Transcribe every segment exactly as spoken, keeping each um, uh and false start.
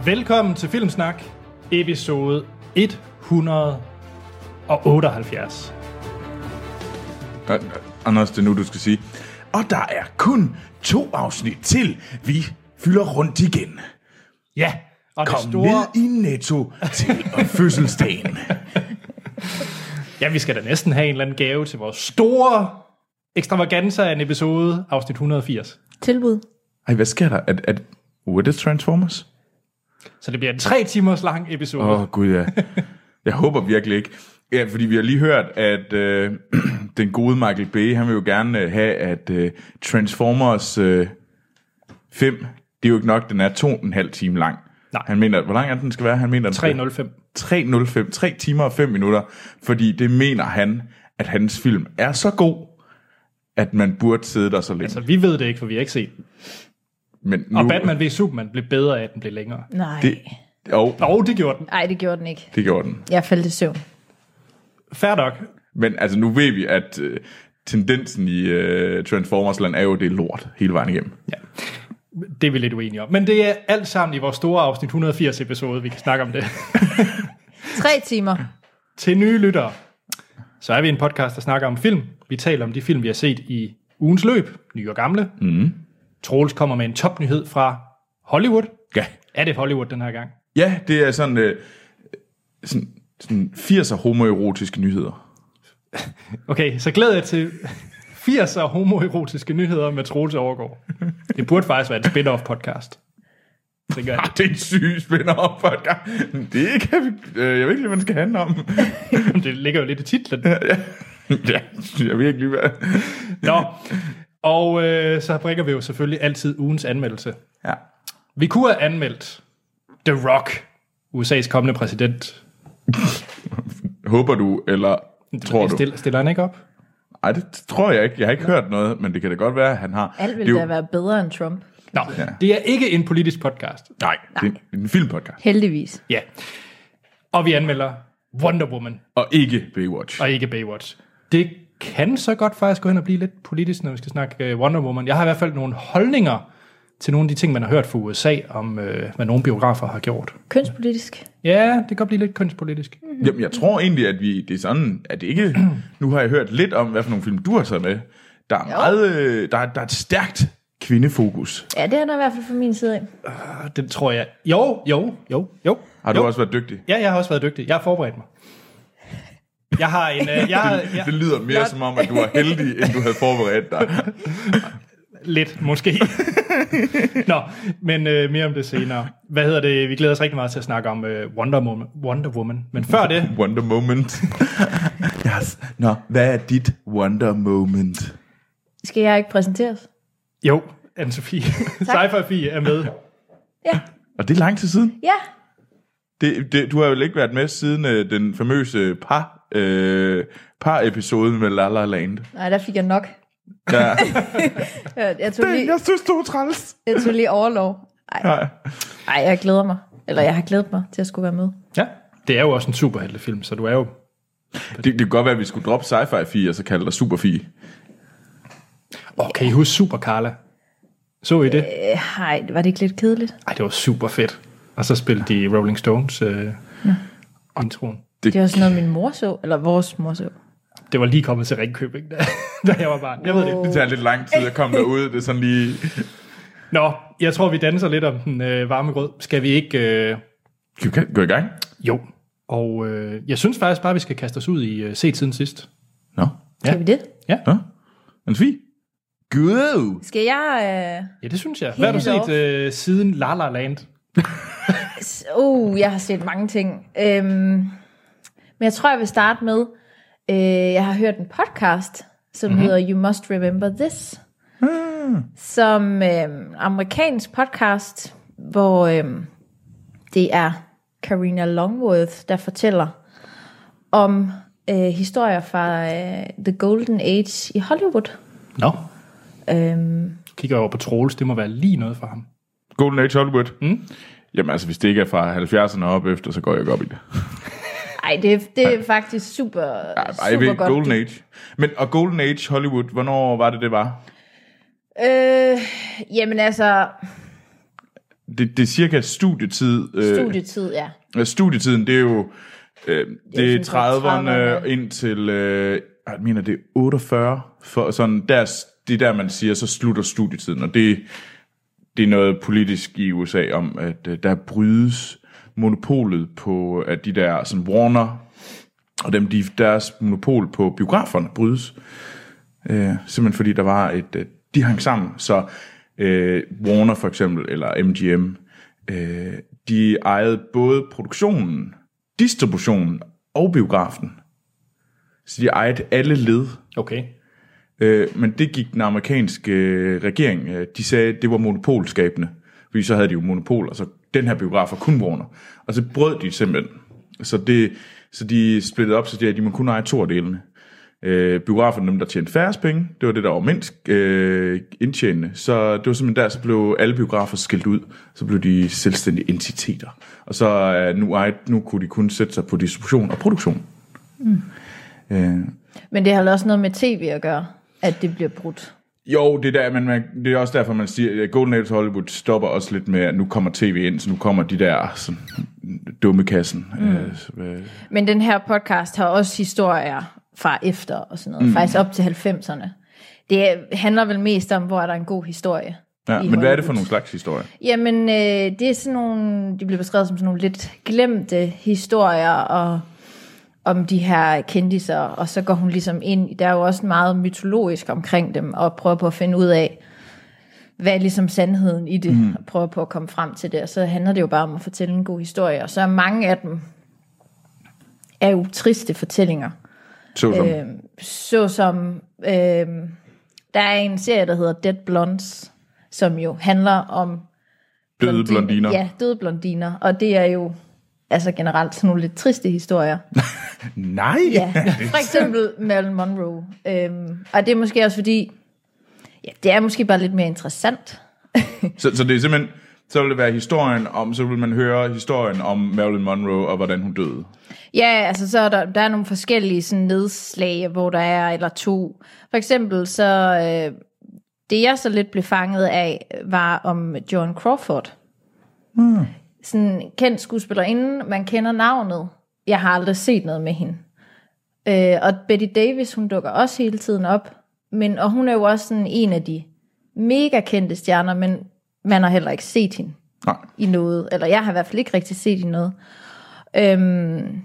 Velkommen til Filmsnak, episode et hundrede otteoghalvfjerds. Anders, det er nu, du skal sige. Og der er kun to afsnit til, vi fylder rundt igen. Ja, og Kom det store... ned i Netto til fødselsdagen. Ja, vi skal da næsten have en eller anden gave til vores store ekstravaganza af en episode, afsnit et hundrede og firs. Tilbud. Ej, hvad sker der? At, at, what is Transformers? Så det bliver en tre timers lang episode. Åh, oh, gud ja. Jeg håber virkelig ikke. Ja, fordi vi har lige hørt, at øh, den gode Michael Bay, han vil jo gerne øh, have, at øh, Transformers øh, fem, det er jo ikke nok, den er to og en halv time lang. Nej. Han mener, hvor lang er den skal være? Han mener, den tre nul fem. tre nul fem, tre timer og fem minutter, fordi det mener han, at hans film er så god, at man burde sidde der så længe. Altså, vi ved det ikke, for vi har ikke set den. Men nu, Og Batman v Superman blev bedre af, at den blev længere. Nej. Det, jo, Og det gjorde den. Nej, det gjorde den ikke. det gjorde den. Jeg faldt i søvn. Fair nok. Men altså, nu ved vi, at øh, tendensen i øh, Transformers-land er jo, det er lort hele vejen igennem. Ja. Det er vi lidt uenige om. Men det er alt sammen i vores store afsnit et hundrede og firs episode, vi kan snakke om det. Tre timer. Til nye lyttere, så er vi en podcast, der snakker om film. Vi taler om de film, vi har set i ugens løb, nye og gamle. Mm. Troels kommer med en topnyhed fra Hollywood. Ja. Er det Hollywood den her gang? Ja, det er sådan, øh, sådan, sådan firser homoerotiske nyheder. Okay, så glæder jeg til firser homoerotiske nyheder med Troels Overgaard. Det burde faktisk være en spin-off podcast. Det gør Ah, det er en syg spin-off podcast. Det kan vi, øh, jeg ved ikke, hvad den skal handle om. det ligger jo lidt i titlen. Ja, jeg ved ikke lige, hvad. Nå, og øh, så bringer vi jo selvfølgelig altid ugens anmeldelse. Ja. Vi kunne have anmeldt The Rock, U S A's kommende præsident. Håber du, eller tror du? Stiller, stiller han ikke op? Ej, det tror jeg ikke. Jeg har ikke hørt noget, men det kan da godt være, at han har. Alt vil det er da jo... være bedre end Trump. Nå, Ja. det er ikke en politisk podcast. Nej, det er en filmpodcast. Heldigvis. Ja. Og vi anmelder Wonder Woman, Og ikke Baywatch. og ikke Baywatch. Det kan så godt faktisk gå hen og blive lidt politisk, når vi skal snakke uh, Wonder Woman. Jeg har i hvert fald nogle holdninger til nogle af de ting, man har hørt fra U S A, om uh, hvad nogle biografer har gjort. Kønspolitisk. Ja, det kan godt blive lidt kønspolitisk. Mm. Jamen, jeg tror egentlig, at vi, det er sådan, at det ikke... Nu har jeg hørt lidt om, hvad for nogle film du har taget med. Der er, meget, øh, der, er- der er et stærkt kvindefokus. Ja, det er der i hvert fald fra min side af. Uh, det tror jeg. Jo, jo, jo, jo. Har du jo. også været dygtig? Ja, jeg har også været dygtig. Jeg har forberedt mig. Jeg har en... Uh, jeg har, jeg, Det lyder mere som om, at du var heldig, end du havde forberedt dig. Lidt, måske. Nå, men øh, mere om det senere. Hvad hedder det? Vi glæder os rigtig meget til at snakke om øh, Wonder, Woman, Wonder Woman. Men før det... Wonder Moment. Yes. Nå, hvad er dit Wonder Moment? Skal jeg ikke præsenteres? Jo, Anne-Sophie. Sci-Fi er med. Ja. Og det er lang tid siden. Ja. Det, det, du har jo ikke været med siden øh, den famøse par, øh, par-episode med La La Land. Nej, der fik jeg nok. Ja. Jeg, jeg, tog, lige, Jeg synes, du er træls. jeg tog lige overlov. Ej. Nej. Ej, jeg glæder mig. Eller jeg har glædet mig til at skulle være med. Ja, det er jo også en superheltefilm, så du er jo... Det, det kan godt være, at vi skulle droppe sci-fi-fie, og så kalde dig super-fie. Åh, kan I huske Super Carla? Så I det? Øh, Ej, var det ikke lidt kedeligt? Ej, det var super fedt. Og så spillede de Rolling Stones øh, ja. introen. Det var sådan noget, min mor så. Eller vores mor så. Det var lige kommet til Ringkøbing, da, da jeg var barn. Jeg ved det ikke. Det tager lidt lang tid at komme derud. Det er sådan lige... Nå, jeg tror, vi danser lidt om den øh, varme grød. Skal vi ikke... Øh... Kan vi gå i gang? Jo. Og øh, jeg synes faktisk bare, vi skal kaste os ud i øh, set siden sidst. Nå. Kan Ja. vi det? Nå. Anne-Sophie? Gud! Skal jeg... Øh... Ja, det synes jeg. Hvad har du Helt set øh, siden La La Land? Uh, jeg har set mange ting. Øhm, men jeg tror, jeg vil starte med, øh, jeg har hørt en podcast, som mm-hmm. hedder You Must Remember This, mm. som øh, amerikansk podcast, hvor øh, det er Karina Longworth, der fortæller om øh, historier fra øh, The Golden Age i Hollywood. Nå. Øhm, Kigger over på Troels, det må være lige noget for ham. Golden Age Hollywood? Mm? Jamen altså, hvis det ikke er fra halvfjerdserne op efter, så går jeg ikke op i det. ej, det, det er faktisk super, Ej, super jeg ved, godt. Golden Age. Men, og Golden Age Hollywood, hvornår var det, det var? Øh, jamen altså... det, det er cirka studietid. Øh, Studietid, ja. Studietiden, det er jo øh, det er trediverne trediverne. ind til, øh, jeg mener det er otteogfyrre, for sådan, der, det er der, man siger, så slutter studietiden, og det, det er noget politisk i U S A om, at øh, der brydes monopolet på, at de der, sådan Warner, og dem, de, deres monopol på biograferne brydes, øh, simpelthen fordi der var et, øh, de hang sammen, så øh, Warner for eksempel, eller M G M, øh, de ejede både produktionen, distributionen og biografen. Så de ejede alle led. Okay. Øh, men det gik den amerikanske øh, regering, øh, de sagde, det var monopolskabende. Fordi så havde de jo monopol, og så den her biograf var kun Warner. Og så brød de simpelthen. Så, det, så de splittede op, så de, de må kun eje to af delene. Øh, biograferne, dem der tjente færrest penge, det var det, der var mindst øh, indtjenende. Så det var simpelthen der, så blev alle biografer skilt ud. Så blev de selvstændige entiteter. Og så øh, nu, ej, nu kunne de kun sætte sig på distribution og produktion. Mm. Øh. Men det har også noget med tv at gøre, at det bliver brudt. Jo, det er, der, men man, det er også derfor, man siger, at Golden Age Hollywood stopper også lidt med, at nu kommer tv ind, så nu kommer de der sådan, dumme kassen. Mm. Øh, så, øh. Men den her podcast har også historier fra efter og sådan noget, mm. faktisk op til halvfemserne. Det handler vel mest om, hvor er der en god historie. Ja, men Hollywood. Hvad er det for nogle slags historier? Jamen, øh, det er sådan nogle, de bliver beskrevet som sådan nogle lidt glemte historier, og om de her kendiser, og så går hun ligesom ind, der er jo også meget mytologisk omkring dem, og prøver på at finde ud af, hvad er ligesom sandheden i det, mm. og prøver på at komme frem til det, og så handler det jo bare om at fortælle en god historie, og så er mange af dem er jo triste fortællinger. Såsom? Øh, såsom, øh, der er en serie, der hedder Dead Blondes, som jo handler om døde blondiner. Ja, døde blondiner, og det er jo altså generelt sådan nogle lidt triste historier. Nej! Ja, for eksempel Marilyn Monroe. Øhm, og det er måske også fordi, ja, det er måske bare lidt mere interessant. så, så det er simpelthen, så vil det være historien om, så vil man høre historien om Marilyn Monroe og hvordan hun døde. Ja, altså så er der, der er nogle forskellige sådan nedslag, hvor der er, eller to. For eksempel så, øh, det jeg så lidt blev fanget af, var om Joan Crawford. Hmm. Sådan en kendt skuespillerinde, man kender navnet. Jeg har aldrig set noget med hende. Øh, og Bette Davis, hun dukker også hele tiden op. Men, og hun er jo også sådan en af de mega kendte stjerner, men man har heller ikke set hende Nej. i noget. Eller jeg har i hvert fald ikke rigtig set hende noget. Øhm,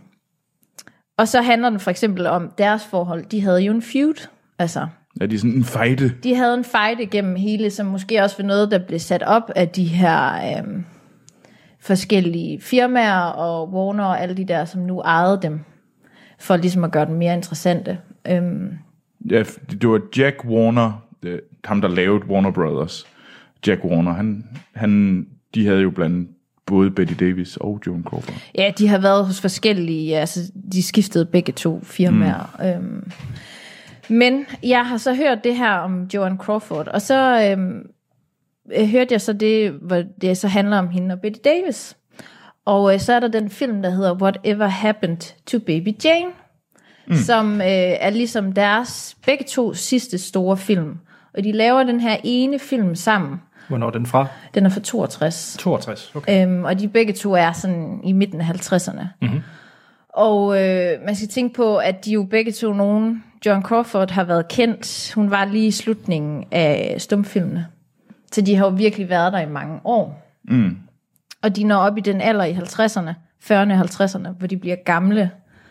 og så handler den for eksempel om deres forhold. De havde jo en feud. Altså, ja, de er sådan en fejde. De havde en fejde gennem hele, som måske også var noget, der blev sat op af de her øhm, forskellige firmaer og Warner og alle de der, som nu ejede dem, for ligesom at gøre dem mere interessante. Øhm. Ja, det var Jack Warner, det, ham der lavede Warner Brothers. Jack Warner, han, han, de havde jo blandt både Bette Davis og Joan Crawford. Ja, de har været hos forskellige, altså de skiftede begge to firmaer. Mm. Øhm. Men jeg har så hørt det her om Joan Crawford, og så øhm, hørte jeg så det, hvor det så handler om hende og Bette Davis. Og øh, så er der den film, der hedder Whatever Happened to Baby Jane, mm. som øh, er ligesom deres begge to sidste store film. Og de laver den her ene film sammen. Hvornår er den fra? Den er fra toogtres. toogtres, okay. Øhm, og de begge to er sådan i midten af halvtredserne. Mm-hmm. Og øh, man skal tænke på, at de jo begge to nogen, Joan Crawford har været kendt, hun var lige i slutningen af stumfilmene. Så de har jo virkelig været der i mange år. Mm. Og de når op i den alder i halvtredserne, fyrrerne og halvtredserne, hvor de bliver gamle.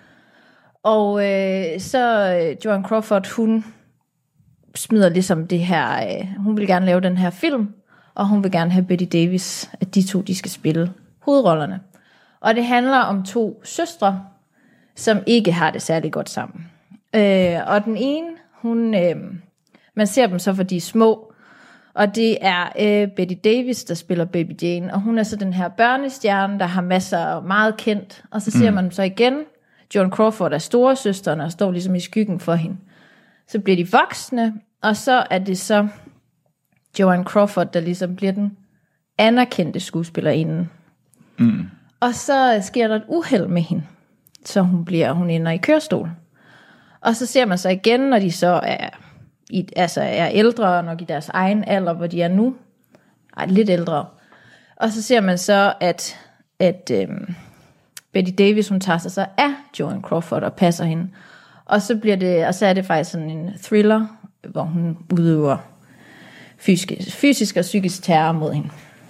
Og øh, så øh, Joan Crawford, hun smider ligesom det her, øh, hun vil gerne lave den her film, og hun vil gerne have Bette Davis, at de to, de skal spille hovedrollerne. Og det handler om to søstre, som ikke har det særlig godt sammen. Øh, og den ene, hun, øh, man ser dem så, for de er små, og det er øh, Bette Davis, der spiller Baby Jane, og hun er så den her børnestjerne, der har masser af meget kendt, og så ser mm. man dem så igen, Joan Crawford er storesøsteren, og står ligesom i skyggen for hende. Så bliver de voksne, og så er det så Joan Crawford, der ligesom bliver den anerkendte skuespillerinde. Mm. Og så sker der et uheld med hende, så hun bliver, hun ender i kørestol. Og så ser man så igen, når de så er, i, altså er ældre, nok i deres egen alder, hvor de er nu, ej, lidt ældre. Og så ser man så, at, at øhm, Betty Davis, hun tager sig så af Joan Crawford og passer hende. Og så, bliver det, og så er det faktisk sådan en thriller, hvor hun udøver fysisk, fysisk og psykisk terror mod hende.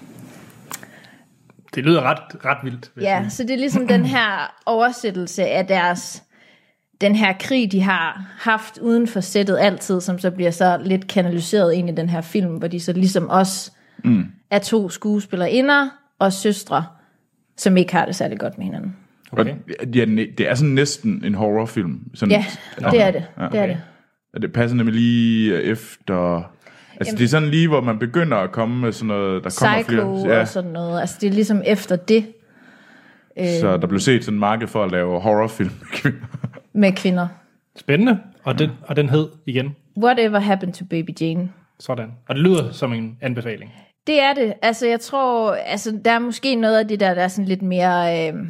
Det lyder ret, ret vildt. Ja, så det er ligesom den her oversættelse af deres, den her krig, de har haft uden for sættet altid, som så bliver så lidt kanaliseret ind i den her film, hvor de så ligesom os mm. er to skuespillerinder og søstre, som ikke har det særlig godt med hinanden. Okay. Ja, det er sådan næsten en horrorfilm. Sådan, ja, det er det. Ja, det, er det. Og det passer nemlig lige efter... Altså Jamen, det er sådan lige, hvor man begynder at komme med sådan noget, der kommer Psycho flere... Ja. og sådan noget. Altså det er ligesom efter det. Så der blev set sådan en marked for at lave horrorfilm med kvinder. Med kvinder. Spændende. Og den, og den hed igen? Whatever Happened to Baby Jane. Sådan. Og det lyder som en anbefaling. Det er det. Altså jeg tror, altså der er måske noget af det der, der er sådan lidt mere... Øh,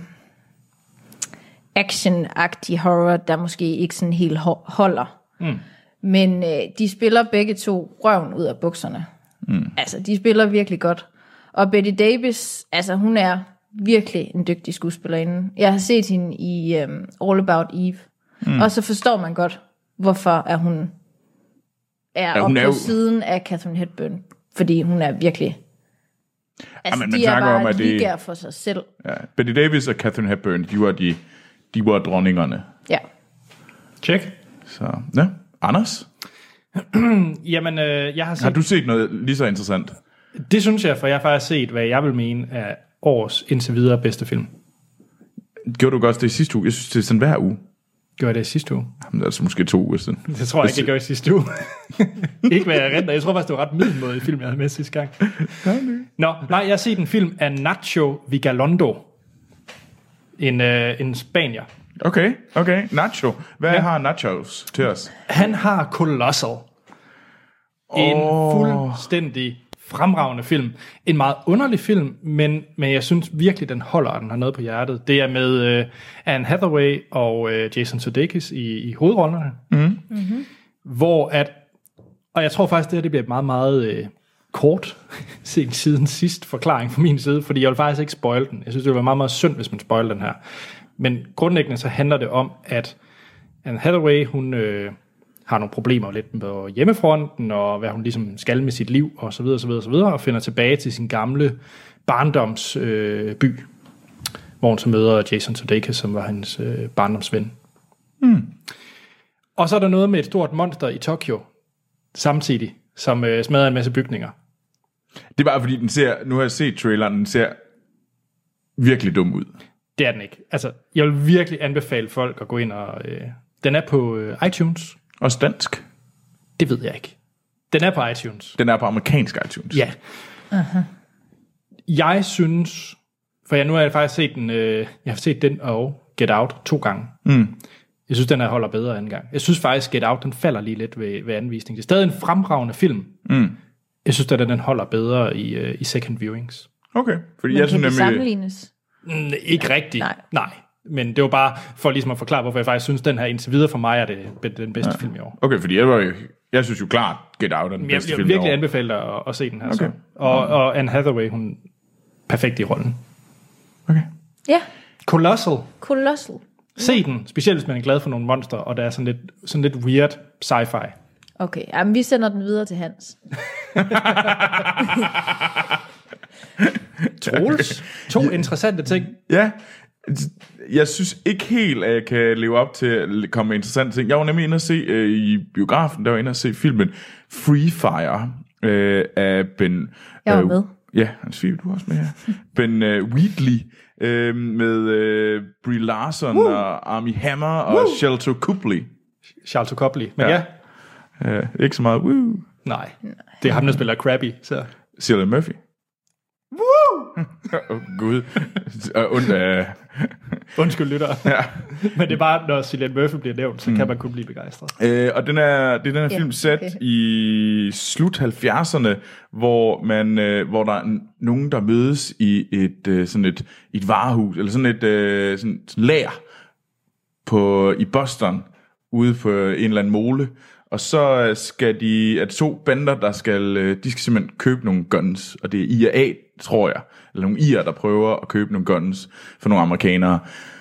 action-agtig horror, der måske ikke sådan helt holder. Mm. Men øh, de spiller begge to røven ud af bukserne. Mm. Altså, de spiller virkelig godt. Og Betty Davis, altså hun er virkelig en dygtig skuespillerinde. Jeg har set hende i um, All About Eve. Mm. Og så forstår man godt, hvorfor er hun er ja, hun oppe er på jo... siden af Katharine Hepburn. Fordi hun er virkelig... Altså, ja, men de er bare om, at det... for sig selv. Ja. Betty Davis og Katharine Hepburn, de var de... De var dronningerne. Ja. Check. Så, ja. Anders? Jamen, øh, jeg har set... Har du set noget lige så interessant? Det synes jeg, for jeg har faktisk set, hvad jeg vil mene er årets indtil videre bedste film. Gjorde du også det i sidste uge? Jeg synes, det er sådan hver uge. Gjorde jeg det i sidste uge? Jamen, det er altså måske to uger siden. Det tror jeg ikke, jeg gjorde i sidste uge. Ikke hvad jeg render. Jeg tror faktisk, det var ret middelmåde i film, jeg havde med sidste gang. Nå, nej, jeg har set en film af Nacho Vigalondo. En, øh, en spanier. Okay, okay. Nacho. Hvad ja. har nachos til os? Han har Colossal. En oh. fuldstændig fremragende film. En meget underlig film, men, men jeg synes virkelig, den holder, og den har noget på hjertet. Det er med øh, Anne Hathaway og øh, Jason Sudeikis i, i hovedrollerne. Mm. Mm-hmm. Hvor at... Og jeg tror faktisk, det her det bliver meget, meget... Øh, kort set siden sidst forklaring fra min side, fordi jeg vil faktisk ikke spoil den. Jeg synes, det vil være meget, meget synd, hvis man spoiler den her. Men grundlæggende så handler det om, at Anne Hathaway, hun øh, har nogle problemer lidt på hjemmefronten, og hvad hun ligesom skal med sit liv, og så videre, så videre, så videre, og finder tilbage til sin gamle barndomsby, øh, by, hvor hun så møder Jason Sudeikis, som var hendes øh, barndomsven. Mm. Og så er der noget med et stort monster i Tokyo, samtidig, som øh, smadrer en masse bygninger. Det er bare fordi, den ser, nu har jeg set traileren, den ser virkelig dum ud. Det er den ikke. Altså, jeg vil virkelig anbefale folk at gå ind og... Øh, den er på øh, iTunes. Også dansk? Det ved jeg ikke. Den er på iTunes. Den er på amerikansk iTunes? Ja. Uh-huh. Jeg synes... For jeg nu har jeg faktisk set den... Øh, jeg har set den og Get Out to gange. Mm. Jeg synes, den her holder bedre anden gang. Jeg synes faktisk, Get Out, den falder lige lidt ved, ved anvisning. Det er stadig en fremragende film. Mm. Jeg synes, at den holder bedre i, uh, i second viewings. Okay. Fordi Men jeg kan nemlig... det sammenlignes? Mm, ikke ja. rigtigt. Nej. Nej. Men det var bare for ligesom at forklare, hvorfor jeg faktisk synes, den her indtil videre for mig er det den bedste ja. film i år. Okay, fordi jeg, var jo, jeg synes jo klart, Get Out er den jeg, bedste jeg film i år. Jeg vil virkelig anbefale dig at, at se den her. Okay. Så. Og, og Anne Hathaway, hun perfekt i rollen. Okay. Ja. Colossal. Colossal. Se den, specielt hvis man er glad for nogle monster, og der er sådan lidt, sådan lidt weird sci-fi. Okay, jamen vi sender den videre til Hans. Troels, to interessante ting. Ja, jeg synes ikke helt, at jeg kan leve op til at komme med interessante ting. Jeg var nemlig inde at se øh, i biografen, der var inde at se filmen Free Fire øh, af Ben... Jeg var med. Øh, ja, Hans Philip, du er også med her. Ben øh, Wheatley øh, med øh, Brie Larson Woo! og Armie Hammer og Woo! Shelton Copley. Shelton Copley, men ja. ja. Øh, ikke så meget. Woo! Nej, det er ham, der spiller Krabby. Så. Cillian Murphy. Woo! oh, Gud. Und, uh... Undskyld, lytter. Ja. Men det er bare, når Cillian Murphy bliver nævnt, så mm. kan man kun blive begejstret. Øh, og den er, det er den her film yeah, sat okay. i slut halvfjerdserne, hvor, man, øh, hvor der er nogen, der mødes i et, øh, sådan et, et varehus, eller sådan et øh, sådan, sådan lager på, i Boston, ude på en eller anden mole. Og så skal de, at to bander, der skal, de skal simpelthen købe nogle guns, og det er I R A, tror jeg. Eller nogle irer, der prøver at købe nogle guns for nogle amerikanere.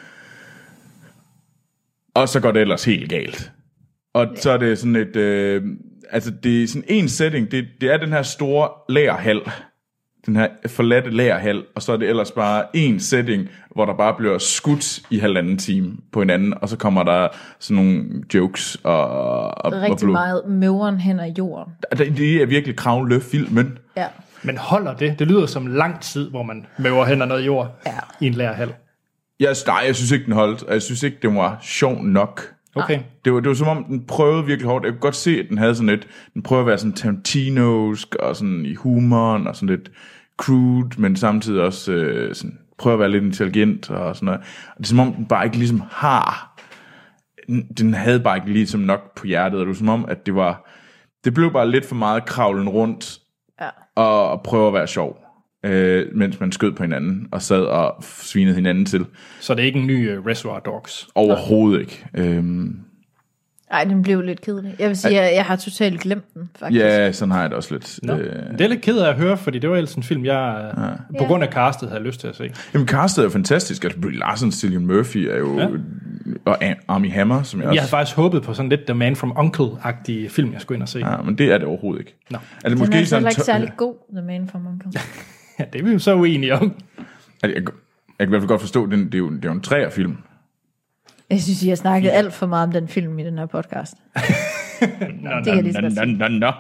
Og så går det ellers helt galt. Og så er det sådan et... Øh, altså, det er sådan en setting. Det, det er den her store lagerhal. Den her forladte lagerhal. Og så er det ellers bare en setting, hvor der bare bliver skudt i halvanden time på hinanden. Og så kommer der sådan nogle jokes og... og rigtig og meget møveren hen ad jorden. Det, det er virkelig kravløf-filmen. Ja. Men holder det? Det lyder som lang tid, hvor man møver hen ad noget jord Ja. i en lærerhal. Jeg, nej, jeg synes ikke, den holdt. Og jeg synes ikke, den var sjov nok. Okay. Det var, det var som om, den prøvede virkelig hårdt. Jeg kunne godt se, at den havde sådan lidt... Den prøvede at være sådan Tarantinosk og sådan i humoren og sådan lidt crude, men samtidig også øh, sådan, prøve at være lidt intelligent og sådan noget. Og det er som om, den bare ikke ligesom har... Den havde bare ikke ligesom nok på hjertet. Og det var som om, at det var... Det blev bare lidt for meget kravlen rundt Ja. og, og prøve at være sjov. Øh, mens man skød på hinanden og sad og svinede hinanden til. Så det er ikke en ny uh, Reservoir Dogs? Overhovedet ikke. Øhm, Ej, den blev lidt kedelig. Jeg vil sige, jeg, jeg har totalt glemt den, faktisk. ja, sådan har jeg det også lidt. No. Øh, Det er lidt ked af at høre, fordi det var ellers en film, jeg ja. på Ja. grund af castet havde lyst til at se. jamen, castet er jo fantastisk. Altså, Brie Larson, Cillian Murphy er jo... Ja. Og Armie Hammer, som jeg også... Jeg havde faktisk håbet på sådan lidt The Man from Uncle-agtig film, jeg skulle ind og se. Ja, Ja, men det er det overhovedet ikke. Nå. Er det Den er altså heller ikke tør- særlig god, The Man from Uncle. ja det er vi jo så uenige om. Altså, jeg, jeg kan i hvert fald godt forstå, at den, det er jo, det er jo en træerfilm. Jeg synes, I har snakket alt for meget om den film i den her podcast. Det kan jeg lige så godt sige. Nå, nå, nå.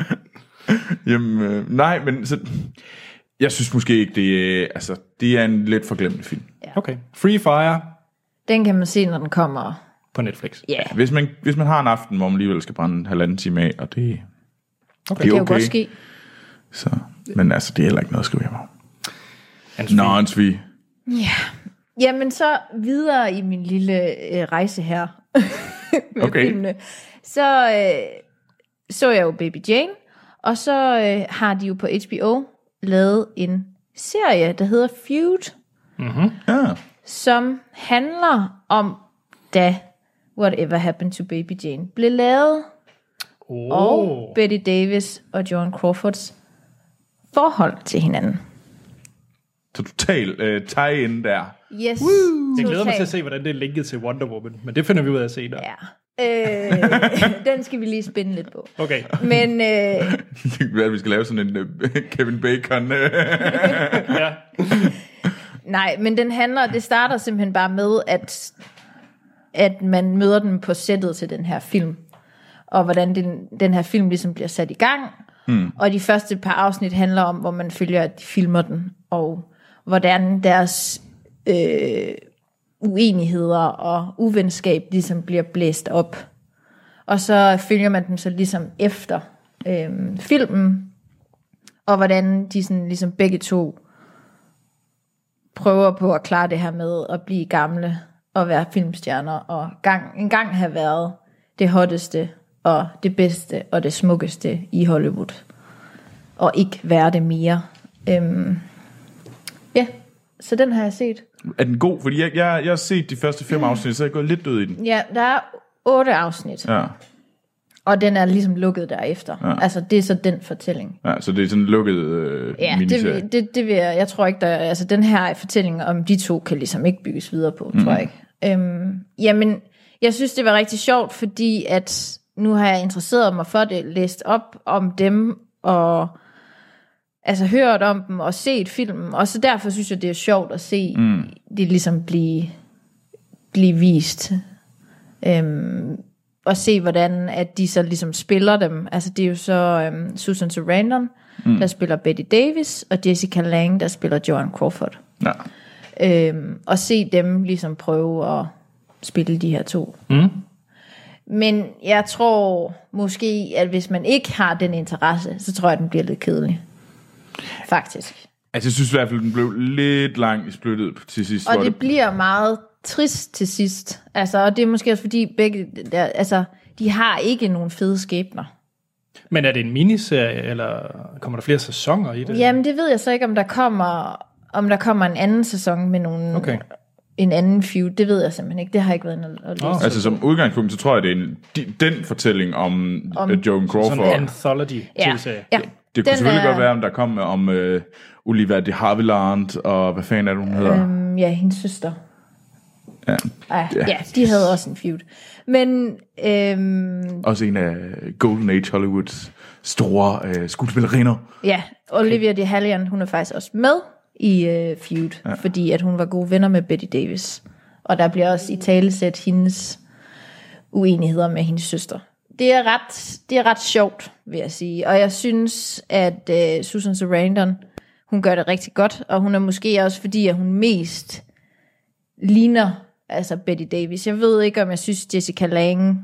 Jamen, øh, nej, men så... Jeg synes måske ikke, det er... Altså, det er en lidt forglemt film. Okay. Free Fire Den kan man se, når den kommer. på Netflix. Ja, yeah. Hvis man, hvis man har en aften, hvor man alligevel skal brænde en halvanden time af, og det, Okay. det kan okay. jo godt ske. så... Men altså, det er heller ikke noget at skrive hjem om. Ansvi. Nå, Ansvi. Ja. Jamen så videre i min lille øh, rejse her. med Okay. filmene. Så øh, så jeg jo Baby Jane, og så øh, har de jo på H B O lavet en serie, der hedder Feud, Ja. som handler om, da Whatever Happened to Baby Jane blev lavet, Oh. og Betty Davis og Joan Crawfords forhold til hinanden. Så total øh, tie-in der. Yes. Jeg glæder mig til totalt. at se, hvordan det er linket til Wonder Woman, men det finder vi ud af at se der. Ja. Øh, den skal vi lige spænde lidt på. Okay. Men øh, Det kan være, at vi skal lave sådan en uh, Kevin Bacon. Uh. Ja. nej, men den handler, det starter simpelthen bare med, at, at man møder dem på sættet til den her film. Og hvordan den, den her film ligesom bliver sat i gang. Mm. Og de første par afsnit handler om, hvor man følger, at de filmer den. Og hvordan deres øh, uenigheder og uvenskab ligesom bliver blæst op. Og så følger man dem så ligesom efter øh, filmen. Og hvordan de sådan ligesom begge to prøver på at klare det her med at blive gamle og være filmstjerner. Og gang, engang have været det hotteste og det bedste og det smukkeste i Hollywood. Og ikke være det mere. Øhm, ja, så den har jeg set. Er den god? Fordi jeg, jeg, jeg har set de første fem afsnit, så jeg er gået lidt død i den. Ja, der er otte afsnit. Ja. Og den er ligesom lukket derefter. Ja. Altså, det er så den fortælling. Ja, så det er sådan en lukket øh, Ja, miniserie. det, det, det vil jeg, jeg tror ikke, der, altså den her fortælling om de to kan ligesom ikke bygges videre på, mm. tror jeg ikke. Øhm, jamen, jeg synes, det var rigtig sjovt, fordi at nu har jeg interesseret mig for det, læst op om dem, og altså hørt om dem, og set filmen, og så derfor synes jeg, det er sjovt at se mm. det ligesom blive, blive vist. Øhm, og se, hvordan at de så ligesom spiller dem. Altså, det er jo så øhm, Susan Sarandon, mm. der spiller Betty Davis, og Jessica Lange, der spiller Joan Crawford. Ja. Øhm, og se dem ligesom prøve at spille de her to. Mm. Men jeg tror måske, at hvis man ikke har den interesse, så tror jeg, at den bliver lidt kedelig. Faktisk. Altså, jeg synes i hvert fald, den blev lidt lang i splittet til sidst. Og hvor det bliver meget trist til sidst. Altså, og det er måske også fordi begge, der, altså, de har ikke nogen fede skæbner. Men er det en miniserie, eller kommer der flere sæsoner i det? Jamen, det ved jeg så ikke, om der kommer, om der kommer en anden sæson med nogle, Okay. en anden feud. Det ved jeg simpelthen ikke. Det har jeg ikke været inde og læse. Nå. Altså, som udgangspunkt, så tror jeg, det er en, de, den fortælling om, Om- om Joan Crawford. Sådan en anthology Ja, tv-serie. ja. Det kunne Den selvfølgelig er- godt være, om der kom om øh, Olivia de Havilland, og hvad fanden er det, hun hedder? Øhm, ja, hendes søster. Ja. Ej, Ja. ja, de havde også en feud. Men øhm, Også en af Golden Age Hollywoods store øh, skuespillerinder. ja, Olivia de Havilland, hun er faktisk også med i øh, feud, ja. fordi at hun var gode venner med Betty Davis. Og der bliver også i talesæt hendes uenigheder med hendes søster. Det er ret, det er ret sjovt, vil jeg sige. Og jeg synes, at øh, Susan Sarandon, hun gør det rigtig godt, og hun er måske også, fordi at hun mest ligner altså Betty Davis. Jeg ved ikke, om jeg synes, Jessica Lange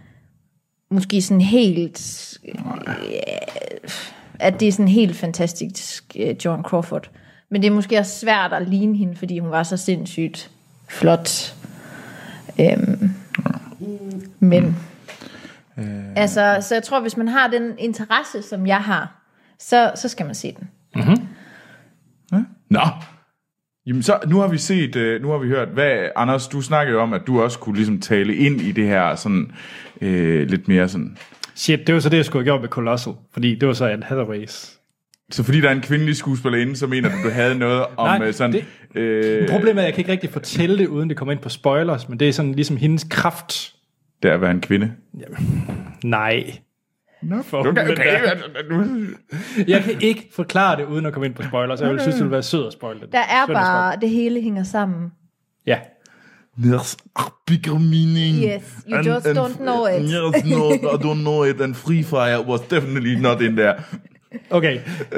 måske sådan helt... Øh, at det er sådan helt fantastisk øh, Joan Crawford. Men det er måske også svært at ligne hende, fordi hun var så sindssygt flot. Øhm, men... Øh. Altså, så jeg tror, hvis man har den interesse, som jeg har, så, så skal man se den. Mm-hmm. Ja. Nå, jamen så, nu har vi set, øh, nu har vi hørt, hvad, Anders, du snakkede om, at du også kunne ligesom tale ind i det her sådan, øh, lidt mere sådan... Shit, det var så det, jeg skulle have gjort med Colossal, fordi det var så Anne Hathaways. Så fordi der er en kvindelig skuespillerinde, så mener du, du havde noget om Nej, sådan... Det, øh, problemet er, at jeg kan ikke rigtig fortælle det, uden det kommer ind på spoilers, men det er sådan ligesom hendes kraft. Det er at være en kvinde. Nej. Nå, For okay, okay, okay. Jeg kan ikke forklare det, uden at komme ind på spoilers. Jeg vil synes, det ville være sød at spoil det. Der er Sød bare, det hele hænger sammen. Ja. There's a bigger meaning. Yes, you and, just and, don't know it. Yes, no, I don't know it, and Free Fire was definitely not in there. Okay.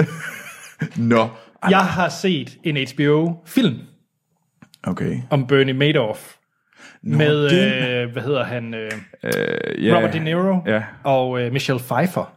Nå. No. Jeg har set en H B O-film okay. om Bernie Madoff. Nå, med, den... øh, hvad hedder han? Øh, uh, yeah. Robert De Niro yeah. og øh, Michelle Pfeiffer.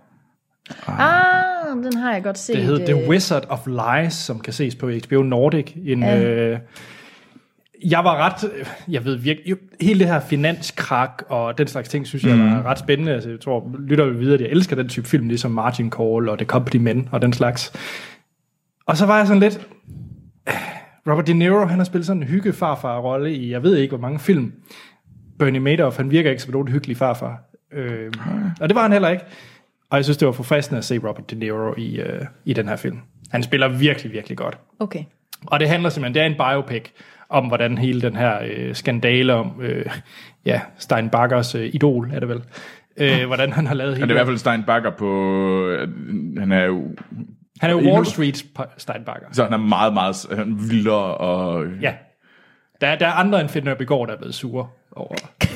Ah, den har jeg godt set. Det hedder The Wizard of Lies, som kan ses på H B O Nordic. En, ja. øh, jeg var ret, jeg ved virkelig, hele det her finanskrak og den slags ting, synes jeg mm. var ret spændende. Altså, jeg tror, lytter vi videre, at jeg elsker den type film, ligesom Margin Call og The Company Men og den slags. Og så var jeg sådan lidt, Robert De Niro, han har spillet sådan en hyggefarfar-rolle i, jeg ved ikke, hvor mange film. Bernie Madoff, han virker ikke som nogen hyggelig farfar. Øh, og det var han heller ikke. Og jeg synes, det var forfriskende at se Robert De Niro i, øh, i den her film. Han spiller virkelig, virkelig godt. Okay. Og det handler simpelthen, det er en biopic om, hvordan hele den her øh, skandale om, øh, ja, Stein Baggers øh, idol, er det vel. Øh, hvordan han har lavet hele... Ja, det er i hvert fald Stein Bagger på... Øh, han er jo... Han er jo Wall Streets Stein Bagger. Så han er meget, meget vildere og... Ja. Der, der er andre end Finn Nørbegaard, der er blevet sure over...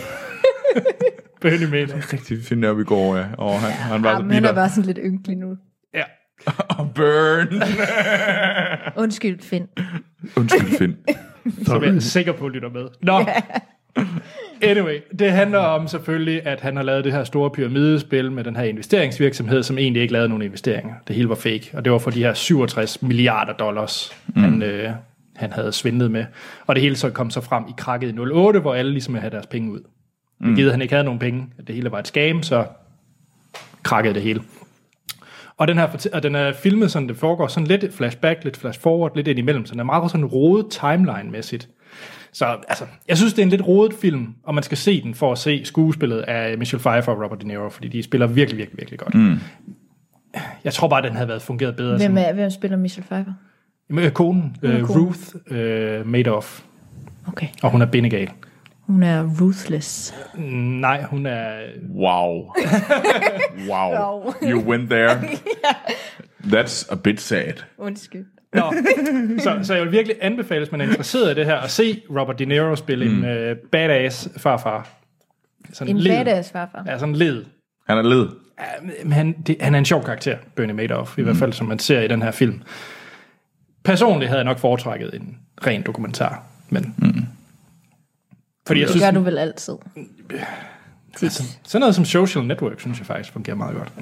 Bernie Madoff. Rigtig Finn Nørbegaard, ja. Og han, han var ja, så men han er bare sådan lidt ynkelig nu. Ja. Og Burn. Undskyld, Finn. Undskyld, Finn. Som jeg er sikker på, at lytter med. Nå. Anyway, det handler om selvfølgelig, at han har lavet det her store pyramidespil med den her investeringsvirksomhed, som egentlig ikke lavede nogen investeringer. Det hele var fake, og det var for de her syvogtres milliarder dollars, mm. han, øh, han havde svindlet med. Og det hele så kom så frem i krakket i nul otte, hvor alle ligesom havde deres penge ud. Mm. Givet han ikke havde nogen penge, at det hele var et scam, så krakkede det hele. Og den her og den er filmet sådan, det foregår sådan lidt flashback, lidt flash forward, lidt ind imellem, så den er meget sådan rodet timeline-mæssigt. Så altså, jeg synes, det er en lidt rodet film, og man skal se den for at se skuespillet af Michelle Pfeiffer og Robert De Niro, fordi de spiller virkelig, virkelig, virkelig godt. Mm. Jeg tror bare, at den havde været fungeret bedre. Hvem, er, hvem spiller Michelle Pfeiffer? Med konen, uh, Ruth uh, Madoff. Okay. Og hun er bindegal. Hun er ruthless. Nej, hun er... Wow. Wow. You went there. That's a bit sad. Undskyld. Nå, så, så jeg vil virkelig anbefale, hvis man er interesseret i det her, at se Robert De Niro spille mm. en uh, badass farfar. Sådan en led. badass farfar? Ja, sådan led. Han er led. Ja, men han, det, han er en sjov karakter, Bernie Madoff, i mm. hvert fald, som man ser i den her film. Personligt havde jeg nok foretrækket en ren dokumentar, men... Mm. Fordi det jeg synes, gør du vel altid. Altså, sådan noget som Social Network, synes jeg faktisk fungerer meget godt.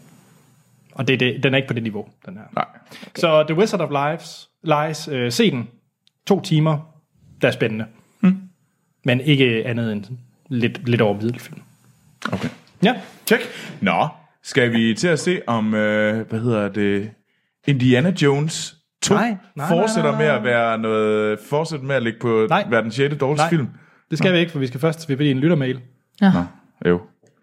Og det, det, den er ikke på det niveau, den her. Nej. Okay. Så The Wizard of Lies, Lies øh, se den. To timer. Der er spændende. Mm. Men ikke andet end lidt, lidt over middelfilm. Okay. Ja. Check. Nå, skal vi til at se om, øh, hvad hedder det, Indiana Jones to nej, nej, fortsætter nej, nej, nej. med at være noget, fortsætter med at ligge på være den sjette dårligste film? Det skal Nå. vi ikke, for vi skal først vi vil en lyttermail. Ja. Nå, jo.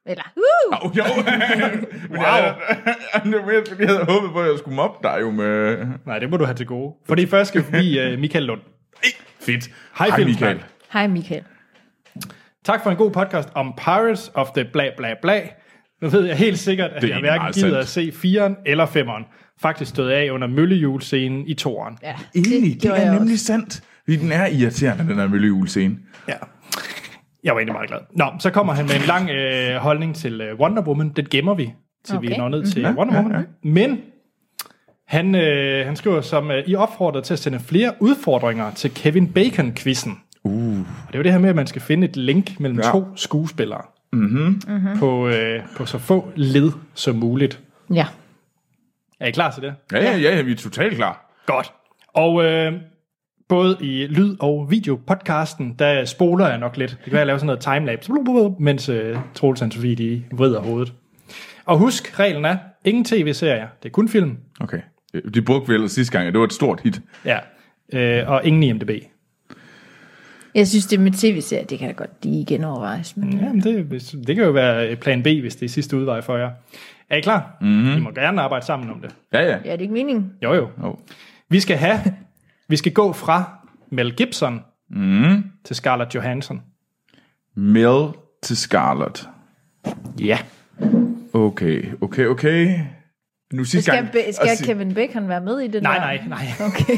Eller, uh! Oh, jo. Men wow. jeg, det var mere, fordi jeg havde håbet på, at jeg skulle mobbe dig jo med... Nej, det må du have til gode. Fordi først skal vi uh, Michael Lund. Fedt. Hej, Hej Michael. Hej Michael. Tak for en god podcast om Pirates of the bla bla bla. Nu ved jeg helt sikkert, at jeg hverken gider sandt. at se fireren eller femeren. Faktisk stod af under møllehjulscenen i toeren. Ja, Enig, det, det er nemlig også. sandt. Fordi den er irriterende, den der møllehjulscene. Ja. Jeg var egentlig meget glad. Nå, så kommer han med en lang øh, holdning til øh, Wonder Woman. Den gemmer vi, til okay. vi når ned til mm-hmm. Wonder Woman. Ja, ja. Men han, øh, han skriver, som øh, I opfordrer til at sende flere udfordringer til Kevin Bacon-quizzen. Uh. Og det er jo det her med, at man skal finde et link mellem ja. to skuespillere. Mm-hmm. Mm-hmm. På, øh, på så få led som muligt. Ja. Er I klar til det? Ja, ja, ja, ja vi er totalt klar. Godt. Og øh, både i lyd- og videopodcasten, der spoler jeg nok lidt. Det kan være, at jeg laver sådan noget timelapse, mens øh, Troels og Sofie, de vrider hovedet. Og husk, reglen er, ingen tv-serier, det er kun film. Okay. De brugte vi ellers sidste gang, og det var et stort hit. Ja, øh, og ingen I M D B. Jeg synes, det med tv-serier, det kan da godt lige genovervejes. Men... Ja, men det, det kan jo være plan B, hvis det er sidste udvej for jer. Er I klar? Mm-hmm. I må gerne arbejde sammen om det. Ja, ja. Ja, det er ikke meningen. Jo, jo. Oh. Vi skal have, vi skal gå fra Mel Gibson mm. til Scarlett Johansson. Mel til Scarlett. Ja. Okay, okay, okay. Nu sidste skal gang... Be- skal Kevin Bacon være med i det nej, der? Nej, nej, nej. Okay.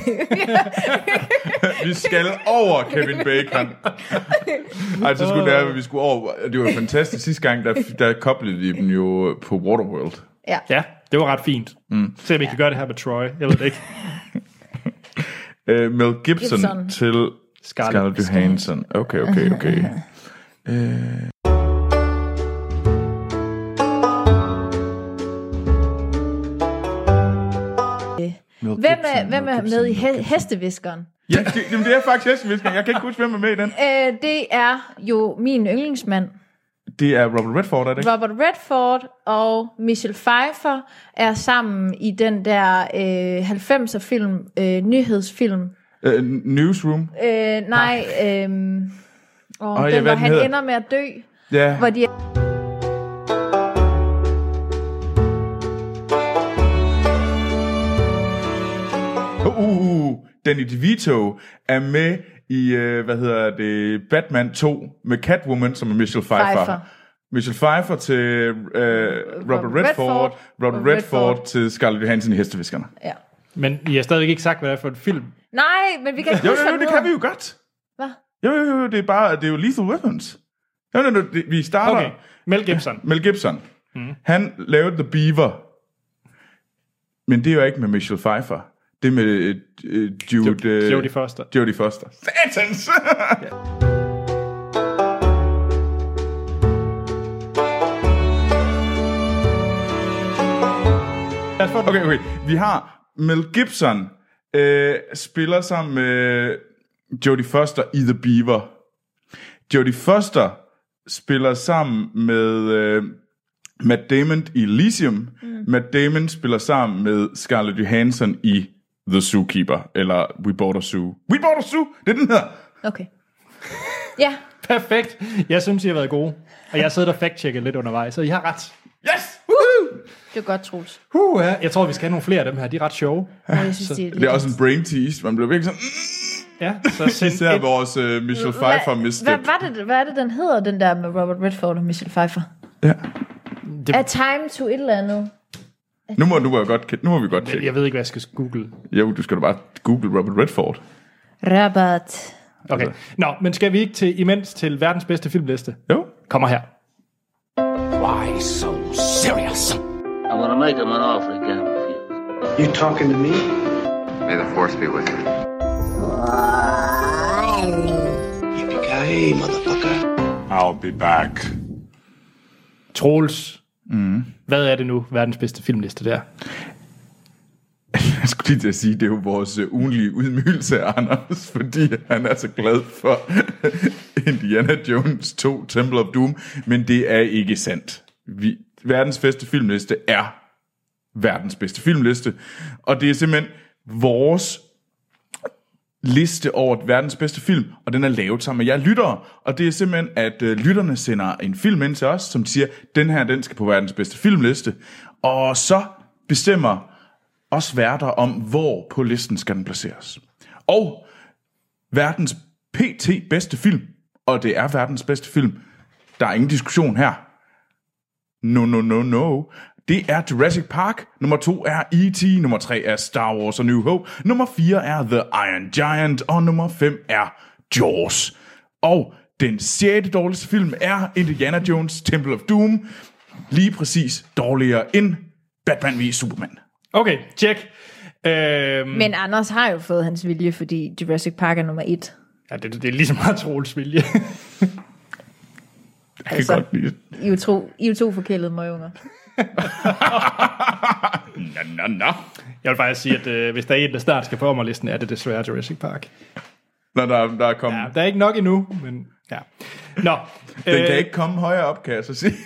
Vi skal over Kevin Bacon. Ej, så skulle det, vi skulle over... Det var jo fantastisk. Sidste gang, der, der koblede vi dem jo på Waterworld. Ja. Ja, det var ret fint. Mm. Se, om vi ja. kan gøre det her med Troy. Jeg ved det ikke. uh, Mel Gibson, Gibson. til Scarlett, Scarlett Johansson. Okay, okay, okay. uh... Hvem er, hvem er med i he- hesteviskeren? Ja, det, jamen det er faktisk hesteviskeren. Jeg kan ikke huske, hvem er med i den. Øh, det er jo min yndlingsmand. Det er Robert Redford, er det ikke? Robert Redford og Michelle Pfeiffer er sammen i den der øh, halvfemser film, øh, nyhedsfilm. Uh, Newsroom? Øh, nej, øh, og oh, den, ja, hvor han hedder. ender med at dø. Ja. Hvor de er Uh, Danny DeVito er med i, uh, hvad hedder det, Batman to med Catwoman, som er Michelle Pfeiffer. Pfeiffer. Michelle Pfeiffer til uh, Robert, Robert Redford, Redford, Robert Redford, Redford til Scarlett Johansson i Hesteviskerne. Ja. Men I har stadigvæk ikke sagt, hvad det er for et film. Nej, men vi kan ikke jo, jo, jo, det kan vi jo godt. Hvad? Jo, jo, jo, det er bare, det er jo Lethal Weapons. Jo, jo, jo, det, vi starter... Okay, Mel Gibson. Mel Gibson. Mm. Han lavede The Beaver. Men det er jo ikke med Michelle Pfeiffer. Det er med uh, Jude... Uh, Jodie Foster. Jodie Foster. Satans! Ja. Okay, okay. Vi har Mel Gibson øh, spiller sammen med Jodie Foster i The Beaver. Jodie Foster spiller sammen med øh, Matt Damon i Elysium. Mm. Matt Damon spiller sammen med Scarlett Johansson i The Zookeeper, eller We Bought a Zoo. We Bought a Zoo! Det er den her. Okay. Ja. Perfekt. Jeg synes, I har været gode. Og jeg har siddet og fact-checket lidt undervejs, så I har ret. Yes! Woohoo! Det er godt, Troels. Uh, ja. Jeg tror, vi skal have nogle flere af dem her. De er ret sjove. Ja, jeg synes, det, er det er også en brain tease. Man bliver virkelig sådan... Ja, så send især et... vores uh, Michelle Pfeiffer misstep. Hvad, hvad, det, hvad er det, den hedder, den der med Robert Redford og Michelle Pfeiffer? Ja. Det... A Time to et eller andet. Nu må, du godt, nu må vi godt tjekke. Jeg ved ikke, hvad jeg skal google. Jo, du skal da bare google Robert Redford. Robert. Okay. Nå, men skal vi ikke til imens til verdens bedste filmliste? Jo. Kommer her. Why so serious? I'm gonna make him an offer he can't refuse. You talking to me? May the force be with you. Yippee-ki-yay, motherfucker. I'll be back. Troels. Mm. Hvad er det nu, verdens bedste filmliste der? Jeg skulle lige til at sige, det er jo vores ugenlige udmygelse af Anders, fordi han er så glad for Indiana Jones to Temple of Doom, men det er ikke sandt. Vi, verdens bedste filmliste er verdens bedste filmliste, og det er simpelthen vores liste over verdens bedste film, og den er lavet sammen med jer lyttere, og det er simpelthen, at øh, lytterne sender en film ind til os, som siger, den her, den skal på verdens bedste filmliste, og så bestemmer os værter om, hvor på listen skal den placeres. Og verdens P T bedste film, og det er verdens bedste film, der er ingen diskussion her. No, no, no, no. Det er Jurassic Park, nummer to er E T, nummer tre er Star Wars A New Hope, nummer fire er The Iron Giant, og nummer fem er Jaws. Og den sjette dårligste film er Indiana Jones Temple of Doom, lige præcis dårligere end Batman v Superman. Okay, check. Øhm, Men Anders har jo fået hans vilje, fordi Jurassic Park er nummer et. ja, det, det er ligesom meget Troels vilje. Jeg kan altså, godt lide I er jo to, I er jo to forkælede møgunger. Nå, nå, nå. Jeg vil faktisk sige, at øh, hvis der er en, der snart skal på ommerlisten, er det desværre Jurassic Park. Nå, der, der er kommet... Ja, der er ikke nok endnu, men ja. Nå. Den øh, kan ikke komme højere op, kan jeg så sige.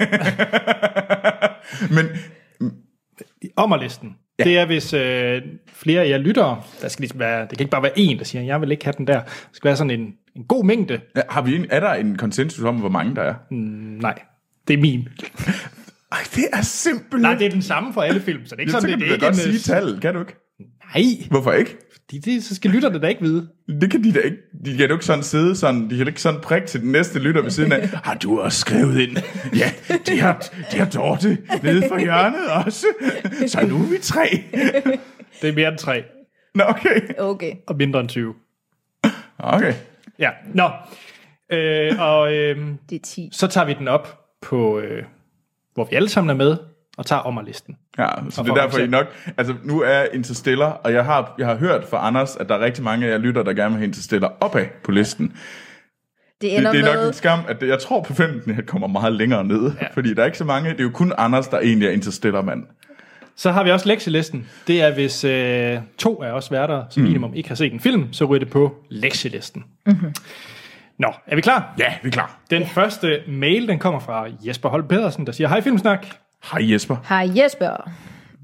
Men... Ommerlisten. Ja. Det er, hvis øh, flere af jer lyttere, der skal ligesom være, det kan ikke bare være en, der siger, jeg vil ikke have den der. Det skal være sådan en, en god mængde. Ja, har vi en, er der en konsensus om, hvor mange der er? Mm, nej, det er min. Ej, det er simpelthen... Nej, det er den samme for alle film, så det er ikke det, sådan, det, det, det er det ikke ikke godt en... sige tal, kan du ikke? Nej, Hvorfor ikke? fordi det, så skal lytterne da ikke vide. Det kan de da ikke. De kan jo ikke sådan sidde sådan, de kan ikke sådan prikke til den næste lytter ved siden af. Har du også skrevet ind? Ja, det har, det har Dorte nede for hjørnet også. Så nu er vi tre. Det er mere end tre, Nå, okay. Okay. og mindre end tyve. Okay. Ja, nå. Øh, og øh, Det er ti. så tager vi den op på, øh, hvor vi alle sammen er med, og tager ommerlisten. Ja, så Og det er for derfor, I eksempel- nok... Altså, nu er Interstellar, og jeg har, jeg har hørt fra Anders, at der er rigtig mange af jer lytter, der gerne vil have Interstellar opad på listen. Det Det, ender det er nok med... en skam, at det, jeg tror på femten her kommer meget længere ned, ja. Fordi der er ikke så mange. Det er jo kun Anders, der egentlig er Interstellar-mand. Så har vi også lektielisten. Det er, hvis øh, to af os værter som minimum ikke har set en film, så ryger det på lektielisten. Mm-hmm. Nå, er vi klar? Ja, vi er klar. Den første mail, den kommer fra Jesper Holm Pedersen, der siger, hej Filmsnak. Hej Jesper. Hej Jesper.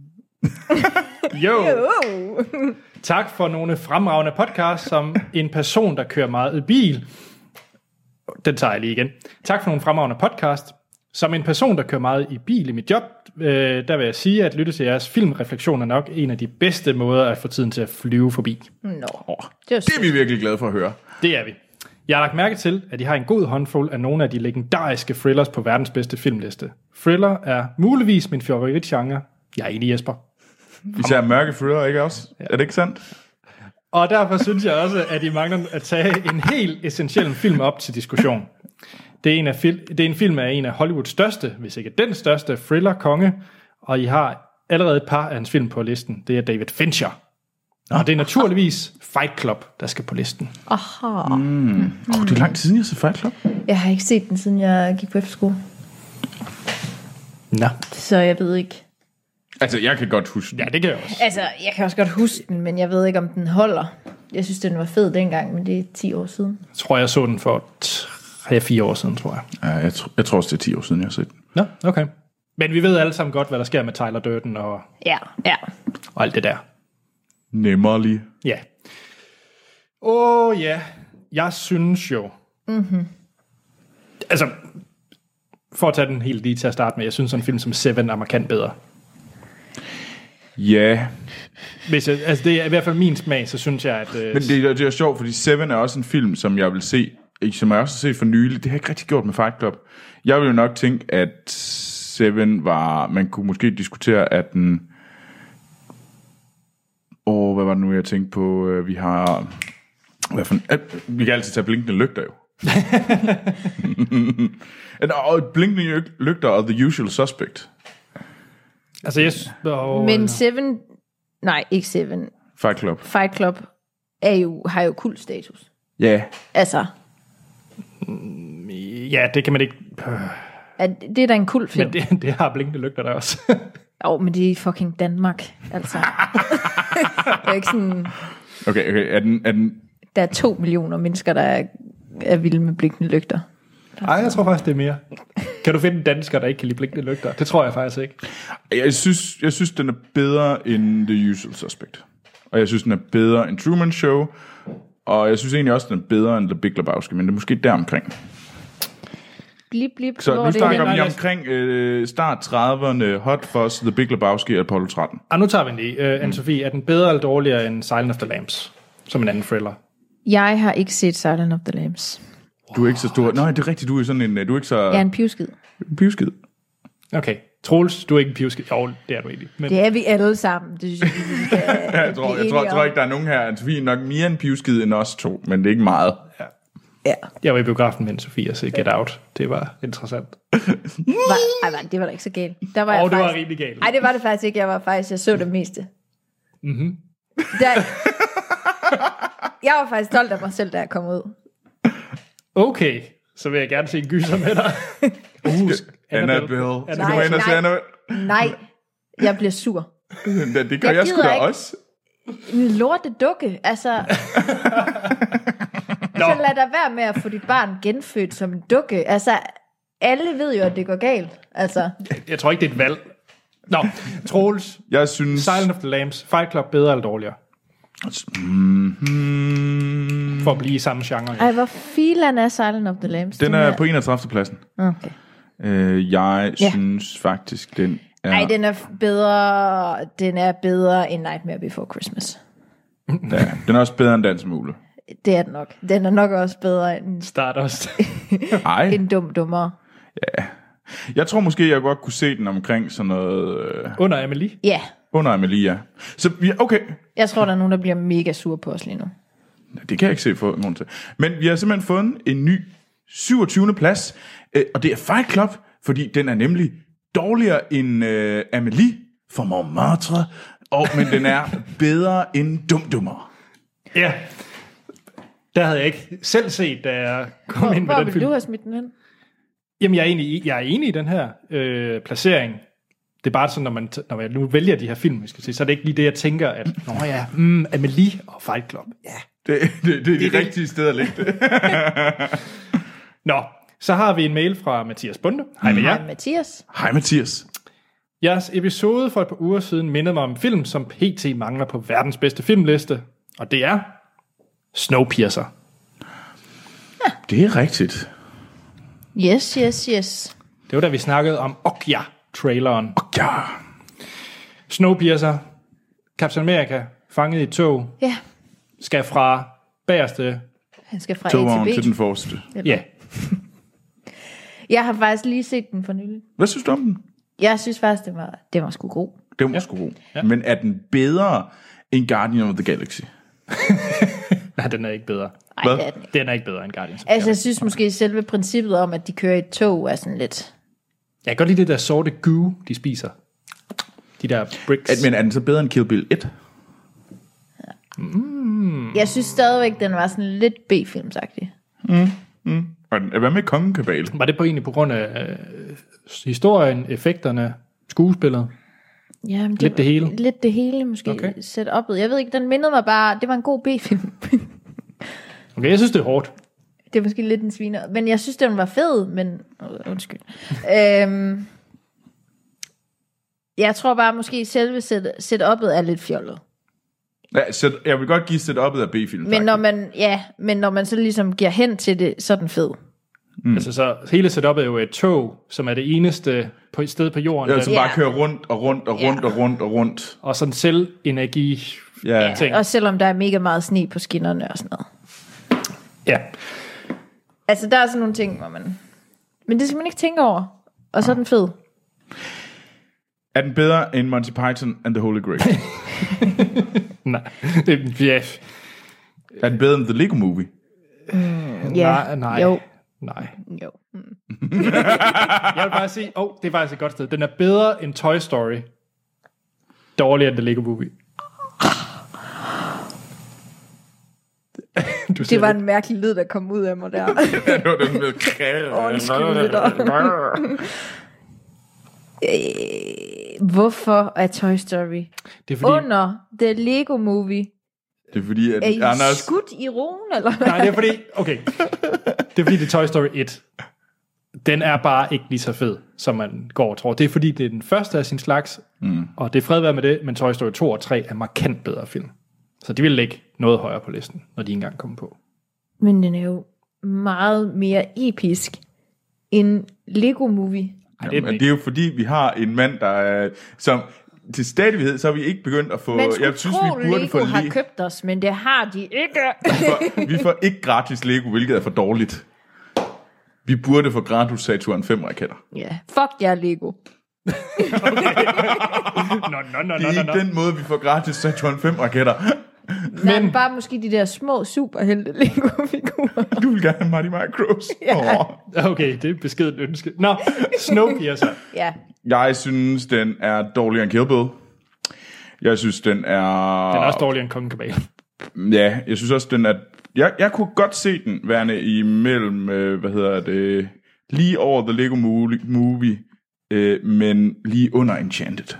Jo. Oh. Tak for nogle fremragende podcasts, som en person, der kører meget i bil. Den tager jeg lige igen. Tak for nogle fremragende podcast. Som en person, der kører meget i bil i mit job, øh, der vil jeg sige, at lytte til jeres filmrefleksion er nok en af de bedste måder at få tiden til at flyve forbi. Nå, Oh, det er det er vi virkelig glade for at høre. Det er vi. Jeg har lagt mærke til, at de har en god håndfuld af nogle af de legendariske thrillers på verdens bedste filmliste. Thriller er muligvis min favoritgenre. Jeg er enig, Jesper. Især mørke thriller, ikke også? Ja. Er det ikke sandt? Og derfor synes jeg også, at I mangler at tage en helt essentiel film op til diskussion. Det er en, af fil- det er en film af en af Hollywoods største, hvis ikke den største, thriller-konge, og I har allerede et par af hans film på listen. Det er David Fincher. Og det er naturligvis Fight Club, der skal på listen. Aha. Mm. Oh, det er lang tid siden, jeg har set Fight Club. Jeg har ikke set den, siden jeg gik på efterskole. Nå. Så jeg ved ikke. Altså, jeg kan godt huske. Ja, det kan jeg også. Altså, jeg kan også godt huske den, men jeg ved ikke, om den holder. Jeg synes, den var fed dengang, men det er ti år siden. Jeg tror, jeg så den for tre-fire år siden, tror jeg. Ja, jeg, tr- jeg tror også, det er ti år siden, jeg har set den. Nå, okay. Men vi ved alle sammen godt, hvad der sker med Tyler Durden og, Ja, ja. og alt det der. Nemmerlig. Ja. Åh oh, ja, jeg synes jo... Mm-hmm. Altså, for at tage den helt lige til at starte med, jeg synes, sådan en film som Seven er markant bedre. Ja. Hvis jeg, altså, det er i hvert fald min smag, så synes jeg, at... Øh, Men det, er- det er sjovt, fordi Seven er også en film, som jeg vil se, som jeg også har set for nylig. Det har jeg ikke rigtig gjort med Fight Club. Jeg vil jo nok tænke, at Seven var... Man kunne måske diskutere, at den... Åh, hvad var det nu, jeg tænkte på? Vi har... Hvad for en... Vi kan altid tage blinkende lygter, jo. Og blinkende lygter og The Usual Suspect. altså, jeg... Oh, Men Seven... Nej, ikke Seven. Fight Club. Fight Club er jo, har jo kult status. Ja. Yeah. Altså, ja, det kan man ikke... at det er da en kult film. Men det, det har blinkende lygter der også. Jo, men det er fucking Danmark, altså. Det er ikke sådan... Okay, okay. Er den... Er den Der er to millioner mennesker, der er, er vilde med blinkende lygter. Nej, jeg tror faktisk, det er mere. Kan du finde en dansker, der ikke kan lide blinkende lygter? Det tror jeg faktisk ikke. jeg synes, jeg synes, den er bedre end The Usual Suspect. og jeg synes, den er bedre end Truman Show, og jeg synes egentlig også, den er bedre end The Big Lebowski, men det er måske deromkring. Blip, blip. Så hvor nu er det snakker henne? vi omkring øh, start trediverne, Hot Fuzz, The Big Lebowski og Apollo tretten. Ah, nu tager vi den lige. Uh, Anne-Sophie, er den bedre eller dårligere end Silent of the Lambs? Som en anden thriller. Jeg har ikke set Silent of the Lambs. Du er ikke så stor. Nej, det er rigtigt, du er sådan en... Du er ikke så... Jeg er en pivskid. En pivskid. Okay. Troels, du er ikke en pivskid. Jo, det er du egentlig. Men... Det er vi alle sammen. Det synes jeg, vi skal jeg, tror, jeg, tror, jeg tror ikke, der er nogen her. Anne-Sophie er nok mere en pivskid end os to, men det er ikke meget. Ja. Ja. Jeg var i biografen med Anne-Sophie og se Get Out. Det var interessant. Var, ej, det var da ikke så galt. Der var Og jeg det var faktisk, rimelig galt. Nej, det var det faktisk ikke. Jeg var faktisk, jeg så det meste. Mhm. Der, jeg var faktisk stolt af mig selv, da jeg kom ud. Okay. Så vil jeg gerne se en gyser med dig. uh, Annabelle. Annabelle. Så kan man ind og se Annabelle. Nej, jeg bliver sur. Det, det gør jeg, Jeg jeg sgu gider da ikke. også. Lorte dukke, altså... Så lad dig være med at få dit barn genfødt som en dukke. Altså, alle ved jo, at det går galt. Altså, Jeg tror ikke, det er et valg. Nå, Troels, Jeg synes... Silent of the Lambs, Fight Club, bedre eller dårligere? Mm, For at blive i samme genre. ej, hvor filan er Silent of the Lambs? den er på enogtredivte pladsen. Okay. Øh, jeg Ja. synes faktisk, den er... Ej, den er bedre, den er bedre end Nightmare Before Christmas. Ja, den er også bedre end Dans med Ugle. Det er den nok. Den er nok også bedre end Start også. Ej, en dum dummer. jeg tror måske, jeg godt kunne se den omkring sådan noget... Øh, Under Amelie. Ja, under Amelia. Så ja, okay, jeg tror, der er nogen, der bliver mega sur på os lige nu. det kan jeg ikke se for nogen til. Men vi har simpelthen fundet en ny syvogtyvende plads, øh, og det er Fight Club, fordi den er nemlig dårligere end øh, Amelie for Montmartre, og, men den er bedre end Dumdummer. Ja. Der havde jeg ikke selv set, da jeg kom Hvor, ind med hvor den vil film. du have smidt den hen? Jamen, jeg er enig i, jeg er enig i den her øh, placering. Det er bare sådan, når man, t- når jeg nu vælger de her film, vi skal sige, så er det ikke lige det, jeg tænker, at nå ja, mm, Amelie og Fight Club. Ja. Det, det, det er det, det. det rigtige sted at lægge det. Nå, så har vi en mail fra Mathias Bunde. Hej med jer. Hej, Mathias. Hej Mathias. Jeres episode for et par uger siden mindede mig om en film, som P T mangler på verdens bedste filmliste. Og det er Snowpiercer. Det er rigtigt. Yes, yes, yes. Det var da vi snakkede om Okja-traileren. Ja. Snowpiercer, Captain America, fanget i et tog, Ja, skal fra bagerste. han skal fra A Togvogn til til B. den forreste. Ja, Jeg har faktisk lige set den for nylig. Hvad synes du om den? Jeg synes faktisk, det var, det var sgu god. Den var ja. sgu god. Ja. Men er den bedre end Guardian of the Galaxy? nej, den er ikke bedre. Ej, Hvad? det er den ikke. Den er ikke bedre end Guardians. Altså, jeg synes måske selve princippet om, at de kører i et tog, er sådan lidt... Jeg kan godt lide det der sorte goo, de spiser. De der bricks. At, men er den så bedre end Kill Bill et? Jeg synes stadigvæk, den var sådan lidt B-filmsagtig. Og den- hvad med Kongekabale? Var det på egentlig på grund af øh, historien, effekterne, skuespillet? Jamen, det, Lidt det hele? Lidt det hele, måske. Okay. Okay. Set opet. Jeg ved ikke, den mindede mig bare... Det var en god B-film. Okay, jeg synes, det er hårdt. Det er måske lidt en sviner. Men jeg synes, den var fed, men... Uh, undskyld. øhm, jeg tror bare, måske selve set, setup'et er lidt fjollet. Ja, så jeg vil godt give setup'et af B-film. Men når man, ja, men når man så ligesom giver hen til det, så er den fed. Mm. Altså, så hele setupet er jo et tog, som er det eneste på et sted på jorden. Ja, der, som Ja. bare kører rundt og rundt og rundt Ja. og rundt og rundt. og sådan selvenergi Ja. ting. Også selvom der er mega meget sne på skinnerne og sådan noget. Ja. Altså, der er sådan nogle ting, hvor man... Men det skal man ikke tænke over. Og så er den fed. Er den bedre end Monty Python and the Holy Grail? Nej. Det, ja. Er den bedre end The Lego Movie? Ja. Nej, nej. Jo. Nej. Jo. Mm. Jeg vil bare sige, åh, oh, det er faktisk et godt sted. Den er bedre end Toy Story. Dårligere end The Lego Movie. Du Det var en mærkelig lyd, der kom ud af mig der. Ja, det var den med Undskyld, lytter. Øh, Hvorfor er Toy Story Det er fordi, under The Lego Movie? Det er fordi, at Er I Anders... skudt i roen, eller? nej, det er fordi, okay. Det er fordi, det er Toy Story et. Den er bare ikke lige så fed, som man går og tror. Det er fordi, det er den første af sin slags, mm. og det er fred være med det, men Toy Story to og tre er markant bedre film. Så de vil lægge noget højere på listen, når de engang kommer på. Men den er jo meget mere episk end Lego Movie. Ej, Jamen, det er jo fordi, vi har en mand, der er... Som, til stadighed, så har vi ikke begyndt at få... Man skulle jeg synes, tro, vi burde Lego få har le- købt os, men det har de ikke. for, vi får ikke gratis Lego, hvilket er for dårligt. Vi burde få gratis Saturn fem raketter. Ja, fuck jer, Lego. Nå, nå, nå, Det nå, er nå, ikke nå. den måde, vi får gratis Saturn fem raketter. Men, men bare måske de der små superhelte Lego-figurer. Du vil gerne have Marty Micros. Ja. Åh. Okay, det er et beskedet ønske. Nå, Snowpiercer. Ja. Jeg synes, den er dårligere end Kill Bill. Jeg synes, den er... Den er også dårligere end Kongen Kabal. Ja, jeg synes også, den er... Jeg, jeg kunne godt se den værende imellem, øh, hvad hedder det, lige over The Lego Movie, movie øh, men lige under Enchanted.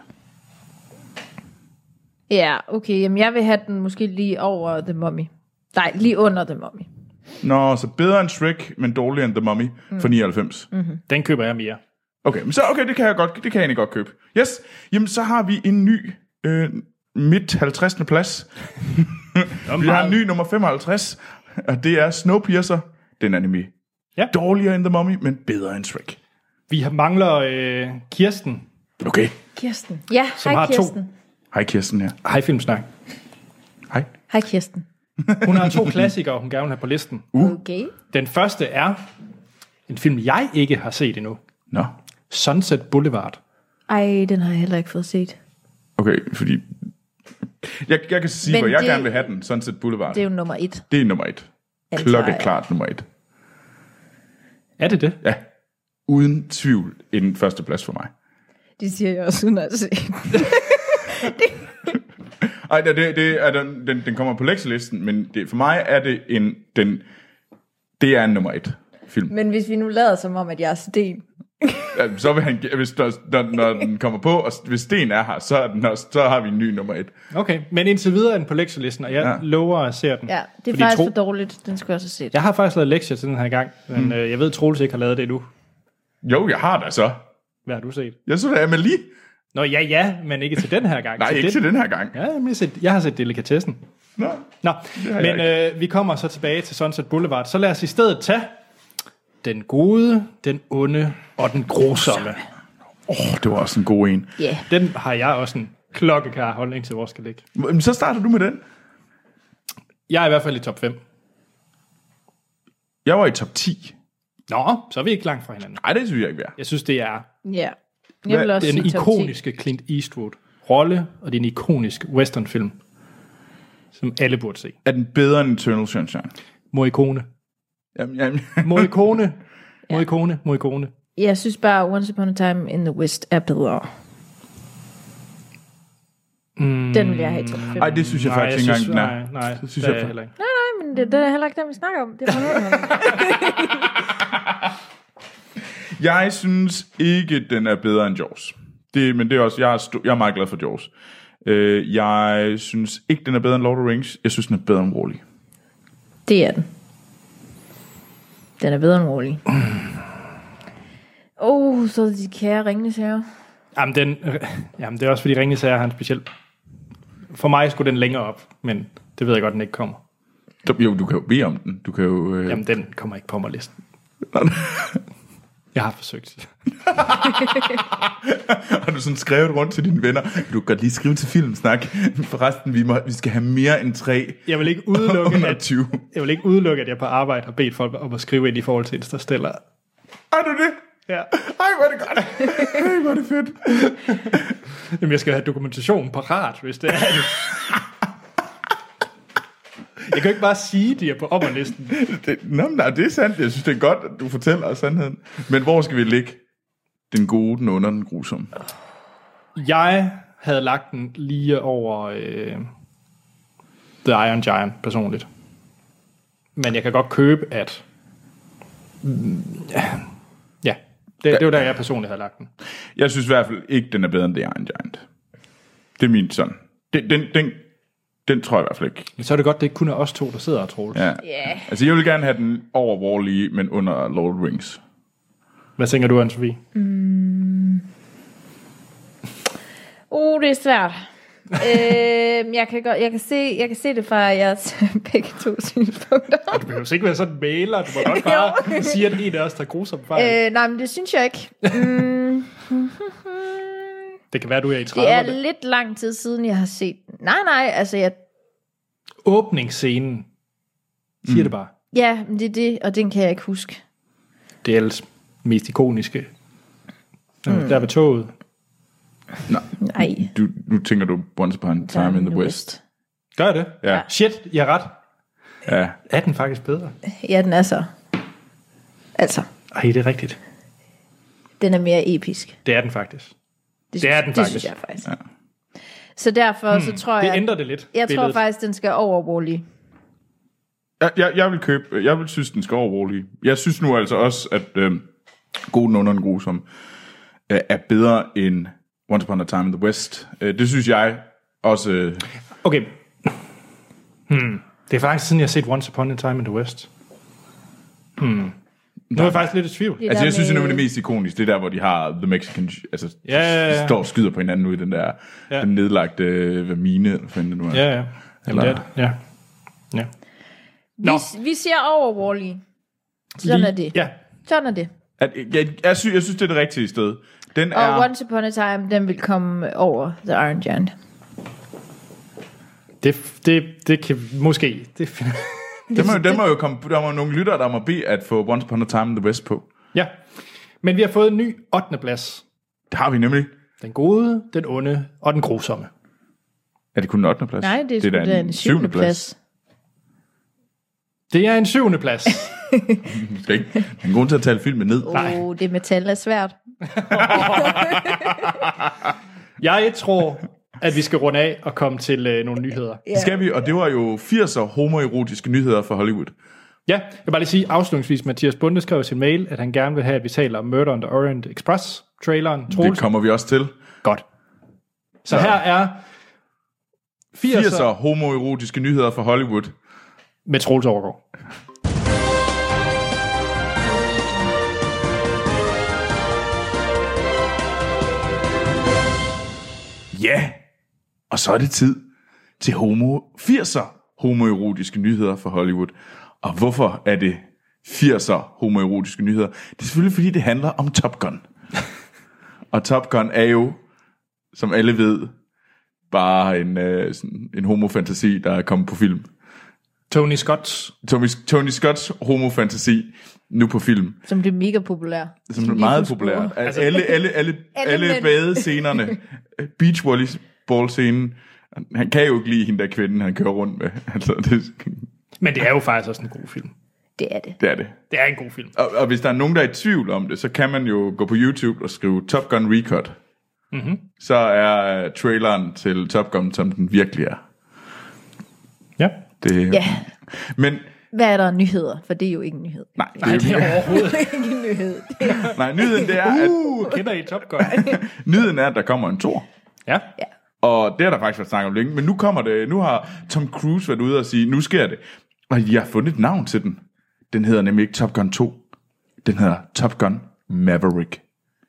Ja, okay. Jamen, jeg vil have den måske lige over The Mummy. Nej, lige under The Mummy. Nå, så bedre end Shrek, men dårligere end The Mummy mm. for nioghalvfems. Mm-hmm. Den køber jeg mere. Okay, men så okay, det kan jeg godt, det kan jeg egentlig godt købe. Yes, jamen så har vi en ny øh, midt halvtredsende plads. Vi har en ny nummer femoghalvtreds, og det er Snowpiercer. Den er nemlig Ja. dårligere end The Mummy, men bedre end Shrek. Vi har- mangler øh, Kirsten, Okay. Kirsten. Ja, Som hej har to. Kirsten. Hej Kirsten her. Hej Filmsnak. Hej. Hej Kirsten. Hun har to klassikere, hun gerne vil have på listen. Okay. Den første er en film, jeg ikke har set endnu. Nå. Sunset Boulevard. Ej, den har jeg heller ikke fået set. Okay, fordi... Jeg, jeg kan sige, Men hvor jeg det- gerne vil have den. Sunset Boulevard. Det er jo nummer et. Det er nummer et. Antager Klokke jeg. klart nummer et. Er det det? Ja. Uden tvivl en første plads for mig. Det siger jeg også uden at se. Ej, det, det er den, den, den kommer på lektielisten, men det, for mig er det en... Den, det er en nummer et film. Men hvis vi nu lader som om, at jeg er Sten. Ja, så vil han, hvis der, når, når den kommer på, og hvis Sten er her, så, er den også, så har vi en ny nummer et. Okay, men indtil videre er den på lektielisten, og jeg Ja. ja. lover at se den. Ja, det er Fordi faktisk Tro- for dårligt. Den skulle jeg også have set. Jeg har faktisk lavet lektier til den her gang, men mm. øh, jeg ved, Troels ikke har lavet det endnu. Jo, jeg har da så. Hvad har du set? Jeg så det er Amelie. Nå ja, ja, men ikke til den her gang. Nej, til ikke den. til den her gang. Ja, men jeg, har set, jeg har set Delikatessen. Nå. Nå, har jeg men øh, vi kommer så tilbage til Sunset Boulevard. Så lad os i stedet tage den gode, den onde og den grusomme. Åh, oh, det var også en god en. Ja. Yeah. Den har jeg også en klokkeklar holdning til, hvor skal ligge. Men så starter du med den. Jeg er i hvert fald i top fem. Jeg var i top ti. Nå, så er vi ikke langt fra hinanden. Nej, det synes jeg ikke, vi er. Jeg synes, det er Ja. Jeg vil også den sige top ti. ikoniske Clint Eastwood rolle, og det er en ikonisk westernfilm, som alle burde se. Er den bedre end Eternal Sunshine? Morricone. Jamen, jamen. Morricone. Morricone. Morricone. Jeg synes bare, Once Upon a Time in the West er bedre. Mm. Den vil jeg have i top fem. Ej, det synes jeg Nej, faktisk jeg ikke engang, synes, den er. nej, nej, Det synes det jeg er fa- heller ikke. Nej, men det, det er heller ikke den, vi snakker om. Det er Jeg synes ikke, den er bedre end Jaws. Det, men det er også, jeg er, sto- jeg er meget glad for Jaws. Øh, jeg synes ikke, den er bedre end Lord of the Rings. Jeg synes, den er bedre end Wall-E. Det er den. Den er bedre end Wall-E. Åh, oh, så er det de kære Ringenes Herre. Jamen, den, jamen, det er også fordi Ringenes Herre har en speciel... For mig skulle den længere op, men det ved jeg godt, den ikke kommer. Jo, du kan jo bede om den. Du kan jo... Øh... Jamen, den kommer ikke på mig listen. Jeg har forsøgt. Har du sådan skrevet rundt til dine venner? Du kan godt lige skrive til Filmsnak. Forresten, vi, må, vi skal have mere end tre. Jeg vil ikke udelukke, under at, tyve. jeg vil ikke udelukke, at jeg på arbejde har bedt folk om at skrive ind i forhold til Interstellar. Er du det? Ja. Ej, hvor er det godt. Ej, hvor er det fedt. Jamen, jeg skal have dokumentation parat, hvis det er det. Jeg kan jo ikke bare sige, at de er på opperlisten. Det, nå, nej, det er sandt. Jeg synes, det er godt, at du fortæller os sandheden. Men hvor skal vi ligge? Den gode, den under, den grusomme. Jeg havde lagt den lige over øh, The Iron Giant personligt. Men jeg kan godt købe, at... Mm, ja, ja. Det, det var der, jeg personligt havde lagt den. Jeg synes i hvert fald ikke, den er bedre end The Iron Giant. Det er min sådan. Den, den, den, den tror jeg i hvert fald ikke. Men så er det godt, det ikke kun er os to, der sidder og tror. Ja. Yeah. Altså, jeg vil gerne have den over Wall-E, men under Lord of the Rings. Hvad tænker du, Anne-Sophie? Mm. Uh, det er svært. øh, jeg, kan godt, jeg, kan se, jeg kan se det fra jeres begge to synspunkter. Du behøver ikke være sådan en mailer. Du må godt bare sige, at en af os tager grusom fejl. Øh, nej, men det synes jeg ikke. Mm. Det kan være, du er i Det trediverne. er lidt lang tid siden, jeg har set... Nej, nej, altså jeg... Åbningsscenen. Siger mm. det bare. Ja, men det er det, og den kan jeg ikke huske. Det er ellers mest ikoniske. Mm. Der ved toget. Nej. Nej. Du, nu tænker du Once Upon a Time in the West. Gør jeg det? Ja. Shit, jeg er ret. Ja. Er den faktisk bedre? Ja, den er så. Altså, Ej, det er rigtigt. den er mere episk. Det er den faktisk. Det, Det er den det faktisk. synes jeg faktisk. Ja. Så derfor hmm, så tror Det jeg... ændrer det lidt. Jeg billedet. tror faktisk, den skal over Wall-E. Jeg, jeg, jeg vil købe, jeg vil synes, den skal over Wall-E. Jeg synes nu altså også, at øh, God, den under den grusom øh, er bedre end Once Upon a Time in the West. Øh, det synes jeg også... Øh, Okay. Hmm. Det er faktisk siden, jeg har set Once Upon a Time in the West. Hmm. Nu er jeg faktisk lidt i tvivl. Det altså der jeg synes, med- det er det mest ikoniske. Det er der, hvor de har The Mexican... Altså, Ja, ja, ja. står og skyder på hinanden ude i den der Ja. den nedlagte øh, mine. Eller hvad det nu er. Ja, ja. Jamen, Eller- det er det. Ja. Ja. Nå. Vi, vi siger over Wall-E. Sådan Lige- er det. Ja. Sådan er det. At, jeg, jeg, synes, jeg synes, det er det rigtige sted. Den Og er... Once Upon a Time, den vil komme over The Iron Giant. Det, det, det kan måske... Det, Den må, den må jo komme, der må nogle lyttere, der må bede at få Once Upon a Time in the West på. ja. Men vi har fået en ny ottende plads. Det har vi nemlig. Den gode, den onde og den grusomme. Er det kun en ottende plads? Nej, det er, da det er en syvende plads. Det er en syvende plads. Du skal ikke. Der er en grund til at tale filmen ned. Åh, oh, det metal er svært. Jeg tror, at vi skal runde af og komme til øh, nogle nyheder. Det skal vi, og det var jo firser homoerotiske nyheder fra Hollywood. Ja, jeg vil bare lige sige afslutningsvis, Mathias Bunde skrev i sin mail, at han gerne vil have, at vi taler om Murder on the Orient Express traileren. Det Troels. kommer vi også til. Godt. Så her er firser, firser homoerotiske nyheder fra Hollywood. med Troels Overgaard. Ja, og så er det tid til homo firser homoerotiske nyheder fra Hollywood. Og hvorfor er det firser homoerotiske nyheder? Det er selvfølgelig, fordi det handler om Top Gun. Og Top Gun er jo, som alle ved, bare en, øh, sådan en homofantasi, der er kommet på film. Tony Scott. Tony, Tony Scotts homofantasi nu på film. Som blev mega populær. Som er Lige meget på populært. sporet. Altså, alle, alle, alle, Alle alle mænd. badescenerne, beachvolleyball-scenen, han kan jo ikke lide hende der kvinde, han kører rundt med. Altså, det, Men det er jo faktisk også en god film. Det er det. det er det. Det er en god film. Og, og hvis der er nogen, der er i tvivl om det, så kan man jo gå på YouTube og skrive Top Gun Recut. Mm-hmm. Så er uh, traileren til Top Gun, som den virkelig er. Ja. Det, Ja. Men Hvad er der af nyheder? For det er jo ikke en nyhed. nej, det, Nej, det er overhovedet. Ikke en nyhed. Det er... nej, nyheden det er, at, Uh, kender I Top Gun? nyheden er, at der kommer en tor. Ja. Ja. Og det har der faktisk været snakket om længe, men nu kommer det, nu har Tom Cruise været ude og sige, nu sker det. Og jeg har fundet et navn til den. Den hedder nemlig ikke Top Gun to. Den hedder Top Gun Maverick.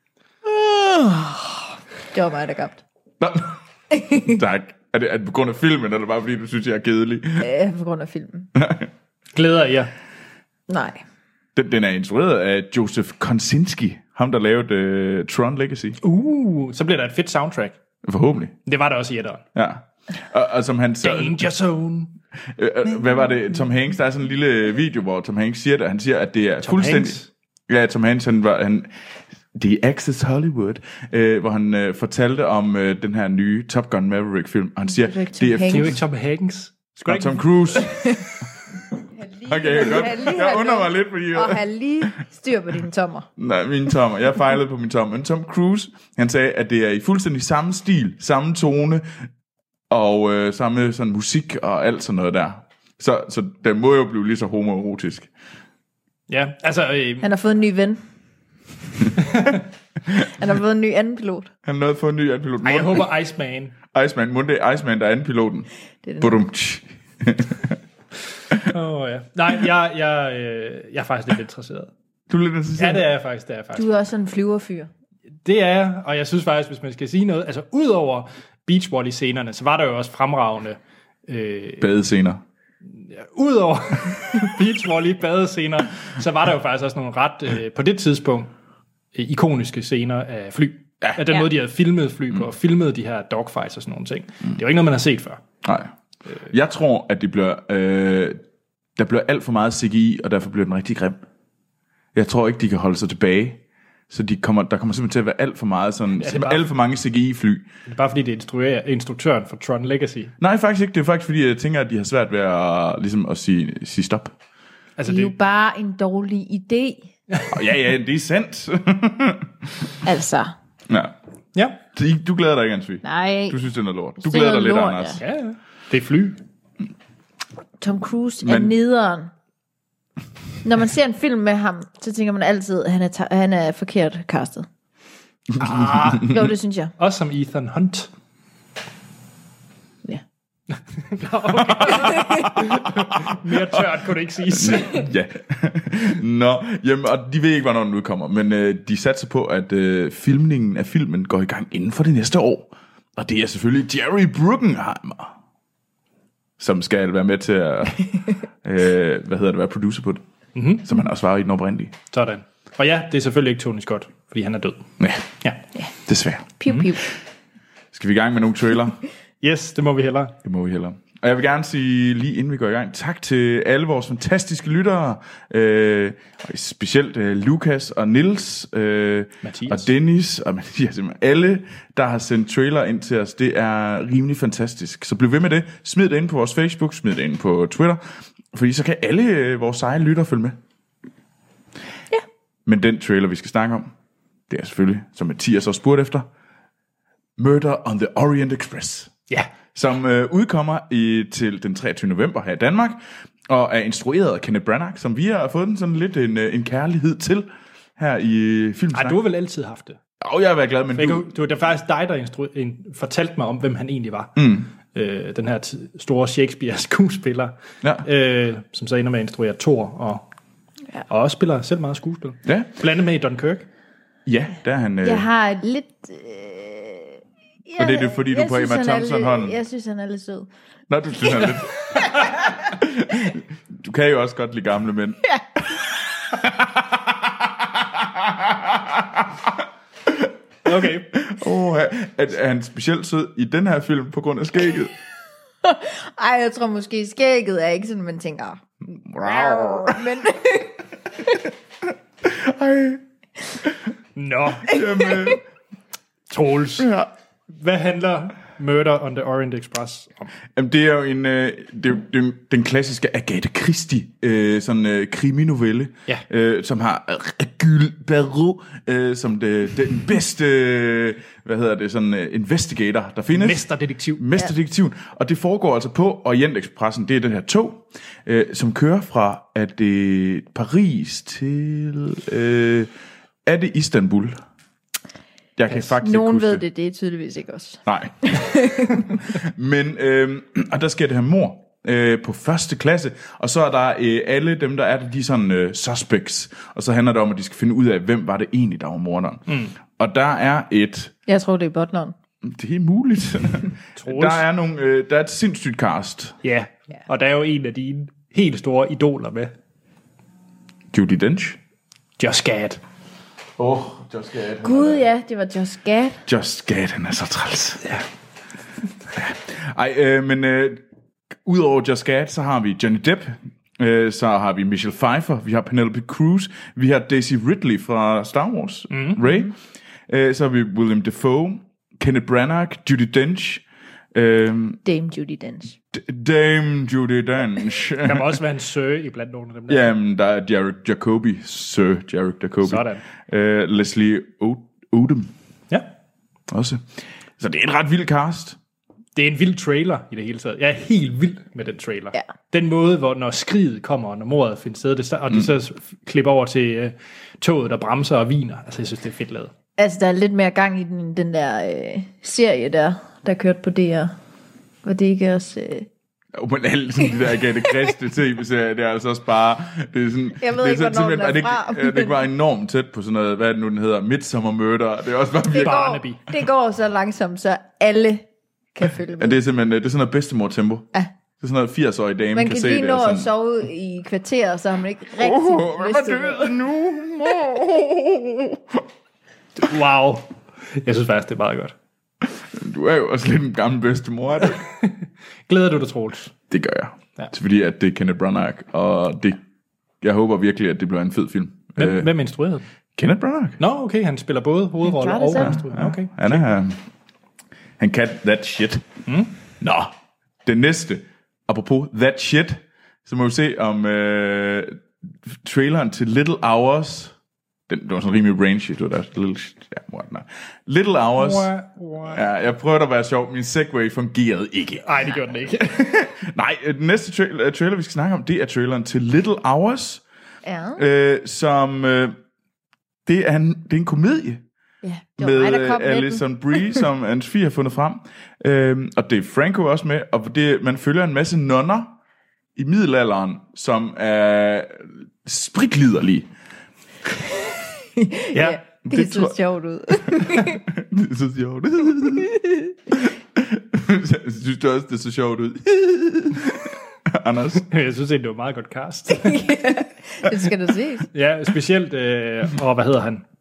Det var mig, der gabte. Nå. Tak. Er det, er det på grund af filmen, eller er det bare fordi, du synes, jeg er kedelig? Øh, på grund af filmen. Glæder jer. Nej. Den, den er instrueret af Joseph Kosinski, ham der lavede uh, Tron Legacy. Uh, så bliver der et fedt soundtrack. Forhåbentlig. Det var der også i etteren. Ja. Og, og som han så, Danger Zone. øh, øh, hvad var det? Tom Hanks, der er sådan en lille video, hvor Tom Hanks siger det, han siger, at det er Tom fuldstændig... Hanks? Ja, Tom Hanks, han var... Han, The Access Hollywood, øh, hvor han øh, fortalte om øh, den her nye Top Gun Maverick-film. Og han siger, Det er ikke det er... Tom Det er jo Hanks. ikke Tom Hanks. Skal Nå, ikke? Tom Cruise. Okay, jeg, godt. Jeg lige jeg har undrer mig lov lidt, fordi... Og have lige styr på dine tommer. Nej, mine tommer. Jeg fejlede på min tommer. Men Tom Cruise, han sagde, at det er i fuldstændig samme stil, samme tone, og øh, samme sådan musik og alt sådan noget der. Så, så det må jo blive lige så homoerotisk. Ja, altså... Øh, Han har fået en ny ven. Han har fået en ny anden pilot. Han nåede at få en ny pilot. ej, jeg håber Iceman. Iceman, må det er Iceman, der er anden piloten. Det er det. Budum. Åh oh, ja. Nej, jeg, jeg, øh, jeg er faktisk lidt interesseret. Du er lidt interesseret. Ja, det er jeg faktisk. Det er jeg faktisk. Du er også sådan en flyverfyr. Det er jeg, og jeg synes faktisk, hvis man skal sige noget, altså udover Beach Volley-scenerne, så var der jo også fremragende... Øh, Badescener. Udover Beach Volley, badescener, så var der jo faktisk også nogle ret, øh, på det tidspunkt, øh, ikoniske scener af fly. Ja. Af den Ja. måde, de havde filmet fly på, og filmet de her dogfights og sådan nogle ting. Mm. Det er jo ikke noget, man har set før. Nej. Jeg tror, at det bliver, øh, der bliver alt for meget C G I, og derfor bliver den rigtig grim. Jeg tror ikke, de kan holde sig tilbage. Så de kommer, der kommer simpelthen til at være alt for meget sådan, Ja, bare- alt for mange C G I-fly. Det er bare fordi, det er instruer, instruktøren for Tron Legacy. Nej, faktisk ikke. Det er faktisk fordi, jeg tænker, at de har svært ved at, ligesom, at sige, sige stop. Altså, Det er jo det, bare en dårlig idé. Og ja, ja, det er sandt. Altså, Ja. ja. Så I- Du glæder dig ikke, Ansvi? nej. Du synes, det er noget lort. Du Det er glæder dig noget lidt, lort, Anders. ja. Ja, ja. Det er fly. Tom Cruise er Men- nederen. Når man ser en film med ham, så tænker man altid, at han er, ta- han er forkert castet. Ah, Jo, det synes jeg. også som Ethan Hunt. Ja. Mere tørt kunne det ikke siges. Ja. Nå, jamen, og de ved ikke, hvornår den udkommer, men øh, de satser på, at øh, filmningen af filmen går i gang inden for det næste år. Og det er selvfølgelig Jerry Bruckheimer, som skal være med til at, øh, hvad hedder det, være producer på det. Mm-hmm. Som han også var i den oprindelige. Sådan. Og ja, det er selvfølgelig ikke Tony Scott, fordi han er død. Ja, Ja. desværre. Piu, piu. Skal vi i gang med nogle trailer? Yes, det må vi hellere. Det må vi hellere. Og jeg vil gerne sige, lige inden vi går i gang, tak til alle vores fantastiske lyttere, øh, og specielt øh, Lukas og Nils, øh, Mathias. og Dennis, og Mathias, alle, der har sendt trailer ind til os. Det er rimelig fantastisk. Så bliv ved med det. Smid det ind på vores Facebook, smid det ind på Twitter, fordi så kan alle øh, vores egne lyttere følge med. Ja. Men den trailer, vi skal snakke om, det er selvfølgelig, som Mathias også spurgte efter, Murder on the Orient Express. Ja. Som øh, udkommer i, til den treogtyvende november her i Danmark, og er instrueret af Kenneth Branagh, som vi har fået den sådan lidt en, øh, en kærlighed til her i Filmsnak. Ej, du har vel altid haft det. Og jeg har været glad, men Jeg du... kan, det var da faktisk dig, der instru- en, fortalte mig om, hvem han egentlig var. Mm. Øh, den her t- store Shakespeare-skuespiller, Ja. øh, som så ender med at instruere Thor, og, ja. og også spiller selv meget skuespil. Ja, Blandet med i Dunkirk. ja, der er han... Øh, Jeg har et lidt... Øh, Og det er det, fordi du jeg på synes, Emma han er Thompson lidt- hånden. Jeg synes, han er lidt sød. Nå, du synes han er lidt... Du kan jo også godt lide gamle mænd. Okay. Oh, er, er han specielt sød i den her film på grund af skægget? Ej, jeg tror måske, skægget er ikke sådan, man tænker... Wow. Men Ej, Nå, jamen... Troels. Ja. Hvad handler Murder on the Orient Express om? Jamen, det er jo en, øh, det er, jo- det er jo den klassiske Agatha Christie øh, sådan øh, kriminovelle, Ja. øh, som har Hercule Poirot øh, som det, den bedste, øh, hvad hedder det, sådan øh, investigator, der findes. Mesterdetektiv. Mesterdetektiven. Og det foregår altså på Orient Expressen. Det er den her tog, øh, som kører fra at det Paris til øh, er det Istanbul. Jeg kan faktisk nogen ikke huske ved det, det er tydeligvis ikke os. Nej. Men, øh, og der sker det her mord øh, på første klasse, og så er der øh, alle dem, der er der, de er sådan øh, suspects, og så handler det om, at de skal finde ud af, hvem var det egentlig, der var morderen. Mm. Og der er et, Jeg tror, det er butleren. det er muligt, Troels. der er, nogle, øh, der er et sindssygt cast. Ja, og der er jo en af dine helt store idoler med. Judi Dench. Just Gad. Åh, oh, Just Gad. Gud ja, det var Just Gad. Just Gad, han er så træls. Ja. ja. Ej, øh, men øh, udover Just Gad, så har vi Johnny Depp, øh, så har vi Michelle Pfeiffer, vi har Penelope Cruz, vi har Daisy Ridley fra Star Wars, mm-hmm. Rey, øh, så har vi William Dafoe, Kenneth Branagh, Judi Dench, øh, Dame Judi Dench. D- Dame Judi Dench. Der må også være en Sir i blandt nogle af dem der. Jamen, der er Jarek Jacobi, Sir Jarek Jacobi. Sådan. Øh, Leslie O- Odom Ja. også. Så det er en ret vild cast. Det er en vild trailer i det hele taget. Jeg er helt vild med den trailer. Ja. Den måde, hvor når skriget kommer, og når mordet finder sted, det, og det så klipper over til uh, toget, der bremser og viner. Altså, jeg synes, det er fedt lavet. Altså, der er lidt mere gang i den, den der øh, serie der, der kørte på D R. Var det ikke også... Øh... Jo, men alle sådan de der Agatha Christie tv-serier, det er altså også bare... Det er sådan, Jeg ved det er ikke, sådan, hvornår simpelthen- den er er det, ikke- fra, er det ikke bare enormt tæt på sådan noget, hvad er det nu, den hedder? Midsommar Murder. Det er også bare Det virkelig... Barnaby. går, det går så langsomt, så alle kan følge med. Ja, det er simpelthen det er sådan noget bedstemor-tempo. Ja. Det er sådan noget firs-årig dame Man kan, kan se lige det. nå og at sådan, sove i kvarter, så har man ikke rigtig Åh, lyst til hvem er det. død nu? Wow. Jeg synes faktisk, det er meget godt. Du er jo også lidt en gammel bedstemor, er du? Glæder du dig, Troels? Det gør jeg. Ja. Ja. Fordi at det er Kenneth Branagh, og det, jeg håber virkelig, at det bliver en fed film. Hvem, Øh, hvem instruerede den? Kenneth Branagh? Nå, okay, han spiller både hovedrolle Han klarer det og selv. instruerer. Okay. Han er... Han kan that shit. Mm. Nå, det næste. Apropos that shit, så må vi se om øh, traileren til Little Hours. Den, det var sådan rimelig rangy, det var der. Little, ja, what not. Little Hours. Ja, jeg prøvede at være sjov. Min segway fungerede ikke. Nej, det gjorde den ikke. Nej, den næste trailer, trailer, vi skal snakke om, det er traileren til Little Hours. Ja. Øh, som... Øh, det, er en, det er en komedie. Ja, det var Med mig, der kom med den. Alison Brie, som Anne Sofie har fundet frem. Øhm, og det er Franco også med, og det, man følger en masse nonner i middelalderen, som er spritliderlige. Ja. Det, det det ser tror- sjovt ud. Det er så sjovt. Jeg synes du også, det er så sjovt ud. Anders? Jeg synes egentlig, det var meget godt cast. Det skal du ses. Ja, specielt, øh, og hvad hedder han?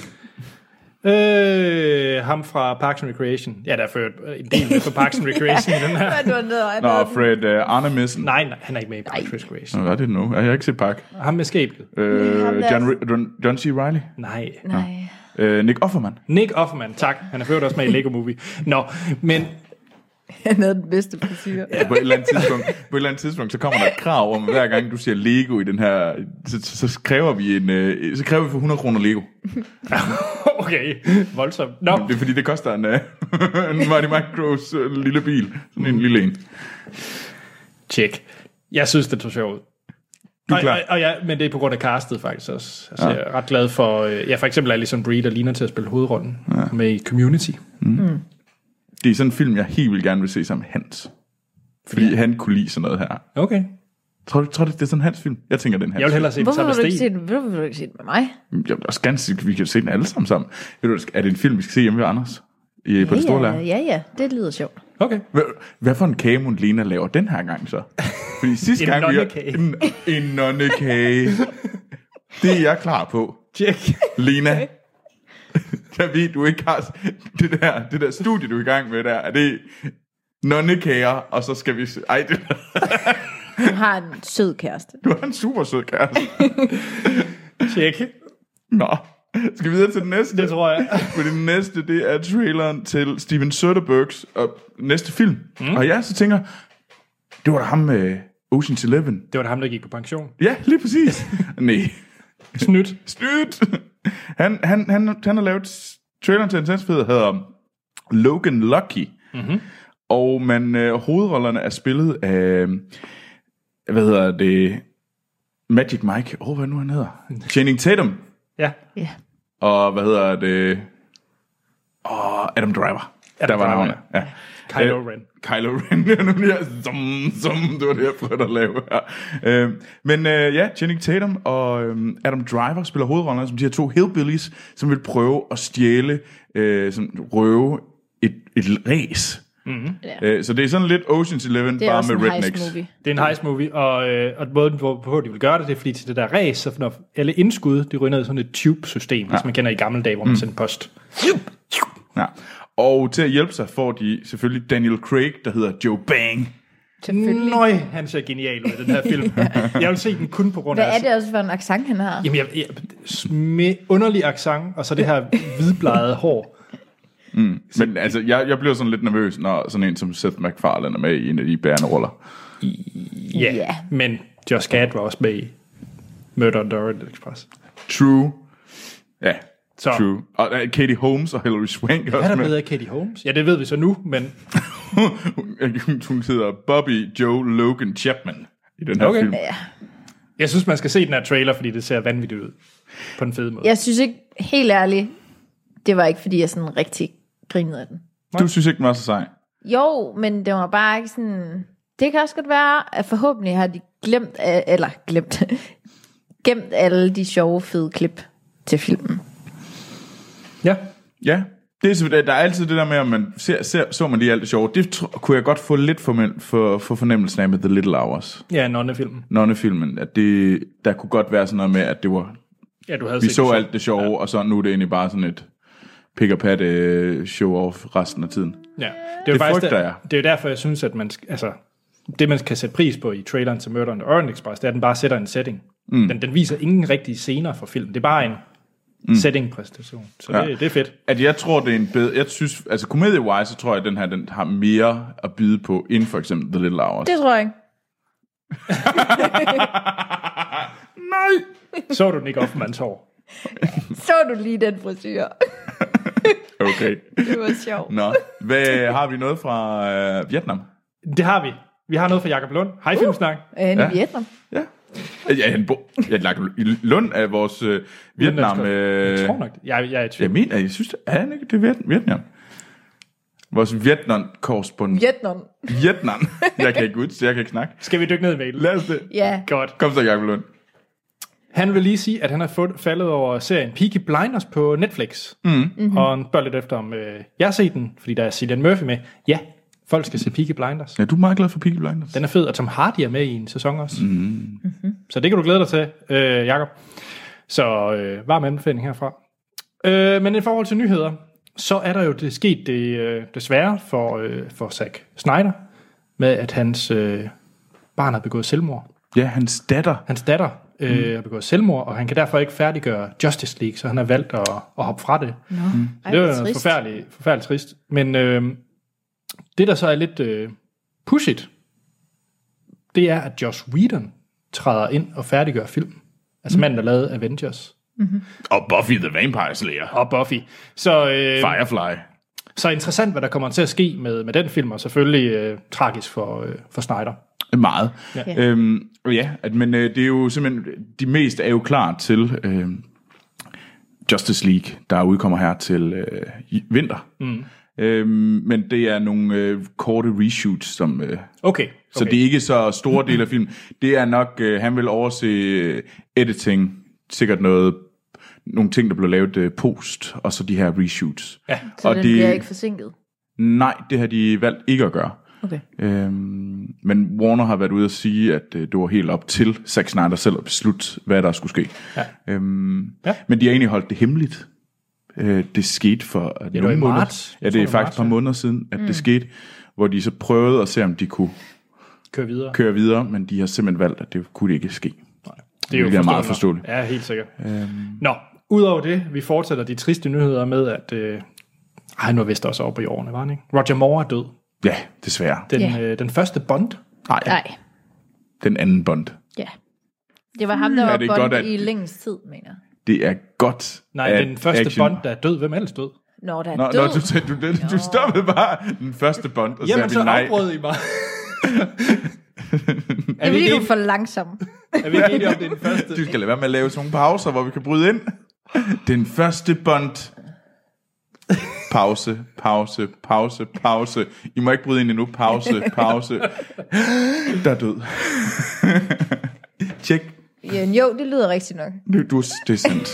Øh, ham fra Parks and Recreation. Ja, der er ført en del med fra Parks and Recreation i den her. Hvad du har nede og Nå, andet. Fred uh, Arnemessen. Nej, nej, han er ikke med i Parks and Recreation. Nå, hvad er det nu? Jeg har ikke set Park. Ham med skæblet. Øh, ham der- John, Ri- John, John C. Reilly. Nej. Nej. Øh, Nick Offerman. Nick Offerman, tak. Han er ført også med i Lego Movie. Nå, men Han havde den bedste frisyr. Ja, på et eller andet tidspunkt, på et eller andet tidspunkt, så kommer der et krav om, at hver gang du siger Lego i den her, så, så, så kræver vi en, øh, så kræver vi for hundrede kroner Lego. okay, voldsomt. Nå, Det er fordi, det koster en, øh, en Marty Micros øh, lille bil. Sådan en lille en. tjek. Jeg synes, det tog sjovt ud. Du er Og, klar? og, og ja, men det er på grund af castet faktisk også. Altså, ja. Jeg er ret glad for, øh, ja, for eksempel Alison Brie, der ligner til at spille hovedrollen ja. med i Community. Mm. Det er sådan en film, jeg helt vildt gerne vil se sammen med Hans. Fordi ja. han kunne lide sådan noget her. Okay. Tror du, tror du det er sådan en Hans film? Jeg tænker, det er en Hans Jeg vil hellere se den Hvorfor sammen vil du med ikke se Sten. den? Hvorfor vil du ikke se den med mig? film. Jeg vil også gerne se, vi kan se den alle sammen sammen. Ved du, er det en film, vi skal se hjemme ved Anders? I, på det store ja, lær? ja, ja, det lyder sjovt. Okay. Hvad, hvad for en kage, hun Lena laver den her gang så? Fordi sidste En gang vi nonnekage. en, en nonnekage. Det er jeg klar på. Tjek. Lena. Jeg ved, du ikke har det der, det der studie, du er i gang med der. Er det nonnekager, og så skal vi... se- Ej, det, Du har en sød kæreste. du har en super sød kæreste. Tjek. Nå, skal vi videre til den næste? Det tror jeg. For det næste, det er traileren til Steven Soderberghs og næste film. Mm. Og jeg så tænker, det var da ham med Ocean's Eleven. Det var da ham, der gik på pension. Ja, lige præcis. Nej. Snydt. Snydt. Han, han, han, han har lavet traileren til en sensfed, der hedder Logan Lucky. Mm-hmm. Og man, øh, hovedrollerne er spillet af, hvad hedder det, Magic Mike. Åh, oh, hvad nu han hedder? Channing Tatum. Ja. Ja. Og hvad hedder det? Og Adam Driver. Adam Der var Driver, navnet. Ja. Kylo Øh, Ren. Kylo Ren. Nu bliver jeg som, som, det var det, jeg prøvede at lave her. Øh, men øh, ja, Channing Tatum og øh, Adam Driver spiller hovedrollerne som de her to hillbillies, som vil prøve at stjæle, øh, som røve et, et race. Mm-hmm. Øh, så det er sådan lidt Ocean's Eleven, Det er bare også med en rednecks. heist-movie. Det er en heist movie, og, øh, og måden, hvorpå de vil gøre det, det er fordi til det der race, så når alle indskud, de ryger ned i sådan et tube-system, ja. som man kender i gamle dage, hvor man mm. sender post. Ja. Og til at hjælpe sig får de selvfølgelig Daniel Craig, der hedder Joe Bang. Selvfølgelig. Nøj, han ser genial ud i den her film. Jeg vil se den kun på grund Hvad af... er det også for en accent, han har? Jamen, jeg, jeg, med underlig accent, og så det her hvidbladede hår. Mm. Men altså, jeg, jeg bliver sådan lidt nervøs, når sådan en som Seth MacFarlane er med i en af de bærende roller. Ja, Ja. men Josh Gad var også med i Murder on the Orient Express. True. Ja, Så. true. Og uh, Katie Holmes og Hilary Swank er Hvad er også der med. blevet af Katie Holmes? Ja, det ved vi så nu, men... Hun- Hun hedder Bobby Joe Logan Chapman i den her Okay. film. Jeg synes, man skal se den her trailer, fordi det ser vanvittigt ud. På en fed måde. Jeg synes ikke, helt ærligt, det var ikke, fordi jeg sådan rigtig grinede af den. Du synes ikke, den var så sej? Jo, men det var bare ikke sådan... Det kan også godt være, at forhåbentlig har de glemt, eller glemt, gemt alle de sjove, fede klip til filmen. Ja. Ja, Det er, så- der er altid det der med, at man ser, ser, så man lige alt det sjove. Det tro, kunne jeg godt få lidt for, for, for fornemmelsen af med The Little Hours. Ja, nonnefilmen. Nonnefilmen, at det, der kunne godt være sådan noget med, at det var, Ja, du havde vi set så det alt det sjove, ja. Og så nu er det egentlig bare sådan et pick og pat uh, show-off resten af tiden. Ja, det er Det jo faktisk frygter der, jeg. det er jo derfor, jeg synes, at man, sk- altså, det man kan sætte pris på i traileren til Murder on the Orient Express, det er, at den bare sætter en setting. Mm. Den, den viser ingen rigtige scener for film. Det er bare en mm. setting-præstation. Så Ja. det, det er fedt. At jeg tror, det er en bedre... Jeg synes, altså komedie-wise, så tror jeg, at den her den har mere at byde på, end for eksempel The Little Hours. Det tror jeg ikke. Nej! Så du Nick Offermans hår? Så du lige den frisyr. Okay. Det var sjovt. Nå, hvad har vi noget fra øh, Vietnam? Det har vi. Vi har noget fra Jakob Lund. Hej, uh. Filmsnak. Er han Ja. i Vietnam? Ja. Ja, han bo, jeg lagt Lund af vores øh, Vietnam... Øh, Jeg tror nok det. Jeg, jeg er i tvivl. jeg mener, jeg synes, det er han ikke, det er Viet- Vietnam. Vores Vietnam-korrespondent. Vietnam. Vietnam. Jeg kan ikke ud, så jeg kan ikke snakke. Skal vi dykke ned i mailen? Lad os det. Ja. Godt. Kom så, Jacob Lund. Han vil lige sige, at han har fået, faldet over serien Peaky Blinders på Netflix. Mm. Mm-hmm. Og han spørger lidt efter, om øh, jeg har set den, fordi der er Cillian Murphy med. Ja, folk skal se Peaky Blinders. Ja, du er meget glad for Peaky Blinders. Den er fed, og Tom Hardy er med i en sæson også. Mm. Mm-hmm. Så det kan du glæde dig til, øh, Jacob. Så øh, varm anbefaling herfra. Øh, men i forhold til nyheder, så er der jo det sket det, øh, desværre for, øh, for Zack Snyder, med at hans øh, barn har begået selvmord. Ja, hans datter. Hans datter øh, har begået selvmord, og han kan derfor ikke færdiggøre Justice League, så han har valgt at, at hoppe fra det. Nå. Mm. Ej, Det hvor er jo trist. forfærdeligt, forfærdeligt trist. Men øh, det, der så er lidt øh, pushigt, det er, at Joss Whedon træder ind og færdiggør film. Altså mm. manden, der lavede Avengers. Og Buffy the Vampire Slayer. Og Buffy. Så, øh, Firefly. så interessant, hvad der kommer til at ske med, med den film, og selvfølgelig øh, tragisk for, øh, for Snyder. Meget. Ja. Ja, øhm, ja at, men øh, det er jo simpelthen, de mest er jo klar til øh, Justice League, der udkommer her til øh, i vinter. Mm. Øhm, men det er nogle øh, korte reshoots, som, øh, Okay. okay. så det er ikke så store del af filmen. Det er nok, øh, han vil overse øh, editing, sikkert noget, nogle ting, der blev lavet øh, post, og så de her reshoots. Ja. Så den bliver ikke forsinket? Nej, det har de valgt ikke at gøre. Okay. Øhm, men Warner har været ude at sige, at øh, det var helt op til Zack Snyder selv at beslutte, hvad der skulle ske. Ja. Øhm, Ja. Men de har egentlig holdt det hemmeligt. Øh, det skete for det var nogle i måneder. marts. Ja, Jeg det tror, er det var faktisk et par marts, ja. måneder siden, at mm. det skete, hvor de så prøvede at se, om de kunne Kør videre. køre videre, men de har simpelthen valgt, at det kunne det ikke ske. Det er jo Det er meget forståeligt. forståeligt. Ja, helt sikkert. Øhm. Nå, udover det, vi fortsætter de triste nyheder med, at... Øh, ej, nu er vist også over på jorden, var han ikke? Roger Moore er død. Ja, desværre. Den, Ja. øh, den første Bond. Nej, Nej. den anden Bond. Ja. Det var ham, der Ja, var det er Bond godt, at- i længst tid, mener jeg. Det er godt. Nej, at den første action- Bond, der er død. Hvem ellers død? Nå, der er Nå, død. nå, du, sagde- du, du, du stoppede bare den første Bond, og Jamen, så så vi nej. afbrød I mig. det er, er vi fordi, ikke du er enige, for langsom. er vi ikke enige om, det er den første? Du skal lade være med at lave sådan nogle pauser, hvor vi kan bryde ind. Den første Bond. Pause, pause, pause, pause. I må ikke bryde ind endnu. Pause, pause. Der er død. Tjek. Ja, jo, det lyder rigtigt nok. Du, du, det er sandt.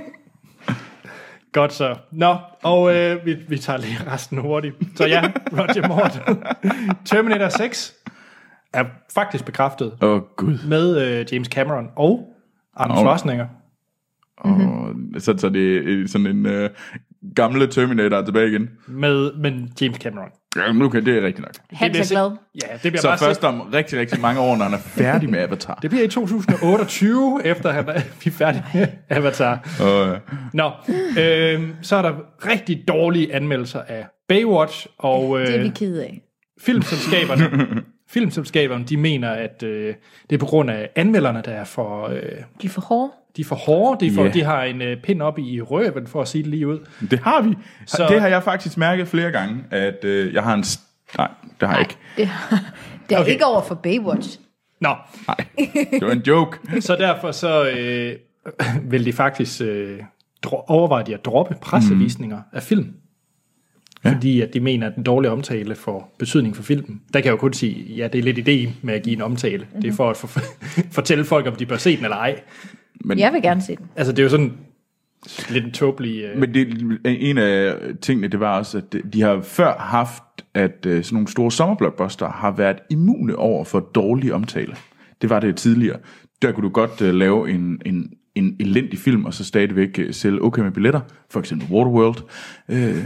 Godt så. Nå, og øh, vi, vi tager lige resten hurtigt. Så ja, Roger Moore. Terminator seks er faktisk bekræftet Åh, oh, Gud. med øh, James Cameron og Arnold Og- Schwarzenegger. Og så, så det er sådan en uh, gamle Terminator tilbage igen. Med, men James Cameron. Ja, nu kan det er rigtigt nok. Han bliver er glad. Ja, det bliver Så bare først set. om rigtig, rigtig mange år, når han er færdig med Avatar. Det bliver i to tusind og otteogtyve, efter han er, vi er færdige med Avatar. Og, uh, Nå, øh, så er der rigtig dårlige anmeldelser af Baywatch, og Det er vi øh, ked af. filmselskaberne, filmselskaberne, de mener, at øh, det er på grund af anmelderne, der er for, øh, De er for hårde. de er for hårde, de, er for, Ja. de har en øh, pind op i røven, for at sige det lige ud. det har vi. Så- Så, det har jeg faktisk mærket flere gange, at uh, jeg har en... St- Nej, det har jeg ikke. Det, det er Okay. ikke over for Baywatch. Nå, Nej, det var en joke. så derfor så øh, vil de faktisk øh, dro- overveje de at droppe pressevisninger mm. af film. Ja. Fordi at de mener, at den dårlige omtale får betydning for filmen. Der kan jeg jo kun sige, ja, det er lidt idé med at give en omtale. Mm-hmm. Det er for at for, fortælle folk, om de bør se den eller ej. Men Jeg vil gerne se den. Altså, det er jo sådan, Lidt en tåbelig... Øh... Men det, en af tingene, det var også, at de har før haft, at sådan nogle store sommerblockbuster har været immune over for dårlig omtale. Det var det tidligere. Der kunne du godt uh, lave en, en, en elendig film, og så stadigvæk uh, sælge okay med billetter. For eksempel Waterworld. Uh...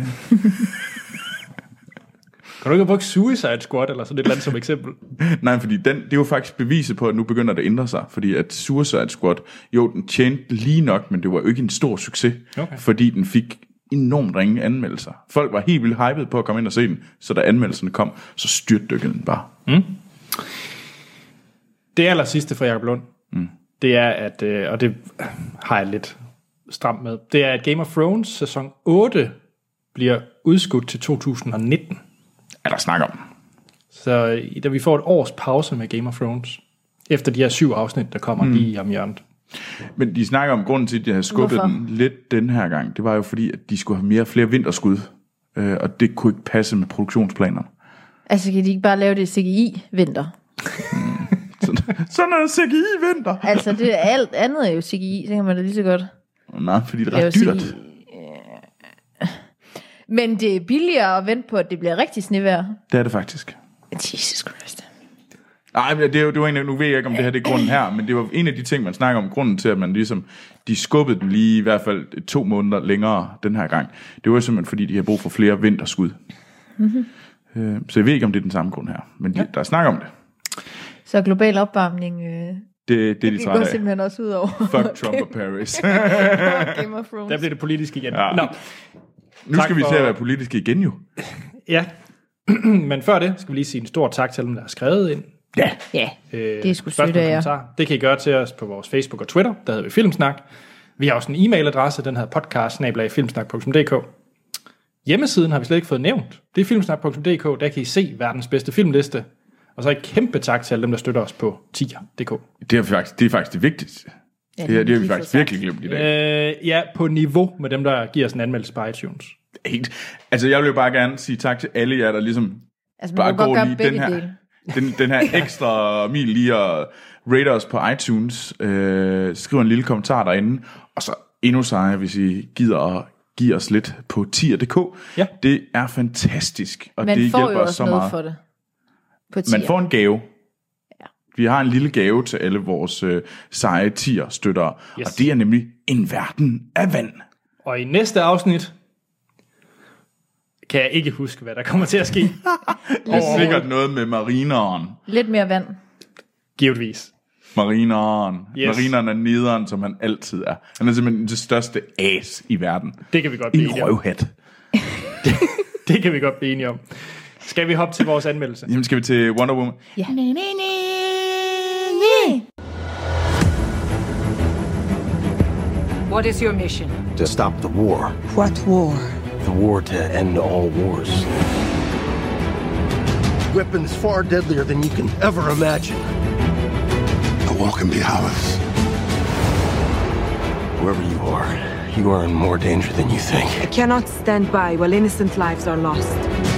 Kan du ikke bruge Suicide Squad eller sådan et eller andet som eksempel? Nej, fordi den, det er jo faktisk beviset på, at nu begynder det at ændre sig. Fordi at Suicide Squad, jo, den tjente lige nok, men det var jo ikke en stor succes. Okay. Fordi den fik enormt ringe anmeldelser. Folk var helt vildt hyped på at komme ind og se den, så da anmeldelserne kom, så styrtdykkede den bare. Mm. Det aller sidste for Jacob Lund, mm. det er, at, og det har jeg lidt stramt med, det er, at Game of Thrones sæson otte bliver udskudt til to tusind og nitten. Er der snak om? Så da vi får et års pause med Game of Thrones, efter de her syv afsnit, der kommer mm. lige om hjørnet. Men de snakker om grunden til, at de har skubbet Hvorfor? den lidt den her gang. Det var jo fordi, at de skulle have mere flere vinterskud, øh, og det kunne ikke passe med produktionsplanerne. Altså kan de ikke bare lave det C G I-vinter? mm. sådan, sådan noget C G I-vinter. Altså det er alt andet er jo C G I, så kan man da lige så godt. Nej, fordi det er ret dyrt. C G I. Men det er billigere at vente på, at det bliver rigtig snevejr. Det er det faktisk. Jesus Christ. Nej, men det er jo, det var en, nu ved jeg ikke, om det her det er grunden her, men det var en af de ting, man snakker om, grunden til, at man ligesom, de skubbede den lige i hvert fald to måneder længere den her gang. Det var simpelthen, fordi de har brug for flere vinterskud. Mm-hmm. Øh, så jeg ved ikke, om det er den samme grund her, men de, ja. der snakker om det. Så global opvarmning... Øh, det, det, det er de trætte af. Det går simpelthen også ud over. Fuck Trump og Paris. Game of Thrones. Der bliver det politisk igen. Ja. Nå. Nu tak skal vi for... til at være politiske igen jo. Ja, men før det skal vi lige sige en stor tak til dem, der har skrevet ind. Ja, ja øh, det er sgu sødt af jer. Det kan I gøre til os på vores Facebook og Twitter, der hedder vi Filmsnak. Vi har også en e-mailadresse, den hedder podcast snabel-a filmsnak punktum d k. Hjemmesiden har vi slet ikke fået nævnt. Det er filmsnak punktum d k, der kan I se verdens bedste filmliste. Og så et kæmpe tak til alle dem, der støtter os på tier punktum d k. Det er faktisk det, er faktisk det vigtigste. Ja, det, det har vi faktisk virkelig glemt i dag. Øh, ja, på niveau med dem, der giver os en anmeldelse på iTunes. Helt. Altså, jeg vil jo bare gerne sige tak til alle jer, der ligesom altså, bare går lige den her, den, den her ekstra mil lige at rate os på iTunes, øh, skriv en lille kommentar derinde, og så endnu sejere, hvis I gider at give os lidt på tier punktum d k. Ja. Det er fantastisk, og man det hjælper os så meget. For det. På man får en gave. Vi har en lille gave til alle vores øh, seje tier-støttere, yes. Og det er nemlig en verden af vand. Og i næste afsnit kan jeg ikke huske, hvad der kommer til at ske. Det er sikkert noget med marineren. Lidt mere vand. Givetvis. Marineren. Yes. Marineren er nederen, som han altid er. Han er simpelthen det største as i verden. Det kan vi godt blive enige om. En røvhat. det, det kan vi godt blive enige om. Skal vi hoppe til vores anmeldelse? Jamen skal vi til Wonder Woman? Ja. Yeah. What is your mission? To stop the war. What war? The war to end all wars. Weapons far deadlier than you can ever imagine. The war can be ours. Wherever you are, you are in more danger than you think. I cannot stand by while innocent lives are lost.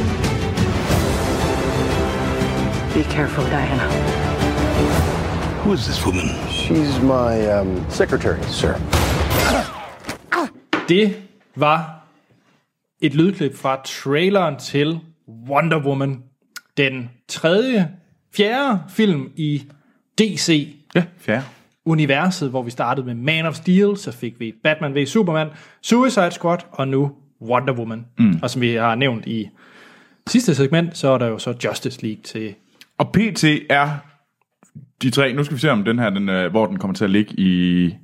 Be careful, Diana. Who is this woman? She's my um, secretary, sir. Det var et lydklip fra traileren til Wonder Woman. Den tredje, fjerde film i D C. Ja, fjerde. Universet, hvor vi startede med Man of Steel, så fik vi Batman v Superman, Suicide Squad og nu Wonder Woman. Mm. Og som vi har nævnt i sidste segment, så er der jo så Justice League til. Og P T er de tre, nu skal vi se om den her, den, hvor den kommer til at ligge i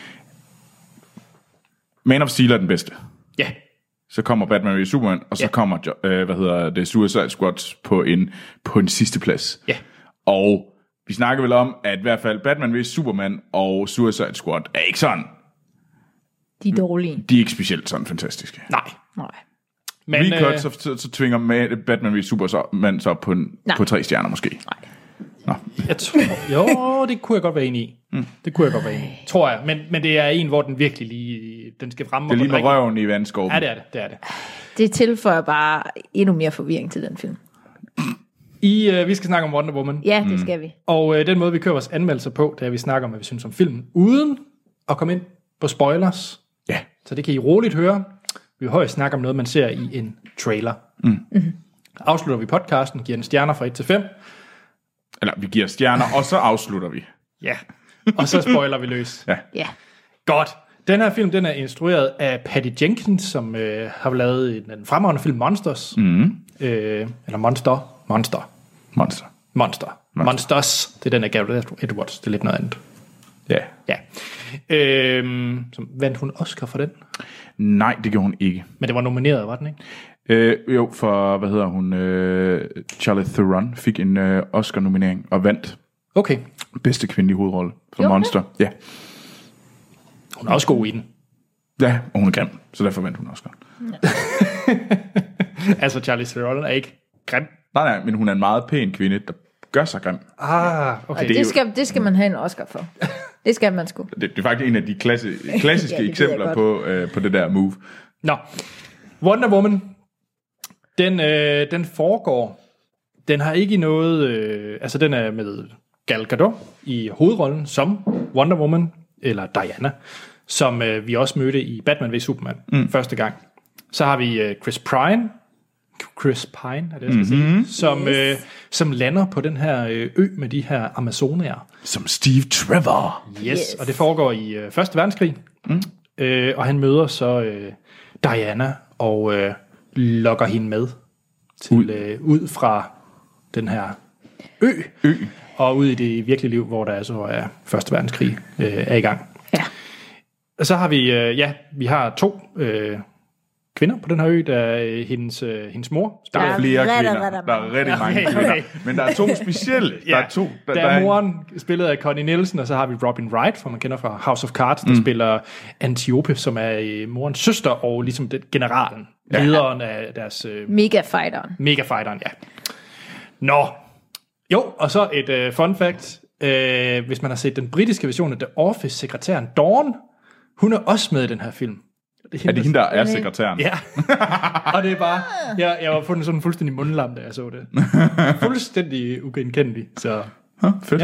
Man of Steel er den bedste. Ja. Så kommer Batman v Superman, og så ja. kommer øh, hvad hedder det, Suicide Squad på en, på en sidste plads. Ja. Og vi snakker vel om, at i hvert fald Batman v Superman og Suicide Squad er ikke sådan. De er dårlige. De er ikke specielt sådan fantastiske. Nej. Nej. Men Recut, øh... så, så, så tvinger Batman v Superman så på, en, på tre stjerner måske. Nej. Nå. Jeg tror, jo, det kunne jeg godt være enig i. Mm. Det kunne jeg godt være enig i. Tror jeg. Men, men det er en, hvor den virkelig lige, den skal fremme. Det er lige med røven i vandskoven. Ja, det er det. Det er det. Det tilføjer bare endnu mere forvirring til den film. I, øh, vi skal snakke om Wonder Woman. Ja, det skal vi. Mm. Og øh, den måde, vi kører vores anmeldelser på, det er, at vi snakker om, hvad vi synes om filmen, uden at komme ind på spoilers. Ja. Så det kan I roligt høre. Vi vil højst snakke om noget, man ser i en trailer. Mm. Mm-hmm. Afslutter vi podcasten, giver den stjerner fra et til fem. Eller vi giver stjerner, og så afslutter vi. Ja, og så spoiler vi løs. Ja. Ja. Godt. Den her film, den er instrueret af Patty Jenkins, som øh, har lavet en, en fremragende film, Monsters. Mm. Øh, eller Monster. Monster. Monster. Monster. Monster. Monsters. Det er den af Gareth Edwards. Det er lidt noget andet. Ja. Ja. Øh, som vandt hun Oscar for den? Nej, det gjorde hun ikke. Men det var nomineret, var den ikke? Øh, jo, for, hvad hedder hun, øh, Charlize Theron fik en øh, Oscar-nominering og vandt Okay. bedste kvindelige hovedrolle for Jo, Monster. Ja. Hun er også god i den. Ja, og hun er grim, så derfor vandt hun Oscar. Altså, Charlize Theron er ikke grim. Nej, nej, men hun er en meget pæn kvinde, der gør sig grim. Ah, okay. Og det, skal, det skal man have en Oscar for. Det skal man sgu. Det, det er faktisk en af de klasse, klassiske Ja, det ved jeg eksempler godt. på, øh, på det der move. Nå. Wonder Woman, den, øh, den foregår, den har ikke noget, øh, altså den er med Gal Gadot i hovedrollen som Wonder Woman, eller Diana, som øh, vi også mødte i Batman v Superman mm. første gang. Så har vi øh, Chris Pine, Chris Pine, er det, jeg skal mm-hmm. sige, som, øh, som lander på den her øh, ø med de her Amazonaer. Som Steve Trevor. Yes, Yes. og det foregår i øh, første verdenskrig. Mm. Øh, og han møder så øh, Diana og øh, lokker hende med til, ud. Øh, ud fra den her ø, Ø. og ud i det virkelige liv, hvor der altså er første verdenskrig øh, er i gang. Ja. Og så har vi, øh, ja, vi har to øh, kvinder på den her ø, der er øh, hendes, øh, hendes mor. Der er Der er flere rigtig, kvinder. rigtig Der er rigtig mange Okay, kvinder. okay. Men der er to specielle. Der er to. Der, der er moren, spillet af Connie Nielsen, og så har vi Robin Wright, som man kender fra House of Cards, der mm. spiller Antiope, som er øh, morens søster, og ligesom den, generalen, ja. lederen af deres øh, Mega-fighteren. megafighteren, ja. Nå, jo, og så et øh, fun fact. Øh, hvis man har set den britiske version af The Office, sekretæren Dawn, hun er også med i den her film. Det Er det hende, der er sekretæren? Ja, og det er bare, jeg, jeg var fundet sådan fuldstændig mundlam, da jeg så det. Fuldstændig ugenkendelig, så Huh, fedt. ja.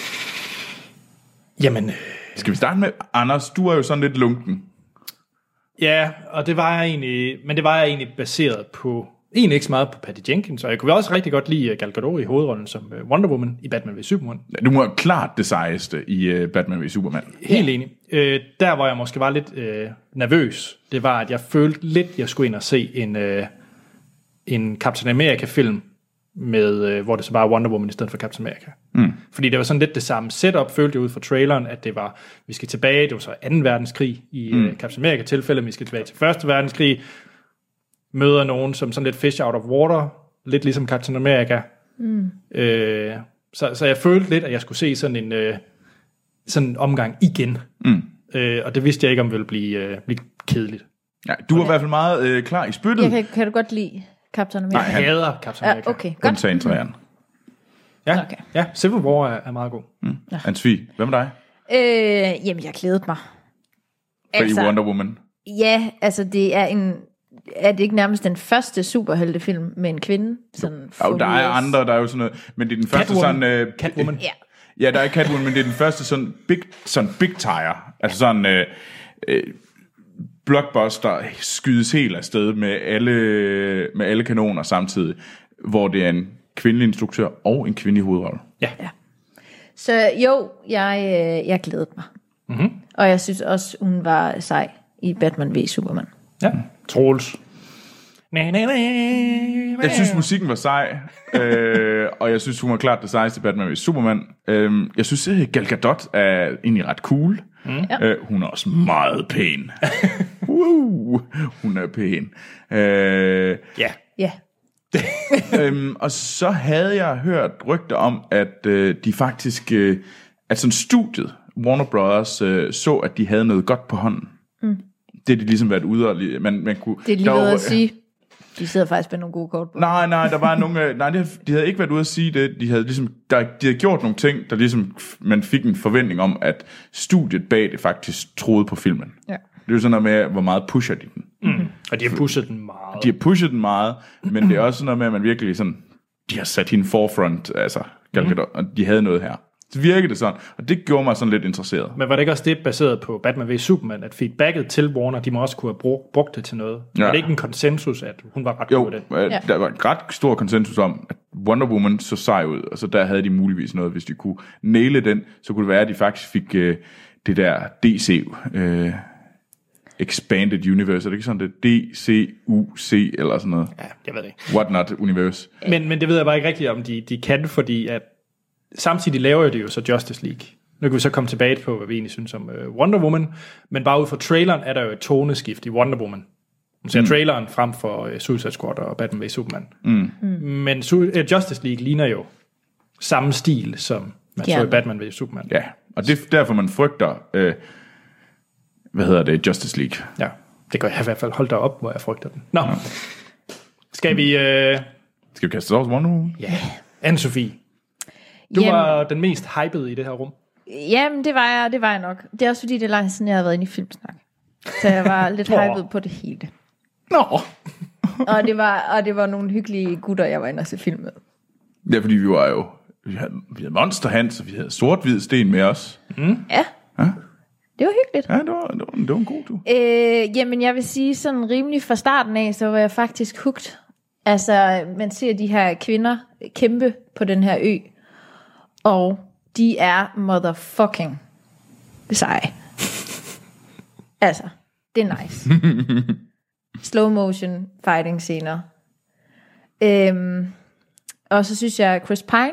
Jamen, øh, Skal vi starte med, Anders, du er jo sådan lidt lunken. ja, og det var jeg egentlig, men det var jeg egentlig baseret på, egentlig ikke så meget på Patty Jenkins, og jeg kunne også rigtig godt lide Gal Gadot i hovedrollen som Wonder Woman i Batman v Superman. Du må klart det sejeste i uh, Batman v Superman. Helt enig. Øh, der, hvor jeg måske var lidt øh, nervøs, det var, at jeg følte lidt, at jeg skulle ind og se en, øh, en Captain America-film, med, øh, hvor det så bare er Wonder Woman i stedet for Captain America. Mm. Fordi det var sådan lidt det samme setup, følte jeg ud fra traileren, at det var, vi skal tilbage, det var så anden verdenskrig i mm. øh, Captain America-tilfælde, vi skal tilbage til første verdenskrig, møder nogen som sådan lidt fish out of water, lidt ligesom Captain America. Mm. Øh, så, så jeg følte lidt, at jeg skulle se sådan en øh, sådan en omgang igen. Mm. Øh, og det vidste jeg ikke, om det ville blive, øh, blive kedeligt. Ja, du er i hvert fald meget øh, klar i spyttet. Jeg kan, kan du godt lide Captain America? Jeg hader Captain America. Ja, okay, godt. Undtagen træerne. Ja, Okay. ja, Civil War er, er meget god. Mm. Ja. Ansvi, hvad med dig? Øh, jamen, jeg glædede mig. Altså, i Wonder Woman. Ja, altså det er en... Er det ikke nærmest den første superheltefilm med en kvinde? Sådan Jo, der er andre, der er jo sådan noget, men det er den første Catwoman. sådan... Øh, Catwoman. Ja. Ja, der er Catwoman, men det er den første sådan big, sådan big tire. Altså sådan øh, øh, blockbuster skydes helt afsted med alle, med alle kanoner samtidig, hvor det er en kvindelig instruktør og en kvindelig hovedrolle. Ja. Ja. Så jo, jeg, øh, jeg glædede mig. Mm-hmm. Og jeg synes også, hun var sej i Batman v Superman. Ja, Troels. Jeg synes, musikken var sej, øh, og jeg synes, hun var klart det sejeste Batman v Superman. Øh, jeg synes, at Gal Gadot er egentlig ret cool. Mm. Øh, hun er også meget pæn. Woo, hun er pæn. Øh, Ja. Ja. øhm, og så havde jeg hørt rygter om, at øh, de faktisk, øh, at sådan studiet, Warner Brothers, øh, så, at de havde noget godt på hånden. Mm. Det er de ligesom været ude og... Man, man kunne, Det er lige der ved var- at sige, de sidder faktisk med nogle gode kort på. Nej, nej, der var nogle... øh, nej, det, de havde ikke været ude at sige det. De havde ligesom... Der, de havde gjort nogle ting, der ligesom... Man fik en forventning om, at studiet bag det faktisk troede på filmen. Ja. Det er jo sådan noget med, hvor meget pusher de den. Mm. Og de har pushet den meget. De har pushet den meget, men det er også sådan noget med, at man virkelig sådan... De har sat hende forefront, altså Gal Gadot, og de havde noget her. Så virkede det sådan, og det gjorde mig sådan lidt interesseret. Men var det ikke også det baseret på Batman v Superman, at feedbacket til Warner, de må også kunne have brugt, brugt det til noget? Ja. Var det ikke en konsensus, at hun var ret jo, god i det? Ja. Der var en ret stor konsensus om, at Wonder Woman så sej ud, og så der havde de muligvis noget, hvis de kunne næle den, så kunne det være, at de faktisk fik øh, det der D C øh, Expanded Universe, er det ikke sådan, det D C U C eller sådan noget? Ja, jeg ved det ikke. What not universe. Men, men det ved jeg bare ikke rigtigt, om de, de kan, fordi at samtidig laver de jo så Justice League. Nu kan vi så komme tilbage på, hvad vi egentlig synes om uh, Wonder Woman, men bare ud fra traileren er der jo et toneskift i Wonder Woman. Man ser mm. traileren frem for uh, Suicide Squad og Batman v Superman. Mm. Men uh, Justice League ligner jo samme stil, som man ja. så i Batman v Superman. Ja, og det er derfor, man frygter, øh, hvad hedder det, Justice League. Ja, det gør jeg i hvert fald. Hold da op, hvor jeg frygter den. Nå, ja. Skal vi... Øh... Skal vi kaste os over Wonder Woman? Ja, Anne-Sophie. Du Jamen, var den mest hypede i det her rum. Jamen, det var jeg, det var jeg nok. Det er også fordi, det er langt siden, jeg har været inde i Filmsnak. Så jeg var lidt hyped på det hele. Nå. og, det var, og det var nogle hyggelige gutter, jeg var inde og se film med. Ja, fordi vi var jo... Vi havde, vi havde Monster Hans, og vi havde Sort-Hvid Sten med os. Mm. Ja. ja. Det var hyggeligt. Ja, det var, det var, det var en god tur. Øh, jamen, jeg vil sige sådan rimelig fra starten af, så var jeg faktisk hooked. Altså, man ser de her kvinder kæmpe på den her ø. Og de er motherfucking seje. Altså, det er nice. Slow motion fighting scener. Øhm, og så synes jeg, Chris Pine,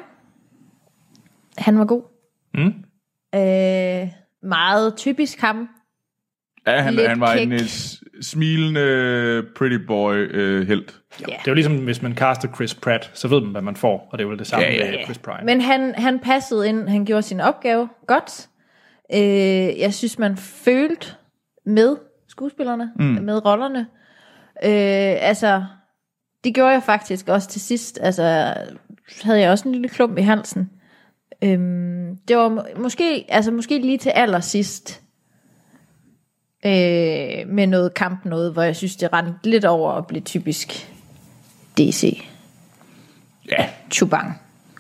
han var god. Mm. Øh, meget typisk ham. Ja, han, han var en uh, smilende pretty boy uh, helt. Ja. Det er jo ligesom, hvis man caster Chris Pratt, så ved man, hvad man får, og det er jo det samme ja, ja, ja. med Chris Pine. Men han, han passede ind, han gjorde sin opgave godt. Øh, jeg synes, man følte med skuespillerne, mm. med rollerne. Øh, altså, det gjorde jeg faktisk også til sidst. Altså, havde jeg også en lille klump i halsen. Øh, det var må- måske, altså måske lige til allersidst, øh, med noget kamp noget, hvor jeg synes, det rendte lidt over at blive typisk D C. Ja. Chubang.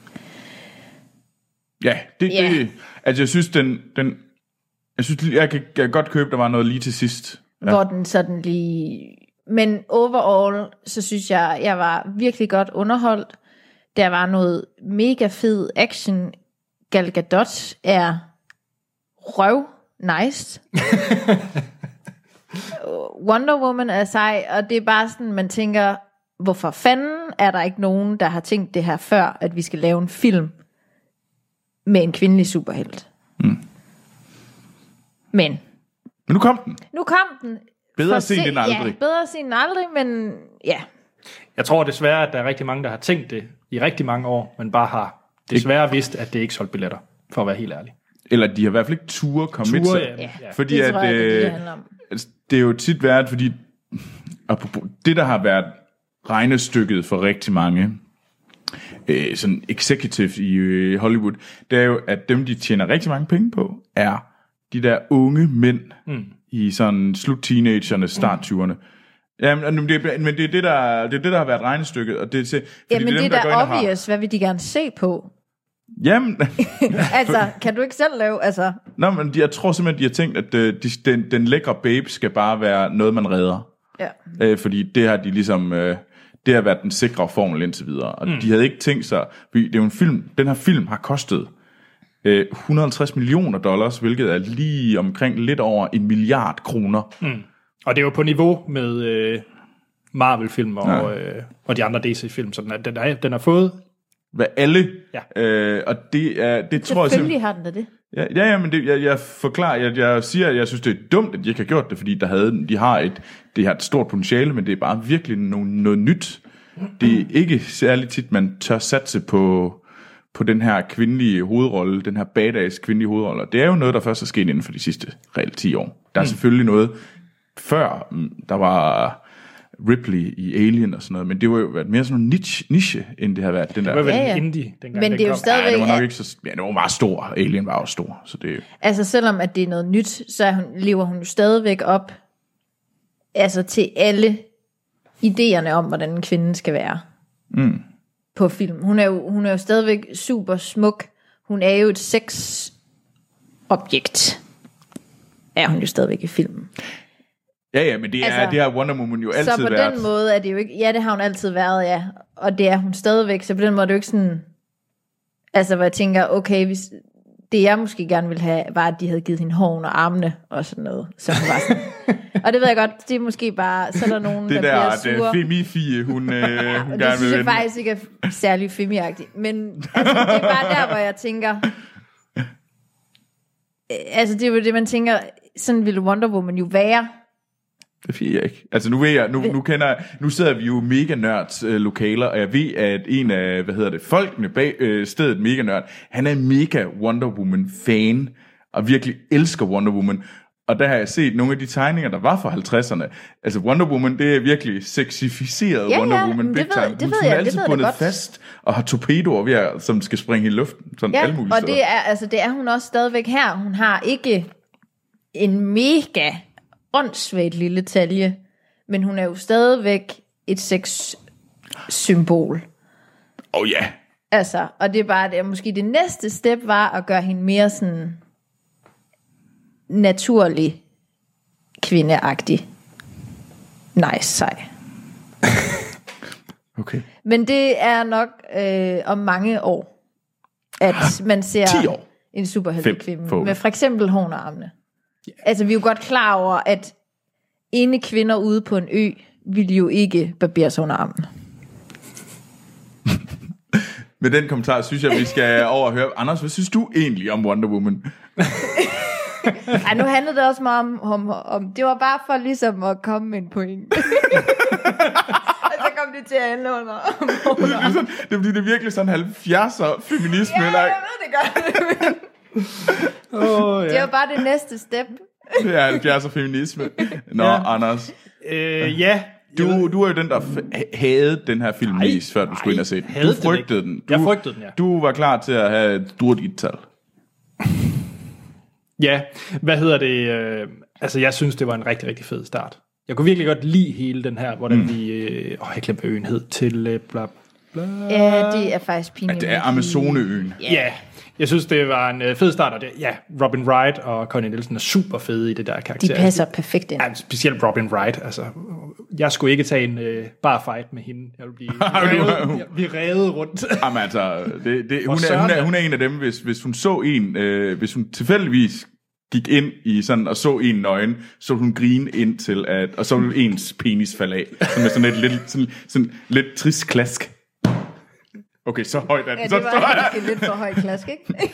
Ja, det, yeah. det altså jeg synes den, den jeg synes jeg kan, jeg kan godt købe der var noget lige til sidst. Ja. Hvor den sådan lige, men overall så synes jeg jeg var virkelig godt underholdt. Der var noget mega fed action. Gal Gadot er røv nice. Wonder Woman er sej, og det er bare sådan man tænker, hvorfor fanden er der ikke nogen der har tænkt det her før, at vi skal lave en film med en kvindelig superhelt. Mm. Men Men nu kom den. Nu kom den. Bedre sent end aldrig. Ja, bedre sent end aldrig, men ja. Jeg tror desværre, at der er rigtig mange, der har tænkt det i rigtig mange år, men bare har desværre vidst, at det ikke solgte billetter, for at være helt ærlig. Eller de har i hvert fald ikke ture komme med sig. Ja, ja. Fordi det, at, jeg, det, det, handler om. Det er jo tit været, fordi det, der har været regnestykket for rigtig mange øh, sådan executive i øh, Hollywood, det er jo, at dem, de tjener rigtig mange penge på, er de der unge mænd mm. i sådan slut-teenagerne, start-tyverne. Ja, men det, men det er det, der, det er det, der har været regnestykket. Og det, fordi ja, men det er dem, det er der da obvious. Har... Hvad vil de gerne se på? Jamen... altså, kan du ikke selv lave... Altså... Nå, men de, jeg tror simpelthen, de har tænkt, at de, den, den lækre babe skal bare være noget, man redder. Ja. Øh, fordi det har de ligesom... Øh, det har været den sikre formel indtil videre. Og mm. de havde ikke tænkt sig... Det er jo en film... Den her film har kostet øh, et hundrede og halvtreds millioner dollars, hvilket er lige omkring lidt over en milliard kroner. Mm. Og det er jo på niveau med øh, Marvel-film og, ja. øh, og de andre D C-film, så den, er, den, er, den har fået... Hvad alle... Ja. Øh, og det er... Det tror jeg selvfølgelig har den da det. Ja, ja, ja men det, jeg, jeg forklarer... Jeg, jeg siger, at jeg synes, det er dumt, at de ikke har gjort det, fordi der havde, de har et, det har et stort potentiale, men det er bare virkelig noget, noget nyt. Det er ikke særlig tit, man tør satse på, på den her kvindelige hovedrolle, den her badass kvindelige hovedrolle. Det er jo noget, der først er sket inden for de sidste reelt ti år. Der er mm. selvfølgelig noget... Før, der var Ripley i Alien og sådan noget, men det var jo været mere sådan en niche, niche end det har været den der. Det var vel ja, ja. indie dengang. Men det er jo stadigvæk... Ja, det var nok ikke så... Ja, det var meget stor. Alien var jo stor, så det... Altså, selvom at det er noget nyt, så hun, lever hun jo stadigvæk op altså til alle idéerne om, hvordan en kvinde skal være mm. på film. Hun er, jo, hun er jo stadigvæk super smuk hun er jo et sexobjekt. Er hun jo stadigvæk i filmen. Ja, ja, men det, er, Altså, det har Wonder Woman jo altid været. Så på været. den måde er det jo ikke... Ja, det har hun altid været, ja. Og det er hun stadigvæk. Så på den måde er det jo ikke sådan... Altså, hvor jeg tænker, okay, hvis... Det jeg måske gerne ville have, var, at de havde givet hende hårene og armene og sådan noget. Så hun var sådan... Og det ved jeg godt, det er måske bare... Så er der nogen, det der, der, bliver sure. det femi-fie, hun, øh, ja, hun og gerne det synes vil jeg vinde. faktisk ikke er særlig femi-agtigt. Men altså, det er bare der, hvor jeg tænker... Altså, det er jo det, man tænker... Sådan ville Wonder Woman jo være... Det ved jeg ikke. Altså nu ved jeg, nu, nu kender jeg, nu sidder vi jo mega nørds øh, lokaler, og jeg ved, at en af, hvad hedder det, folkene bag øh, stedet Mega Nørd, han er mega Wonder Woman fan, og virkelig elsker Wonder Woman. Og der har jeg set nogle af de tegninger, der var fra halvtredserne. Altså Wonder Woman, det er virkelig sexificeret Ja, Wonder ja, Woman det big ved- time. det Hun ved er jeg, det altid ved jeg bundet godt. fast og har torpedoer, ved at, som skal springe i luften, sådan alle Ja, mulige og steder. det er, altså, det er hun også stadigvæk her. Hun har ikke en mega åndssvagt lille talje, men hun er jo stadigvæk et sex-symbol. Oh ja. Yeah. Altså, og det er bare det, måske det næste step var at gøre hende mere sådan naturlig, kvindeagtig. Nice, sej. Okay. Men det er nok øh, om mange år, at man ser ti år. en Fem, superheltekvinde forhåbentlig. med for eksempel hårene og armene. Yeah. Altså, vi er jo godt klar over, at ene kvinder ude på en ø ville jo ikke barbere sig under armen. Med den kommentar synes jeg, vi skal over og høre. Anders, hvad synes du egentlig om Wonder Woman? Ej, nu handlede det også meget om, om, om... Det var bare for ligesom at komme med en point. Og så kom det til at handle under. om Det er, sådan, det er fordi, det er virkelig sådan halvfjerdser feminisme. Ja, eller jeg ikke? ved det godt. Oh, Det var bare det næste step. Det er halvfjerdser feminisme. Nå, Ja. Anders. Øh, ja. Du, du er jo den, der f- havde den her film Nej, mest, før du skulle ind og se den. havde Du den frygtede ikke. den. Du, Jeg frygtede den, ja. Du var klar til at have et stort et-tal. Ja, hvad hedder det? Øh, altså, jeg synes, det var en rigtig, rigtig fed start. Jeg kunne virkelig godt lide hele den her, hvordan mm. vi... Øh, åh, jeg glemte, hvad øen hed. Til øh, bla, bla. Ja, det er faktisk pinligt. Det er Amazoneøen. Ja, yeah. Jeg synes, det var en øh, fed start, og det, ja, Robin Wright og Connie Nielsen er super fede i det der karakter. De passer perfekt ind. Ja, specielt Robin Wright, altså, jeg skulle ikke tage en øh, bar fight med hende. Jeg ville blive revet, jeg blive revet rundt. Jamen altså, det, det, hun, er, Søren, hun, er, ja. hun er en af dem, hvis, hvis hun så en, øh, hvis hun tilfældigvis gik ind i sådan, og så en nøgen, så ville hun grine ind til, at, og så ville ens penis falde af. Som er sådan et lidt, sådan, sådan lidt trist klask. Okay, så højt er den. Ja, så det var måske lidt for høj klask, ikke?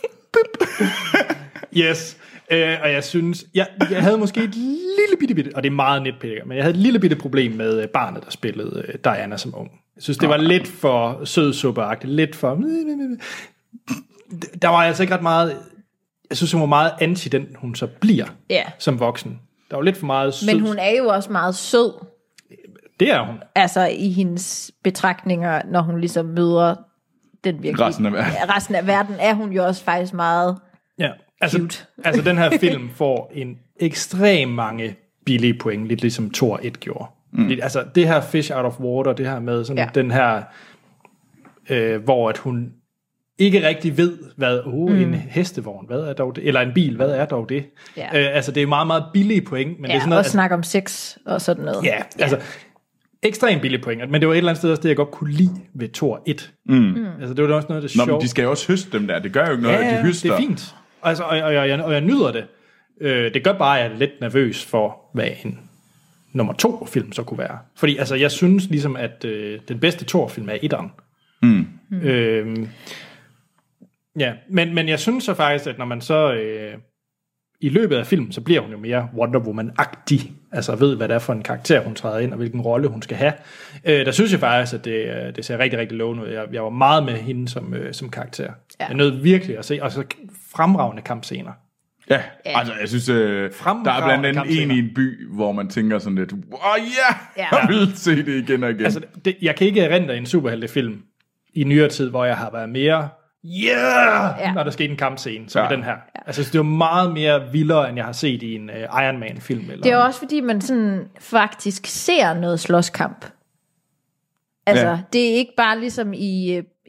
Yes, øh, og jeg synes, jeg, jeg havde måske et lille bitte, bitte, og det er meget netpikker, men jeg havde et lille bitte problem med øh, barnet, der spillede øh, Diana som ung. Jeg synes, det var lidt for sødsuppeagtigt, lidt for... Der var altså ikke ret meget... Jeg synes, hun var meget anti den, hun så bliver Ja. som voksen. Der var lidt for meget sød. Men hun er jo også meget sød. Det er hun. Altså i hendes betragtninger, når hun ligesom møder den virkelige... Resten af verden. Ja, resten af verden er hun jo også faktisk meget... Ja, altså, Cute. altså den her film får en ekstrem mange billige point, lidt ligesom Thor et gjorde. Mm. Altså det her fish out of water, det her med sådan Ja. den her, øh, hvor at hun ikke rigtig ved, hvad oh, mm. en hestevogn, hvad er dog det? Eller en bil, hvad er dog det? Ja. Øh, altså det er meget, meget billige point, men Ja, det er sådan noget... og snakke om sex og sådan noget. Ja, altså ekstremt billige point, men det var et eller andet sted også det, jeg godt kunne lide ved Thor et. Mm. Altså det var også noget af det Nå, sjove. men de skal jo også høste dem der. Det gør jo ikke noget, Ja, at de ja, høster. det er fint. Altså, og, og, og, jeg, og jeg nyder det. Øh, det gør bare, at jeg er lidt nervøs for, hvad en nummer to film så kunne være. Fordi altså, jeg synes ligesom, at øh, den bedste Thor-film er etteren. Mm. Øh, ja, men, men jeg synes så faktisk, at når man så... Øh, i løbet af filmen, så bliver hun jo mere Wonder Woman-agtig. Altså ved, hvad det er for en karakter, hun træder ind, og hvilken rolle hun skal have. Øh, der synes jeg faktisk, at det, det ser rigtig, rigtig lovende ud. Jeg, jeg var meget med hende som, øh, som karakter. Ja. Jeg nød virkelig at se, og så fremragende kampscener. Ja, ja, altså jeg synes, øh, der er blandt andet en i en by, hvor man tænker sådan lidt, åh oh, yeah, ja, jeg vil se det igen og igen. Altså, det, jeg kan ikke erindre en superheltefilm i nyere tid, hvor jeg har været mere... Yeah! Ja. Når der skete en kampscene, som ja. den her. Ja. Altså, det var meget mere vildere, end jeg har set i en uh, Iron Man-film. Eller det er også fordi, man sådan faktisk ser noget slåskamp. Altså, ja. Det er ikke bare ligesom i,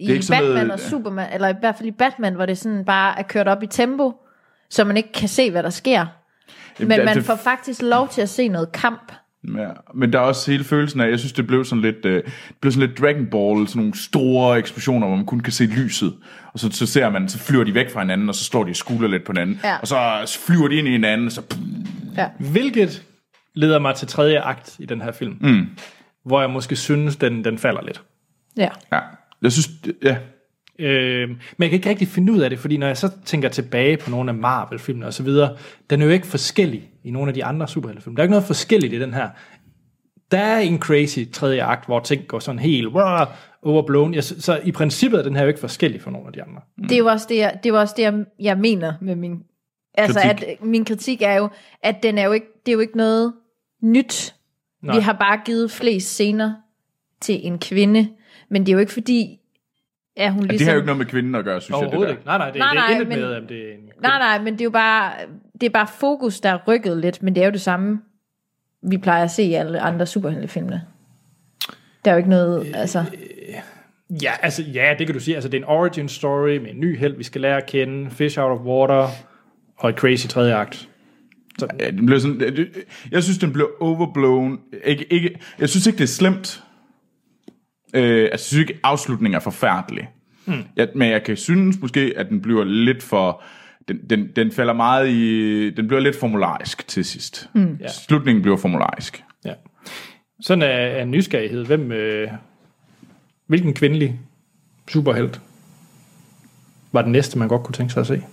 I ikke sådan Batman noget- og Superman, eller i hvert fald i Batman, hvor det sådan bare er kørt op i tempo, så man ikke kan se, hvad der sker. Jamen, Men det- man det- får faktisk lov til at se noget kamp. Ja, men der er også hele følelsen af, jeg synes, det blev sådan lidt, øh, det blev sådan lidt Dragon Ball, sådan nogle store eksplosioner, hvor man kun kan se lyset. Og så, så ser man, så flyver de væk fra hinanden, og så står de og skuler lidt på hinanden. Ja. Og så flyver de ind i hinanden, og så... Ja. Hvilket leder mig til tredje akt i den her film. Mm. Hvor jeg måske synes, den, den falder lidt. Ja. Ja, jeg synes, ja. Øh, men jeg kan ikke rigtig finde ud af det, fordi når jeg så tænker tilbage på nogle af Marvel-filmene og så videre, den er jo ikke forskellig i nogle af de andre superheltefilm. Der er ikke noget forskelligt i den her. Der er en crazy tredje akt, hvor ting går sådan helt wow, overblown. Jeg, så i princippet er den her jo ikke forskellig fra nogle af de andre. Det er jo også det, jeg, det er jo også det, jeg, jeg mener med min... Altså, Kritik. at min kritik er jo, at den er jo ikke, det er jo ikke noget nyt. Nej. Vi har bare givet flest scener til en kvinde, men det er jo ikke fordi, at hun Ligesom... ligesom... Det har jo ikke noget med kvinden at gøre, synes jeg, det Overhovedet der. ikke. Nej, nej, det, Nej, det er nej, intet men- med, at det er en... Nej, nej, men det er jo bare, det er bare fokus, der er rykket lidt, men det er jo det samme, vi plejer at se i alle andre superheltefilmene. Der er jo ikke noget, altså... Ja, altså, ja, det kan du sige. Altså, det er en origin story med en ny held, vi skal lære at kende, Fish Out of Water, og et crazy tredje akt. Så, Ja, den blev sådan, det- jeg synes, den blev overblown. Ikke, ikke, jeg synes ikke, det er slemt. Øh, altså, jeg synes ikke, afslutningen er forfærdelig. Mm. Ja, men jeg kan synes måske, at den bliver lidt for... Den, den, den falder meget i... Den bliver lidt formularisk til sidst. Mm. Ja. Slutningen bliver formularisk. ja. Sådan er, er nysgerrighed. Hvem, øh, hvilken kvindelig superhelt var den næste, man godt kunne tænke sig at se?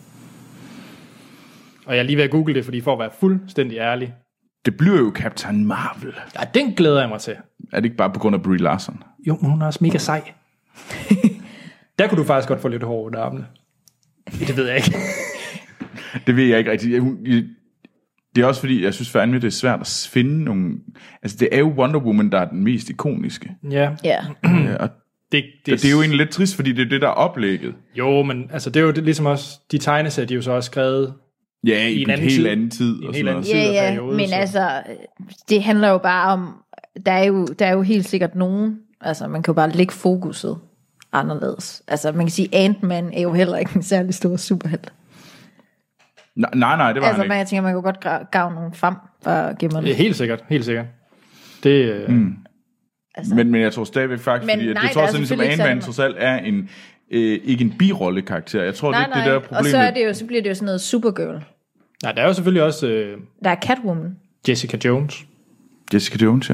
Og jeg er lige ved at google det, fordi for at være fuldstændig ærlig, Det bliver jo Captain Marvel. ja, den glæder jeg mig til. Er det ikke bare på grund af Brie Larson? Jo, men hun er også mega sej. Der kunne du faktisk godt få lidt hår under armene. Det ved jeg ikke. Det ved jeg ikke rigtig. Jeg, hun, jeg, det er også fordi, jeg synes fandme, det er svært at finde nogle... Altså, det er jo Wonder Woman, der er den mest ikoniske. Ja, Ja. Ja, og det, det, det er jo egentlig lidt trist, fordi det er det, der er oplægget. Jo, men altså, det er jo det, ligesom også, de tegneserier, de er jo så også skrevet Ja, i, I i en en anden helt tid. anden tid. I en og helt sådan anden noget. tid. Ja, ja, periode, men så- altså, det handler jo bare om, der er jo, der er jo helt sikkert nogen, altså man kan jo bare lægge fokuset anderledes. Altså man kan sige, Ant-Man er jo heller ikke en særlig stor superhelt. Nej, nej, nej, det var Altså han man, ikke. jeg tænker, man kan godt gra- gavne nogen frem fra gemmerne. Ja, helt sikkert, helt sikkert. Det, øh, mm. Altså, Men, men jeg tror stadigvæk faktisk, Men fordi at nej, jeg tror der er sådan, som selvfølgelig ikke Ant-Man sådan- trods alt er en, øh, ikke en birolle-karakter. Jeg tror, nej, det, nej, det der er og problemet. så, er det jo, så bliver det jo sådan noget Supergirl. nej, der er jo selvfølgelig også øh, Der er Catwoman. Jessica Jones. Jessica Jones, ja.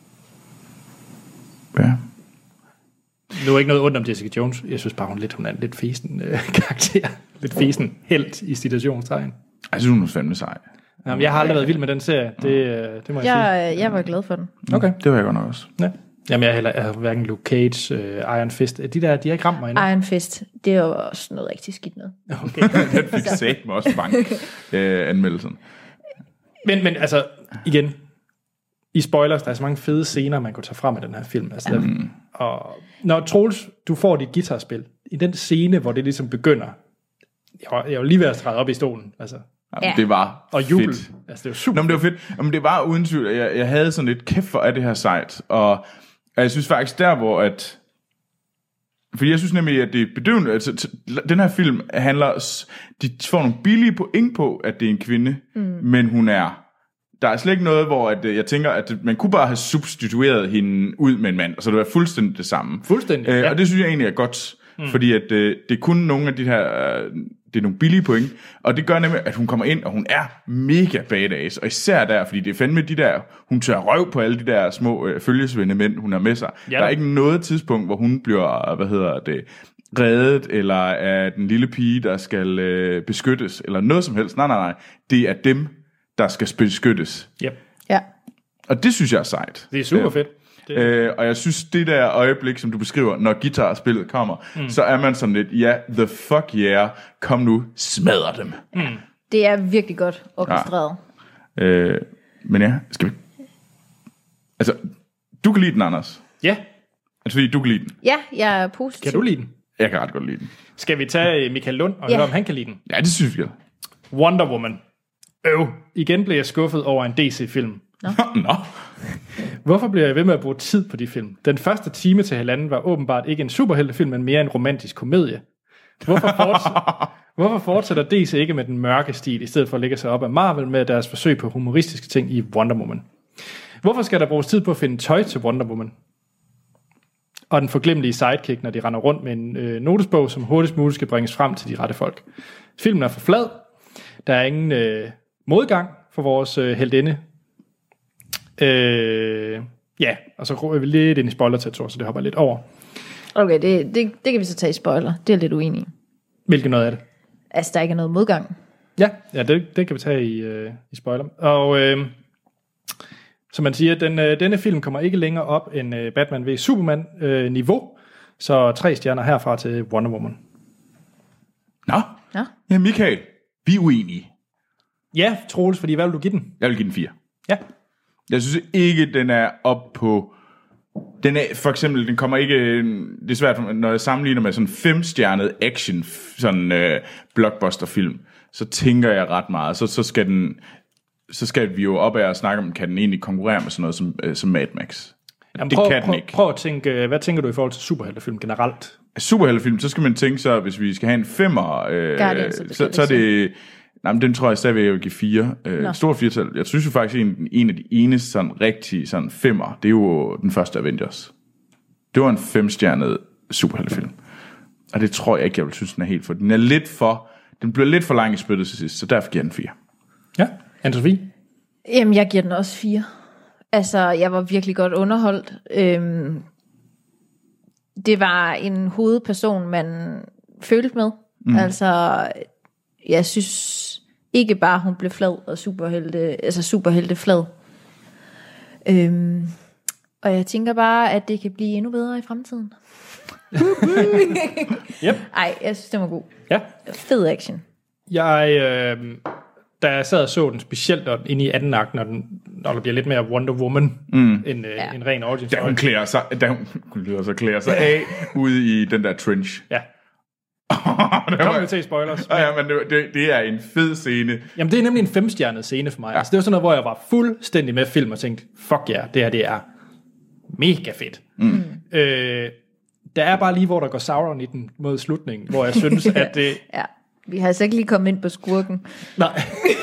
Ja. Nu er ikke noget ondt om Jessica Jones. Jeg synes bare, hun er lidt, hun er en lidt fesen øh, karakter. Lidt fesen helt i citationstegn. Jeg synes, hun er fandme sej. Jamen, jeg har aldrig været vild med den serie. Det, øh, det må jeg, Jeg, jeg var glad for den. sige. Okay. Det var jeg godt nok også. Ja. Jamen, jeg har heller jeg har hverken Luke Cage, øh, Iron Fist. De der, de har ikke ramt mig endnu. Iron Fist, det er jo også noget rigtig skidt noget. Okay. Den fik sat mig også bank, øh, anmeldelsen. Men, men altså, igen, i spoilers, der er så mange fede scener, man kunne tage frem af den her film. Altså, der, og når Troels, du får dit guitarspil, i den scene, hvor det ligesom begynder, jeg var, jeg var lige ved at træde op i stolen. Altså, Jamen, Ja. det var og jubel. fedt. Altså, det var super. Nå, men det var fedt. Jamen, det var uden tvivl. Jeg, jeg havde sådan lidt kæft for, at det her sejt. Og, og jeg synes faktisk der, hvor at... Fordi jeg synes nemlig, at det er bedøvende. Altså, t- den her film handler... s- De får nogle billige point på, at det er en kvinde. Mm. Men hun er... Der er slet ikke noget, hvor at, øh, jeg tænker, at man kunne bare have substitueret hende ud med en mand, og så det var fuldstændig det samme. Fuldstændig, Øh, ja. Og det synes jeg egentlig er godt, mm. fordi at, øh, det er kun nogle af de her... Øh, det er nogle billige point, og det gør nemlig, at hun kommer ind, og hun er mega badass, og især der, fordi det er fandme de der, hun tør røv på alle de der små øh, følgesvende mænd, hun har med sig. Ja. Der er ikke noget tidspunkt, hvor hun bliver, hvad hedder det, reddet, eller er den lille pige, der skal øh, beskyttes, eller noget som helst. Nej, nej, nej. Det er dem, der skal beskyttes. Yep. Ja. Og det synes jeg er sejt. Det er super fedt. Det, Øh, og jeg synes, det der øjeblik, som du beskriver, når guitarspillet kommer, mm. så er man sådan lidt, ja, the fuck yeah, kom nu, smadre dem. Mm. Det er virkelig godt orkestreret. Øh, men ja, skal vi... Altså, du kan lide den, Anders. ja, Altså, fordi du kan lide den. Ja, jeg er positiv. kan du lide den? Jeg kan ret godt lide den. Skal vi tage øh, Michael Lund og Ja. høre, om han kan lide den? Ja, det synes jeg. Wonder Woman. Øv. Igen blev jeg skuffet over en D C-film. Nå. Nå. Hvorfor bliver jeg ved med at bruge tid på de film? Den første time til halvanden var åbenbart ikke en superheltefilm, men mere en romantisk komedie. Hvorfor, fortsætter, Hvorfor fortsætter D C ikke med den mørke stil, i stedet for at lægge sig op af Marvel med deres forsøg på humoristiske ting i Wonder Woman? Hvorfor skal der bruges tid på at finde tøj til Wonder Woman? Og den forglemmelige sidekick, når de render rundt med en øh, notesbog, som hurtigst muligt skal bringes frem til de rette folk. Filmen er for flad. Der er ingen øh, modgang for vores øh, heldinde. Øh, ja, og så går vi lidt ind i spoiler-territoriet, så det hopper lidt over. Okay, det, det, det kan vi så tage i spoiler. Det er lidt uenig i. Hvilket noget af det? Altså, der ikke er noget modgang. Ja, ja det, det kan vi tage i, øh, i spoiler. Og øh, som man siger, den, øh, denne film kommer ikke længere op end øh, Batman v Superman øh, niveau, så tre stjerner herfra til Wonder Woman. Nå. Ja. Ja, Michael, vi er uenige. Ja, Troels, fordi hvad vil du give den? Jeg vil give den fire. Ja. Jeg synes ikke, den er op på... Den er, for eksempel, den kommer ikke... Det er svært, når jeg sammenligner med sådan en femstjernet action, sådan øh, blockbuster-film, så tænker jeg ret meget. Så, så skal den... Så skal vi jo op af at snakke om, kan den egentlig konkurrere med sådan noget som, øh, som Mad Max? Jamen, det prøv, kan den prøv, ikke. Prøv at tænke, hvad tænker du i forhold til superheltefilm generelt? Superheltefilm, så skal man tænke så, hvis vi skal have en femmer, øh, så, så er det... Nej, men den tror jeg stadigvæk, jeg vil give fire. Øh, Stort firtal. Jeg synes jo faktisk, en, en af de eneste sådan rigtige sådan femmer, det er jo den første Avengers. Det var en femstjernet superheltefilm. Og det tror jeg ikke, jeg vil synes, den er helt for. Den er lidt for... Den bliver lidt for lang i spyttet til sidst, så derfor giver den fire. Ja, Anne-Sophie? Jamen, jeg giver den også fire. Altså, jeg var virkelig godt underholdt. Øhm, det var en hovedperson, man følte med. Mm. Altså, jeg synes ikke bare, hun blev flad og superhelte, altså superhelte flad. Øhm, og jeg tænker bare, at det kan blive endnu bedre i fremtiden. Yep. Ej, jeg synes, det var god. Ja. Fed action. Jeg, øh, da jeg sad og så den, specielt når, inde i anden akt, når, den, når der bliver lidt mere Wonder Woman, mm. end øh, Ja. en ren audience. Da hun klæder sig, da hun, hun lyder så klæder sig af ude i den der trench. Ja. det Kommer vi til spoilers. Ja, ja, men det, det, det er en fed scene. Jamen, det er nemlig en femstjernet scene for mig. Ja. Altså, det var sådan noget, hvor jeg var fuldstændig med film og tænkte, fuck ja, yeah, det her, det er mega fedt. Mm. Øh, der er bare lige, hvor der går Sauron i den mod slutningen, hvor jeg synes, at det... Ja, vi har altså ikke lige kommet ind på skurken. Nej.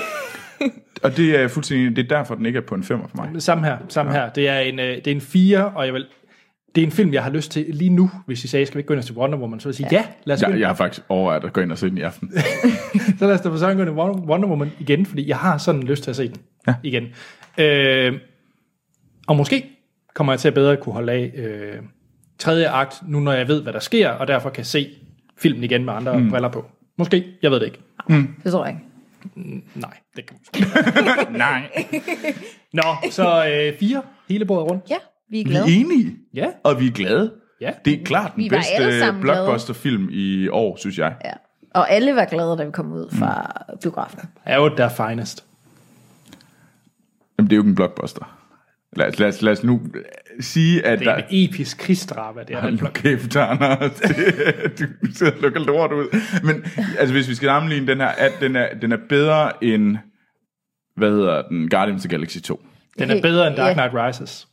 Og det er fuldstændig, det er derfor, den ikke er på en femmer for mig. Samme her, samme ja. her. Det er en, det er en fire, og jeg vil... Det er en film, jeg har lyst til lige nu, hvis I sagde, skal vi ikke gå ind og se Wonder Woman? Så vil jeg sige, ja, ja lad os gå jeg, ind. jeg har faktisk overvejet at gå ind og se den i aften. Så lad os da for sådan gå ind og Wonder Woman igen, fordi jeg har sådan lyst til at se den ja. igen. Øh, og måske kommer jeg til at bedre kunne holde af øh, tredje akt, nu når jeg ved, hvad der sker, og derfor kan se filmen igen med andre mm. briller på. Måske, jeg ved det ikke. Mm. Det tror jeg ikke. Mm, nej, det kan måske. Nej. Nå, så øh, fire, hele bordet rundt. Ja, vi er Vi glade. er enige, Ja. og vi er glade. Ja. Det er klart den Vi var alle bedste sammen glade. blockbusterfilm i år, synes jeg. Ja. Og alle var glade, da vi kom ud fra mm. biografen. Er jo der finest. Jamen, det er jo ikke en blockbuster. Lad os, lad os, lad os nu sige, at Det er der... en episk krigsdrama, det er Hold den nu kæft, Anders. Det- Du sidder og lukker lort ud. Men altså, hvis vi skal sammenligne den her, at den er, den er bedre end, hvad hedder den, Guardians of the Galaxy to. Den er bedre end Dark Ja. Knight Rises.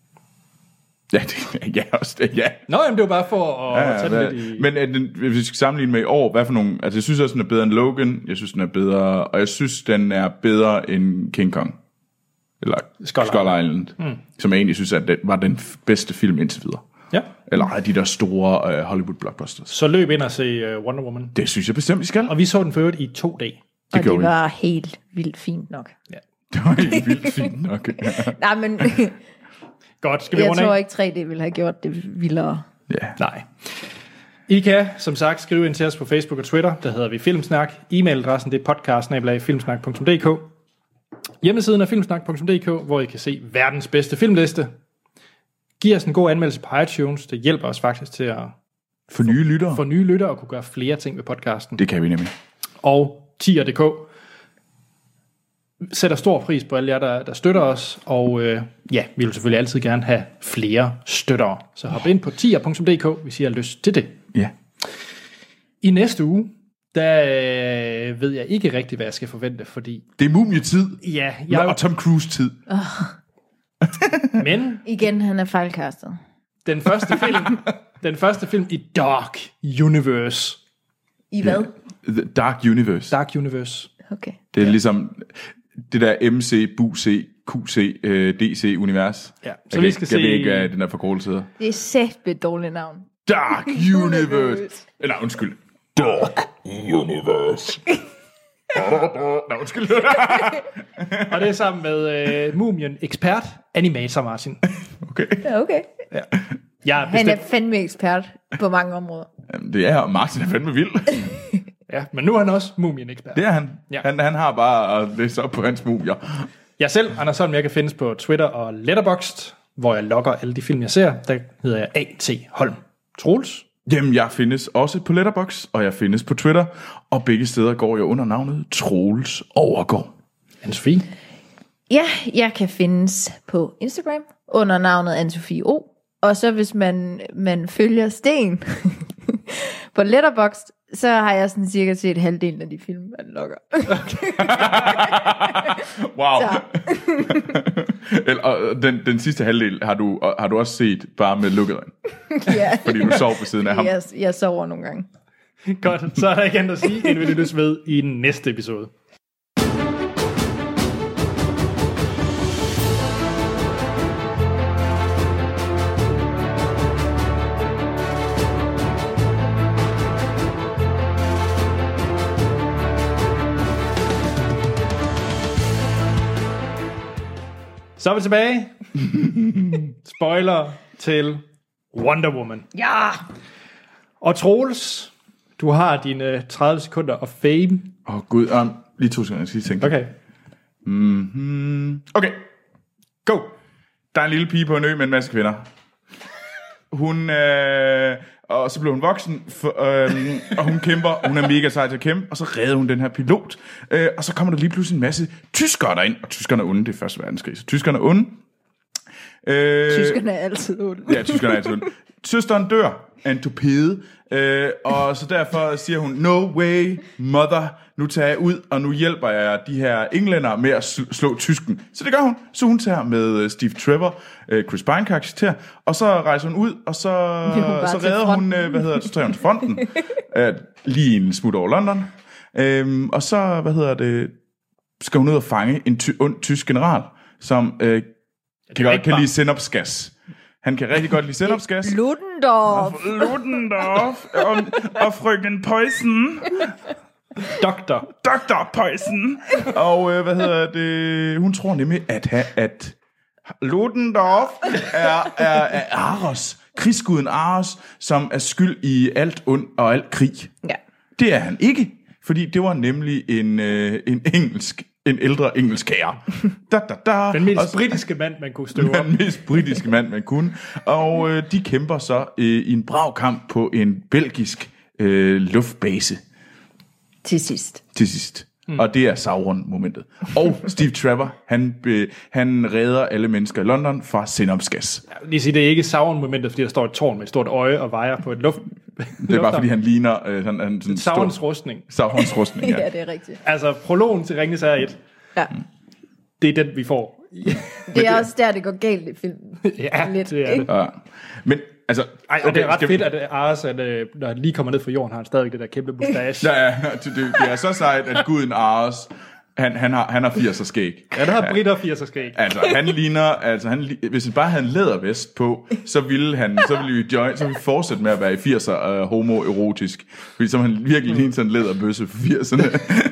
Ja, det, ja, også det, ja. Nå, jamen, det var bare for at Ja, ja, tage hvad, det lidt i... men at den, hvis vi skal sammenligne med i år, hvad for nogle... Altså, jeg synes også, den er bedre end Logan. Jeg synes, den er bedre... Og jeg synes, den er bedre end King Kong. Eller Skull Skull Island. Mm. Som jeg egentlig synes, at det var den bedste film indtil videre. Ja. Eller ej, de der store uh, Hollywood blockbusters. Så løb ind og se uh, Wonder Woman. Det synes jeg bestemt, vi skal. Og vi så den for øvrigt i to dage. Det Og gjorde det vi. var helt vildt fint nok. Ja. Det var helt vildt fint nok. Nej, men Godt, skal vi jeg runde tror af? ikke tre D ville have gjort det vildere. Ja. Nej. I kan, som sagt, skrive ind til os på Facebook og Twitter. Der hedder vi Filmsnak. E-mailadressen det er podcast bindestreg filmsnak punktum d k. Hjemmesiden er filmsnak punktum d k, hvor I kan se verdens bedste filmliste. Giv os en god anmeldelse på iTunes. Det hjælper os faktisk til at For nye lyttere. få nye lyttere og kunne gøre flere ting ved podcasten. Det kan vi nemlig. Og tier punktum d k sætter stor pris på alle jer, der, der støtter os. Og øh, ja, vi vil selvfølgelig altid gerne have flere støttere. Så hop ind på tier punktum d k, hvis I har lyst til det. Ja. I næste uge, der øh, ved jeg ikke rigtig, hvad jeg skal forvente, fordi... Det er mumietid. Ja, jeg... Og Tom Cruise-tid. Oh. Men... Igen, han er fejlkastet. Den første film, den første film i Dark Universe. I hvad? The Dark Universe. Dark Universe. Okay. Det er ja. ligesom det der M C, B U C, Q C, øh, D C-univers. Ja, så jeg vi kan, skal jeg se... ved ikke, hvad den der forkortelse hedder. Det er sæt med et dårligt navn. Dark Universe. Eller undskyld. Dark Universe. Nå, undskyld. Og det er sammen med øh, Mumien ekspert, animator Martin. Okay. Ja, okay. Ja. Jeg er Han er bestemt... fandme ekspert på mange områder. Jamen, det er og Martin er fandme vild. Ja, men nu er han også Mumien ekspert. Det er han. Ja. han. Han har bare at læse op på hans mumier. Jeg selv, Anders Holm, jeg kan findes på Twitter og Letterboxd, hvor jeg logger alle de film, jeg ser. Der hedder jeg A T Holm. Troels? Jamen, jeg findes også på Letterboxd, og jeg findes på Twitter, og begge steder går jeg under navnet Troels Overgaard. Anne-Sophie? Ja, jeg kan findes på Instagram under navnet Anne-Sophie O. Og så hvis man, man følger Sten på Letterboxd, så har jeg sådan cirka set halvdelen af de film, man logger. Wow. Eller, og den, den sidste halvdel har du, har du også set bare med lukket øjne. Ja. Fordi du sov på siden af ham. Jeg, jeg sover nogle gange. Godt, så er der ikke andet at sige, end vi lyttes ved i næste episode. Så er vi tilbage. Spoiler til Wonder Woman. Ja! Og Troels, du har dine tredive sekunder of fame. Åh oh, gud, um, lige to sekunder, jeg skal lige tænke. Okay. Mm-hmm. Okay, go. Der er en lille pige på en ø med en masse kvinder. Hun, øh, og så blev hun voksen, for, øh, og hun kæmper, hun er mega sej til at kæmpe, og så redder hun den her pilot. Øh, og så kommer der lige pludselig en masse tyskere derind, og tyskerne er onde, det er første verdenskrig, så tyskerne er onde. Øh, Tyskerne er altid onde. Ja, tyskerne er altid onde. Søsteren dør af en torpede, øh, og så derfor siger hun, no way, mother, nu tager jeg ud, og nu hjælper jeg de her englænder med at sl- slå tysken. Så det gør hun. Så hun tager med Steve Trevor, øh, Chris Pine karakter, og så rejser hun ud, og så, så redder hun, øh, hvad hedder det, så tager hun til fronten, øh, lige en smut over London, øh, og så, hvad hedder det, skal hun ud og fange en ty- ond tysk general, som øh, kan godt kan lide sennepsgas. Han kan rigtig godt lide sennepsgas. Ludendorff. Ludendorff og, og frøken Poison. Doktor. Doktor Poison. Og øh, hvad hedder det? Hun tror nemlig, at, ha, at Ludendorff er, er, er Aros. Krigsguden Aros, som er skyld i alt ond og alt krig. Ja. Det er han ikke, fordi det var nemlig en, øh, en engelsk en ældre engelsk herre. Da, da, da. Den mest og, britiske mand, man kunne støve op. Den mest britiske mand, man kunne. Og øh, de kæmper så øh, i en brav kamp på en belgisk øh, luftbase. Til sidst. Til sidst. Mm. Og det er Sauron-momentet. Og Steve Trevor, han, be, han redder alle mennesker i London fra sennepsgas. Ja, lige sige, det er ikke Sauron-momentet, fordi der står et tårn med et stort øje og vejer på et luft. Det er bare, fordi han ligner øh, sådan, han, sådan Saurons stor, rustning. Saurons rustning, ja. Ja, det er rigtigt. Altså, prologen til Ringenes Herre et. Ja. Det er den, vi får. Det er også der, det går galt i filmen. Ja, Lidt, det er ikke? det. Ja. Men altså... Ej, og okay, det er ret skal fedt, vi- at Ares, at, øh, når han lige kommer ned fra jorden, har han stadig det der kæmpe mustache. Ja, ja, det, det, det er så sejt, at guden Ares, han, han har, han har firs skæg. Ja, der har Britter firs skæg. Altså, han ligner, altså, han, li- hvis han bare havde en lædervest på, så ville han, så ville vi join, så ville vi fortsætte med at være i firser uh, homoerotisk. Fordi så han virkelig ligner sådan en læderbøsse for firserne.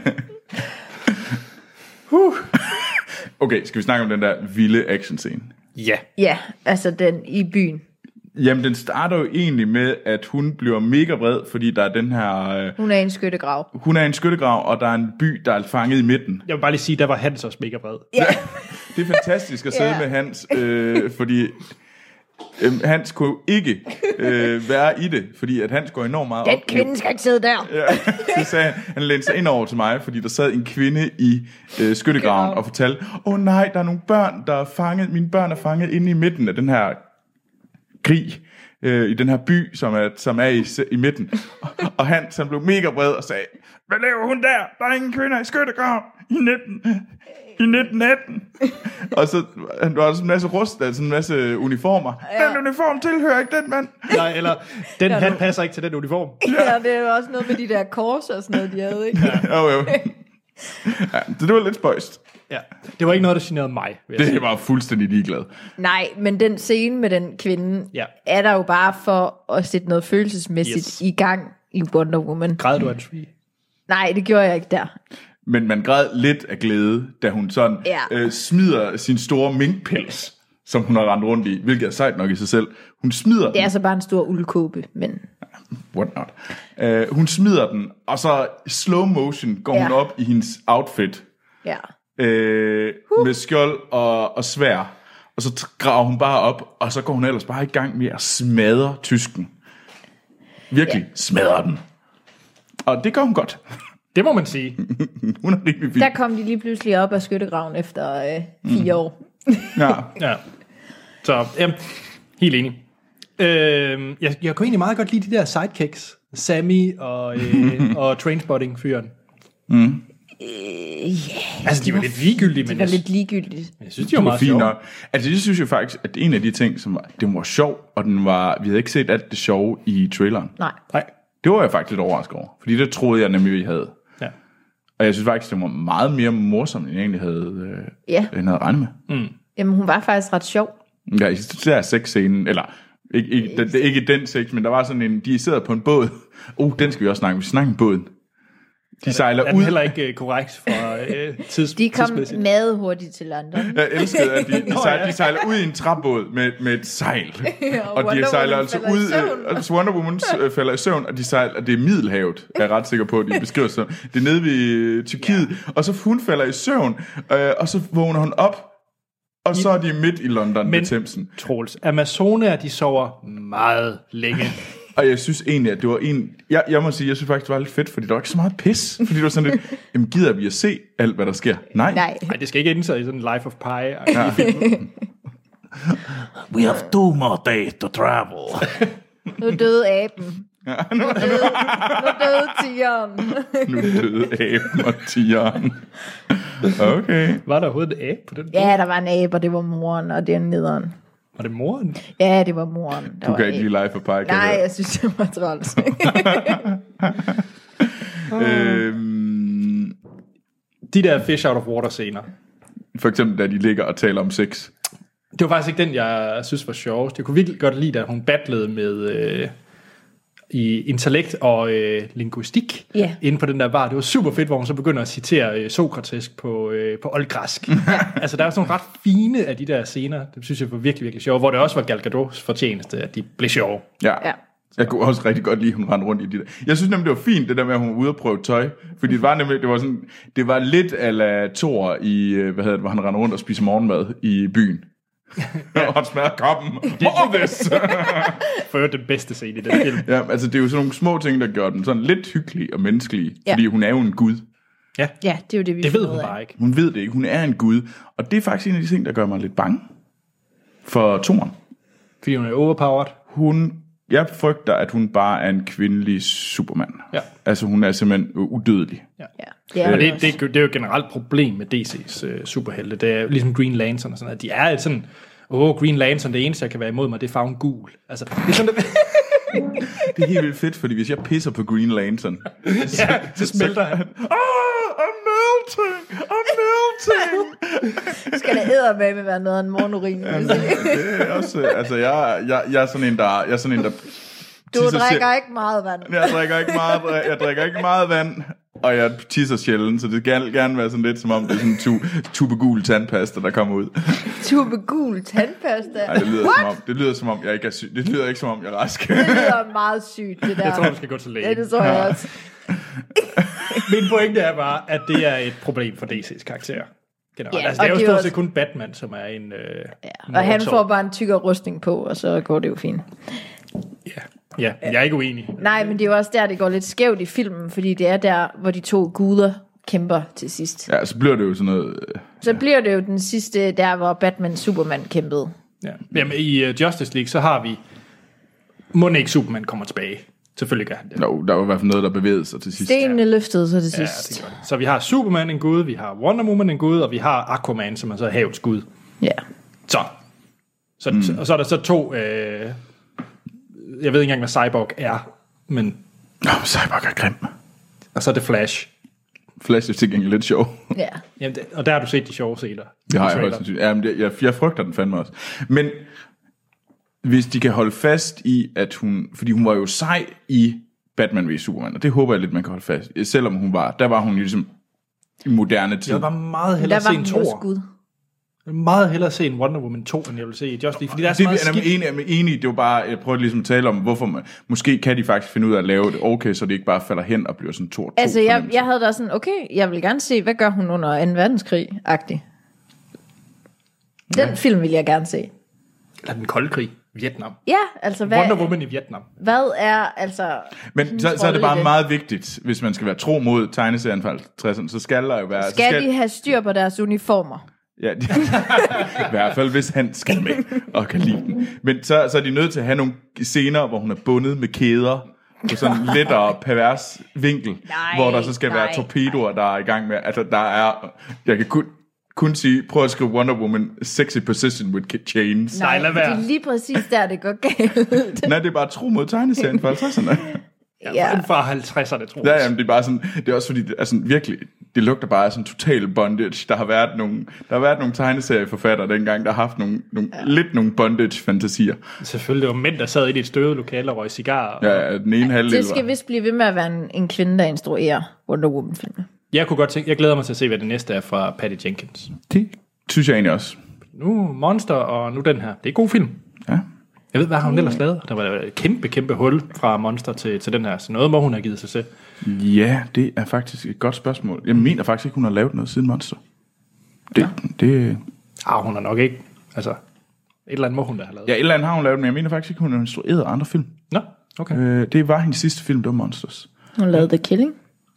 huh. Okay, skal vi snakke om den der vilde actionscene? Ja. Ja, altså den i byen. Jamen, den starter jo egentlig med, at hun bliver mega vred, fordi der er den her... Øh, Hun er i en skyttegrav. hun er i en skyttegrav, og der er en by, der er fanget i midten. Jeg vil bare lige sige, der var Hans også mega bred. Ja. Det er fantastisk at sidde Ja. med Hans, øh, fordi øh, Hans kunne ikke øh, være i det, fordi at Hans går enormt meget Den op. kvinde skal ikke sidde der. Ja, så sagde han, han lænede sig ind over til mig, fordi der sad en kvinde i øh, skyttegraven og fortalte, åh oh, nej, der er nogle børn, der er fanget, mine børn er fanget inde i midten af den her krig. øh, i den her by, som er, som er i, i midten. Og, og han, han blev mega vred og sagde, hvad laver hun der? Der er ingen kvinder i skyttegraven i nitten... I nitten atten. Og så der var sådan en masse rust, altså en masse uniformer. Ja. Den uniform tilhører ikke den mand. Nej, eller den han passer ikke til den uniform. Ja, det er også noget med de der kors og sådan noget, de havde, ikke? Ja. Jo, jo. Ja, det var lidt spøjst. Ja, det var ikke noget, der generede mig. Det var fuldstændig ligeglad. Nej, men den scene med den kvinde, ja. er der jo bare for at sætte noget følelsesmæssigt yes. i gang i Wonder Woman. Græd du af Tree? Nej, det gjorde jeg ikke der. Men man græd lidt af glæde, da hun sådan ja. øh, smider sin store minkpels, som hun har rendt rundt i, hvilket er sejt nok i sig selv. Hun smider den. Det er altså bare en stor uldkåbe, men... What not? Uh, hun smider den, og så i slow motion går ja. hun op i hendes outfit. Ja. Øh, uh. Med skjold og, og svær. Og så graver hun bare op, og så går hun ellers bare i gang med at smadre tysken. Virkelig ja. smadre den. Og det gør hun godt. Det må man sige. Hun er rigtig fin. Der kom de lige pludselig op af skyttegraven efter øh, fire mm. år. Ja. ja. Så, øhm, helt enig. Øhm, jeg, jeg kunne egentlig meget godt lide de der sidekicks. Sammy og, øh, og Trainspotting-fyren. Mm. Øh, yeah, altså, de var, var lidt ligegyldige. De men var jeg, lidt ligegyldige. Jeg synes, de var, var meget sjove. Altså, jeg synes jo faktisk, at en af de ting, som var, den var sjov, og den var, vi havde ikke set alt det sjove i traileren. Nej. Nej. Det var jeg faktisk lidt overrasket over. Fordi det troede jeg nemlig, vi havde. Ja. Og jeg synes faktisk, det var meget mere morsomt, end jeg egentlig havde, øh, ja. end havde regnet med. Mm. Jamen, hun var faktisk ret sjov. Ja, i den der sexscenen, eller ikke, ikke, det, det, ikke den sex, men der var sådan en, de sidder på en båd. Uh, den skal vi også snakke om. Vi snakker om båden. De sejler er ud. Er heller ikke uh, korrekt fra uh, tids, de kom meget hurtigt til London. Jeg elskede, at de, de, sejler, de sejler ud i en træbåd med, med et sejl. og, og de sejler altså ud, altså Wonder Woman uh, falder i søvn, og de sejler, og det er Middelhavet, er jeg ret sikker på, at de beskriver sig. Det er nede ved Tyrkiet, ja. Og så hun falder i søvn, uh, og så vågner hun op, og så er de midt i London med Themsen. Troels, Amazoner, de sover meget længe. Og jeg synes egentlig, at det var en... Jeg, jeg må sige, jeg synes faktisk, det var lidt fedt, fordi der var ikke så meget pis. Fordi det var sådan lidt, jamen gider vi at se alt, hvad der sker? Nej. Nej. Nej, det skal ikke ende sig i sådan en Life of Pi. Ja. We have two more days to travel. Nu døde aben. Ja, nu, nu, døde, nu døde tigeren. Nu døde aben og tigeren. Okay. Var der overhovedet en abe på den? Ja, der var en abe, og det var moren, og det er nederen. Var det moren? Ja, det var moren. Der du var kan ikke lide Life of Pi, kan Nej, jeg, jeg synes, det var træls. øhm, De der fish out of water scener. For eksempel, da de ligger og taler om sex. Det var faktisk ikke den, jeg synes var sjovest. Jeg kunne virkelig godt lide, at hun battlede med øh, i intellekt og øh, linguistik yeah. inde på den der bar. Det var super fedt, hvor hun så begynder at citere øh, Sokrates på, øh, på oldgræsk. Altså, der er sådan nogle ret fine af de der scener. Det synes jeg var virkelig, virkelig sjovt. Hvor det også var Gal Gadots fortjeneste, at de blev sjove. Ja. ja. Jeg kunne også rigtig godt lide, at hun rendte rundt i de der. Jeg synes nemlig, det var fint, det der med, at hun var ude og prøve tøj. Fordi det var nemlig, det var sådan, det var lidt a la Thor i, hvad hedder det, hvor han rendte rundt og spiser morgenmad i byen. Ja. Og han smadrer koppen. More this! For den bedste scene i den film. Ja, altså det er jo sådan nogle små ting, der gør den sådan lidt hyggelig og menneskelig. Ja. Fordi hun er jo en gud. Ja, ja det er jo det, vi Det ved hun af. bare ikke. Hun ved det ikke. Hun er en gud. Og det er faktisk en af de ting, der gør mig lidt bange. For Thoren. Fordi hun er overpowered. Hun... Jeg frygter, at hun bare er en kvindelig Superman. Ja. Altså, hun er simpelthen udødelig. Ja. Det er, øh, det, det, det er jo et generelt problem med D C's uh, superhelte. Det er ligesom Green Lantern og sådan noget. De er sådan, åh, oh, Green Lantern, det eneste, jeg kan være imod mig, det er farven gul. Altså, det er sådan, det... det er helt vildt fedt, fordi hvis jeg pisser på Green Lantern... så, ja, så smelter han. Ah, I'm melting! I'm melting! Skal der eddermame med være noget af en monorin? Ja, det er også... Altså, jeg, jeg, jeg er sådan en, der... Jeg er sådan en, der du drikker selv. Ikke meget vand. Jeg drikker ikke meget, jeg drikker ikke meget vand, og jeg tisser sjældent, så det skal gerne være sådan lidt, som om det er sådan en tu, tube gul tandpasta, der kommer ud. Tube gul tandpasta? Nej, det lyder, som om, det lyder som om, jeg ikke er syg. Det lyder ikke som om, jeg er rask. Det lyder meget sygt, det der. Jeg tror, du skal gå til lægen. Ja, det tror jeg også. Min pointe er bare, at det er et problem for D C's karakterer. Ja, altså, det er jo stort set også... kun Batman, som er en... Øh, ja, og han får bare en tykkere rustning på, og så går det jo fint. Ja. Ja, jeg er ikke uenig. Nej, men det er jo også der, det går lidt skævt i filmen, fordi det er der, hvor de to guder kæmper til sidst. Ja, så bliver det jo sådan noget... Så bliver det jo den sidste, der hvor Batman Superman kæmpede. Ja. Jamen, i uh, Justice League, så har vi må ikke Superman kommer tilbage. Selvfølgelig gør han det. No, der var i hvert fald noget, der bevægede sig til sidst. Stenene løftede sig til Ja, sidst. det gør det. Så vi har Superman en gud, vi har Wonder Woman en gud, og vi har Aquaman, som er så havets gud. Ja. Så. så mm. Og så er der så to... Øh, jeg ved ikke engang, hvad Cyborg er, men... Nå, men Cyborg er grim. Og så er det Flash. Flash er til gengæld lidt sjov. Ja. Jamen, det, og der har du set de sjove scener. Det har jeg højst sandsynligt. Jamen, det, jeg, jeg frygter den fandme også. Men hvis de kan holde fast i, at hun... Fordi hun var jo sej i Batman v Superman, og det håber jeg lidt, man kan holde fast i. Selvom hun var... Der var hun jo ligesom i moderne tid. Jeg var meget Der hellere var se en hun også toer. gud. Jeg vil meget hellere se en Wonder Woman to, end jeg vil se i Just League, fordi der er så Det, meget jeg er skidt. enig, jeg er enig, det var bare, jeg prøvede ligesom at tale om, hvorfor man, måske kan de faktisk finde ud af at lave det okay, så det ikke bare falder hen og bliver sådan to. Altså, jeg, jeg havde da sådan, okay, jeg vil gerne se, hvad gør hun under anden verdenskrig-agtig. Den ja. film vil jeg gerne se. Eller den kolde krig, Vietnam. Ja, altså, hvad, Wonder Woman i Vietnam. hvad er, altså... Men så, så er det bare meget vigtigt, hvis man skal være tro mod tegneserien fra halvtredserne, så skal der jo være... Skal, så skal de have styr på deres uniformer? Ja, de, i hvert fald hvis han skal med og kan lide den. Men så, så er de nødt til at have nogle scener, hvor hun er bundet med kæder på sådan en lettere pervers vinkel, Nej, hvor der så skal nej, være torpedoer, der er i gang med... Altså, der er... Jeg kan kun, kun sige, prøv at skrive Wonder Woman sexy position with chains. Nej, lad være. det er lige præcis der, det går galt. Nej, det er bare tro mod tegneserien fra halvtredserne. Ja, ja. Fra halvtredserne, tror Ja, jeg. jamen, det er bare sådan, det er også fordi, det er sådan virkelig, det lugter bare af sådan total bondage. Der har været nogle, der har været nogle tegneserieforfattere dengang, der har haft nogle, nogle ja. lidt nogle bondage-fantasier. Selvfølgelig, det var mænd, der sad i et støvet lokale og røg cigarer. Og... Ja, den ene halvdel Det skal vist blive ved med at være en, en kvinde, der instruerer Wonder Woman-filmen. Jeg kunne godt tænke, jeg glæder mig til at se, hvad det næste er fra Patty Jenkins. Det synes jeg egentlig også. Nu Monster, og nu den her. Det er en god film. Ja. Jeg ved, hvad har hun ellers lavet? Der var et kæmpe, kæmpe hul fra Monster til, til den her. Så noget må hun have givet sig selv. Ja, det er faktisk et godt spørgsmål. Jeg mener faktisk ikke, hun har lavet noget siden Monster. Det, ja. det... Ah, hun har nok ikke. Altså, et eller andet må hun da have lavet. Ja, et eller andet har hun lavet, men jeg mener faktisk ikke, hun har instrueret andre film. Nå, okay. Øh, det var hendes sidste film, det var Monsters. Hun lavede The Killing.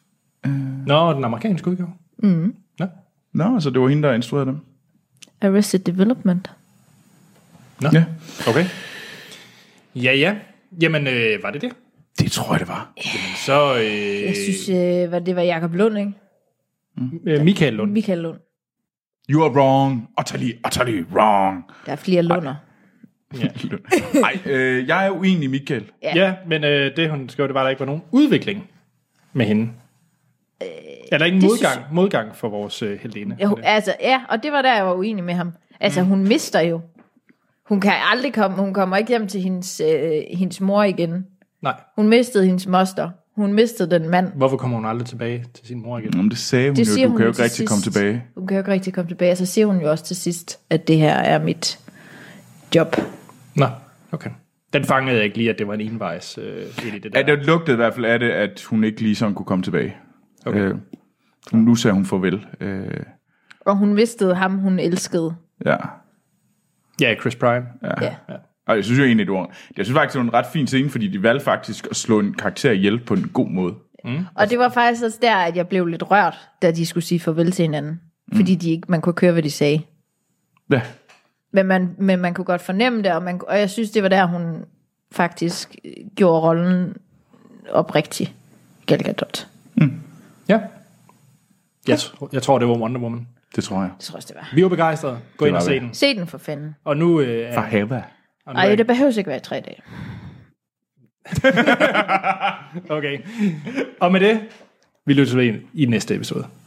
Nå, den amerikanske udgave. Mm. Nå. Nå, så det var hende, der instruerede dem. Arrested Development. Nå, Ja. okay. Ja, ja. Jamen, øh, var det det? Det tror jeg, det var. Jamen, så... Øh, Jeg synes, øh, hvad det var Jacob Lund, ikke? øh, Michael Lund. Michael Lund. You are wrong. Utterly, utterly wrong. Der er flere Lunder. Ja. Nej, øh, jeg er uenig, Michael. Ja. Ja, men øh, det hun skrev, det var, der ikke var nogen udvikling med hende. Øh, er der ikke en det modgang, synes- modgang for vores øh, heldinde? Ja, hun, altså, ja, og det var der, jeg var uenig med ham. Altså, mm. hun mister jo. Hun kan aldrig komme, hun kommer ikke hjem til hendes, øh, hendes mor igen. Nej. Hun mistede hendes moster. Hun mistede den mand. Hvorfor kommer hun aldrig tilbage til sin mor igen? Jamen, det sagde hun Det jo. siger Du hun kan jo jo ikke til rigtig komme sidst. tilbage. Hun kan jo ikke rigtig komme tilbage. Og så siger hun jo også til sidst, at det her er mit job. Nå, okay. Den fangede jeg ikke lige, at det var en envejs øh, ind i det der. Ja, det lugtede i hvert fald af det, at hun ikke lige sådan kunne komme tilbage. Okay. Øh, nu sagde hun farvel. Øh, Og hun mistede ham, hun elskede. ja. Ja, Chris Prime. Ja. Ja. Og jeg synes jo egentlig, det var, jeg synes faktisk, det var en ret fin scene, fordi de valgte faktisk at slå en karakter ihjel på en god måde. Mm. Og det var faktisk også der, at jeg blev lidt rørt, da de skulle sige farvel til hinanden. Mm. Fordi de ikke, man kunne høre, hvad de sagde. Ja. Men man, men man kunne godt fornemme det, og, man, og jeg synes, det var der, hun faktisk gjorde rollen oprigtig. Gal Gadot. Ja. Jeg, tr- jeg tror, det var Wonder Woman. Det tror jeg. Det tror jeg, det var. Vi var begejstrede. Gå Det ind og var se vi. den. Se den for fanden. Og nu... Øh, For hava. og nu Ej, er- det behøver ikke være i tre dage. Okay. Og med det, vi lytter til en i næste episode.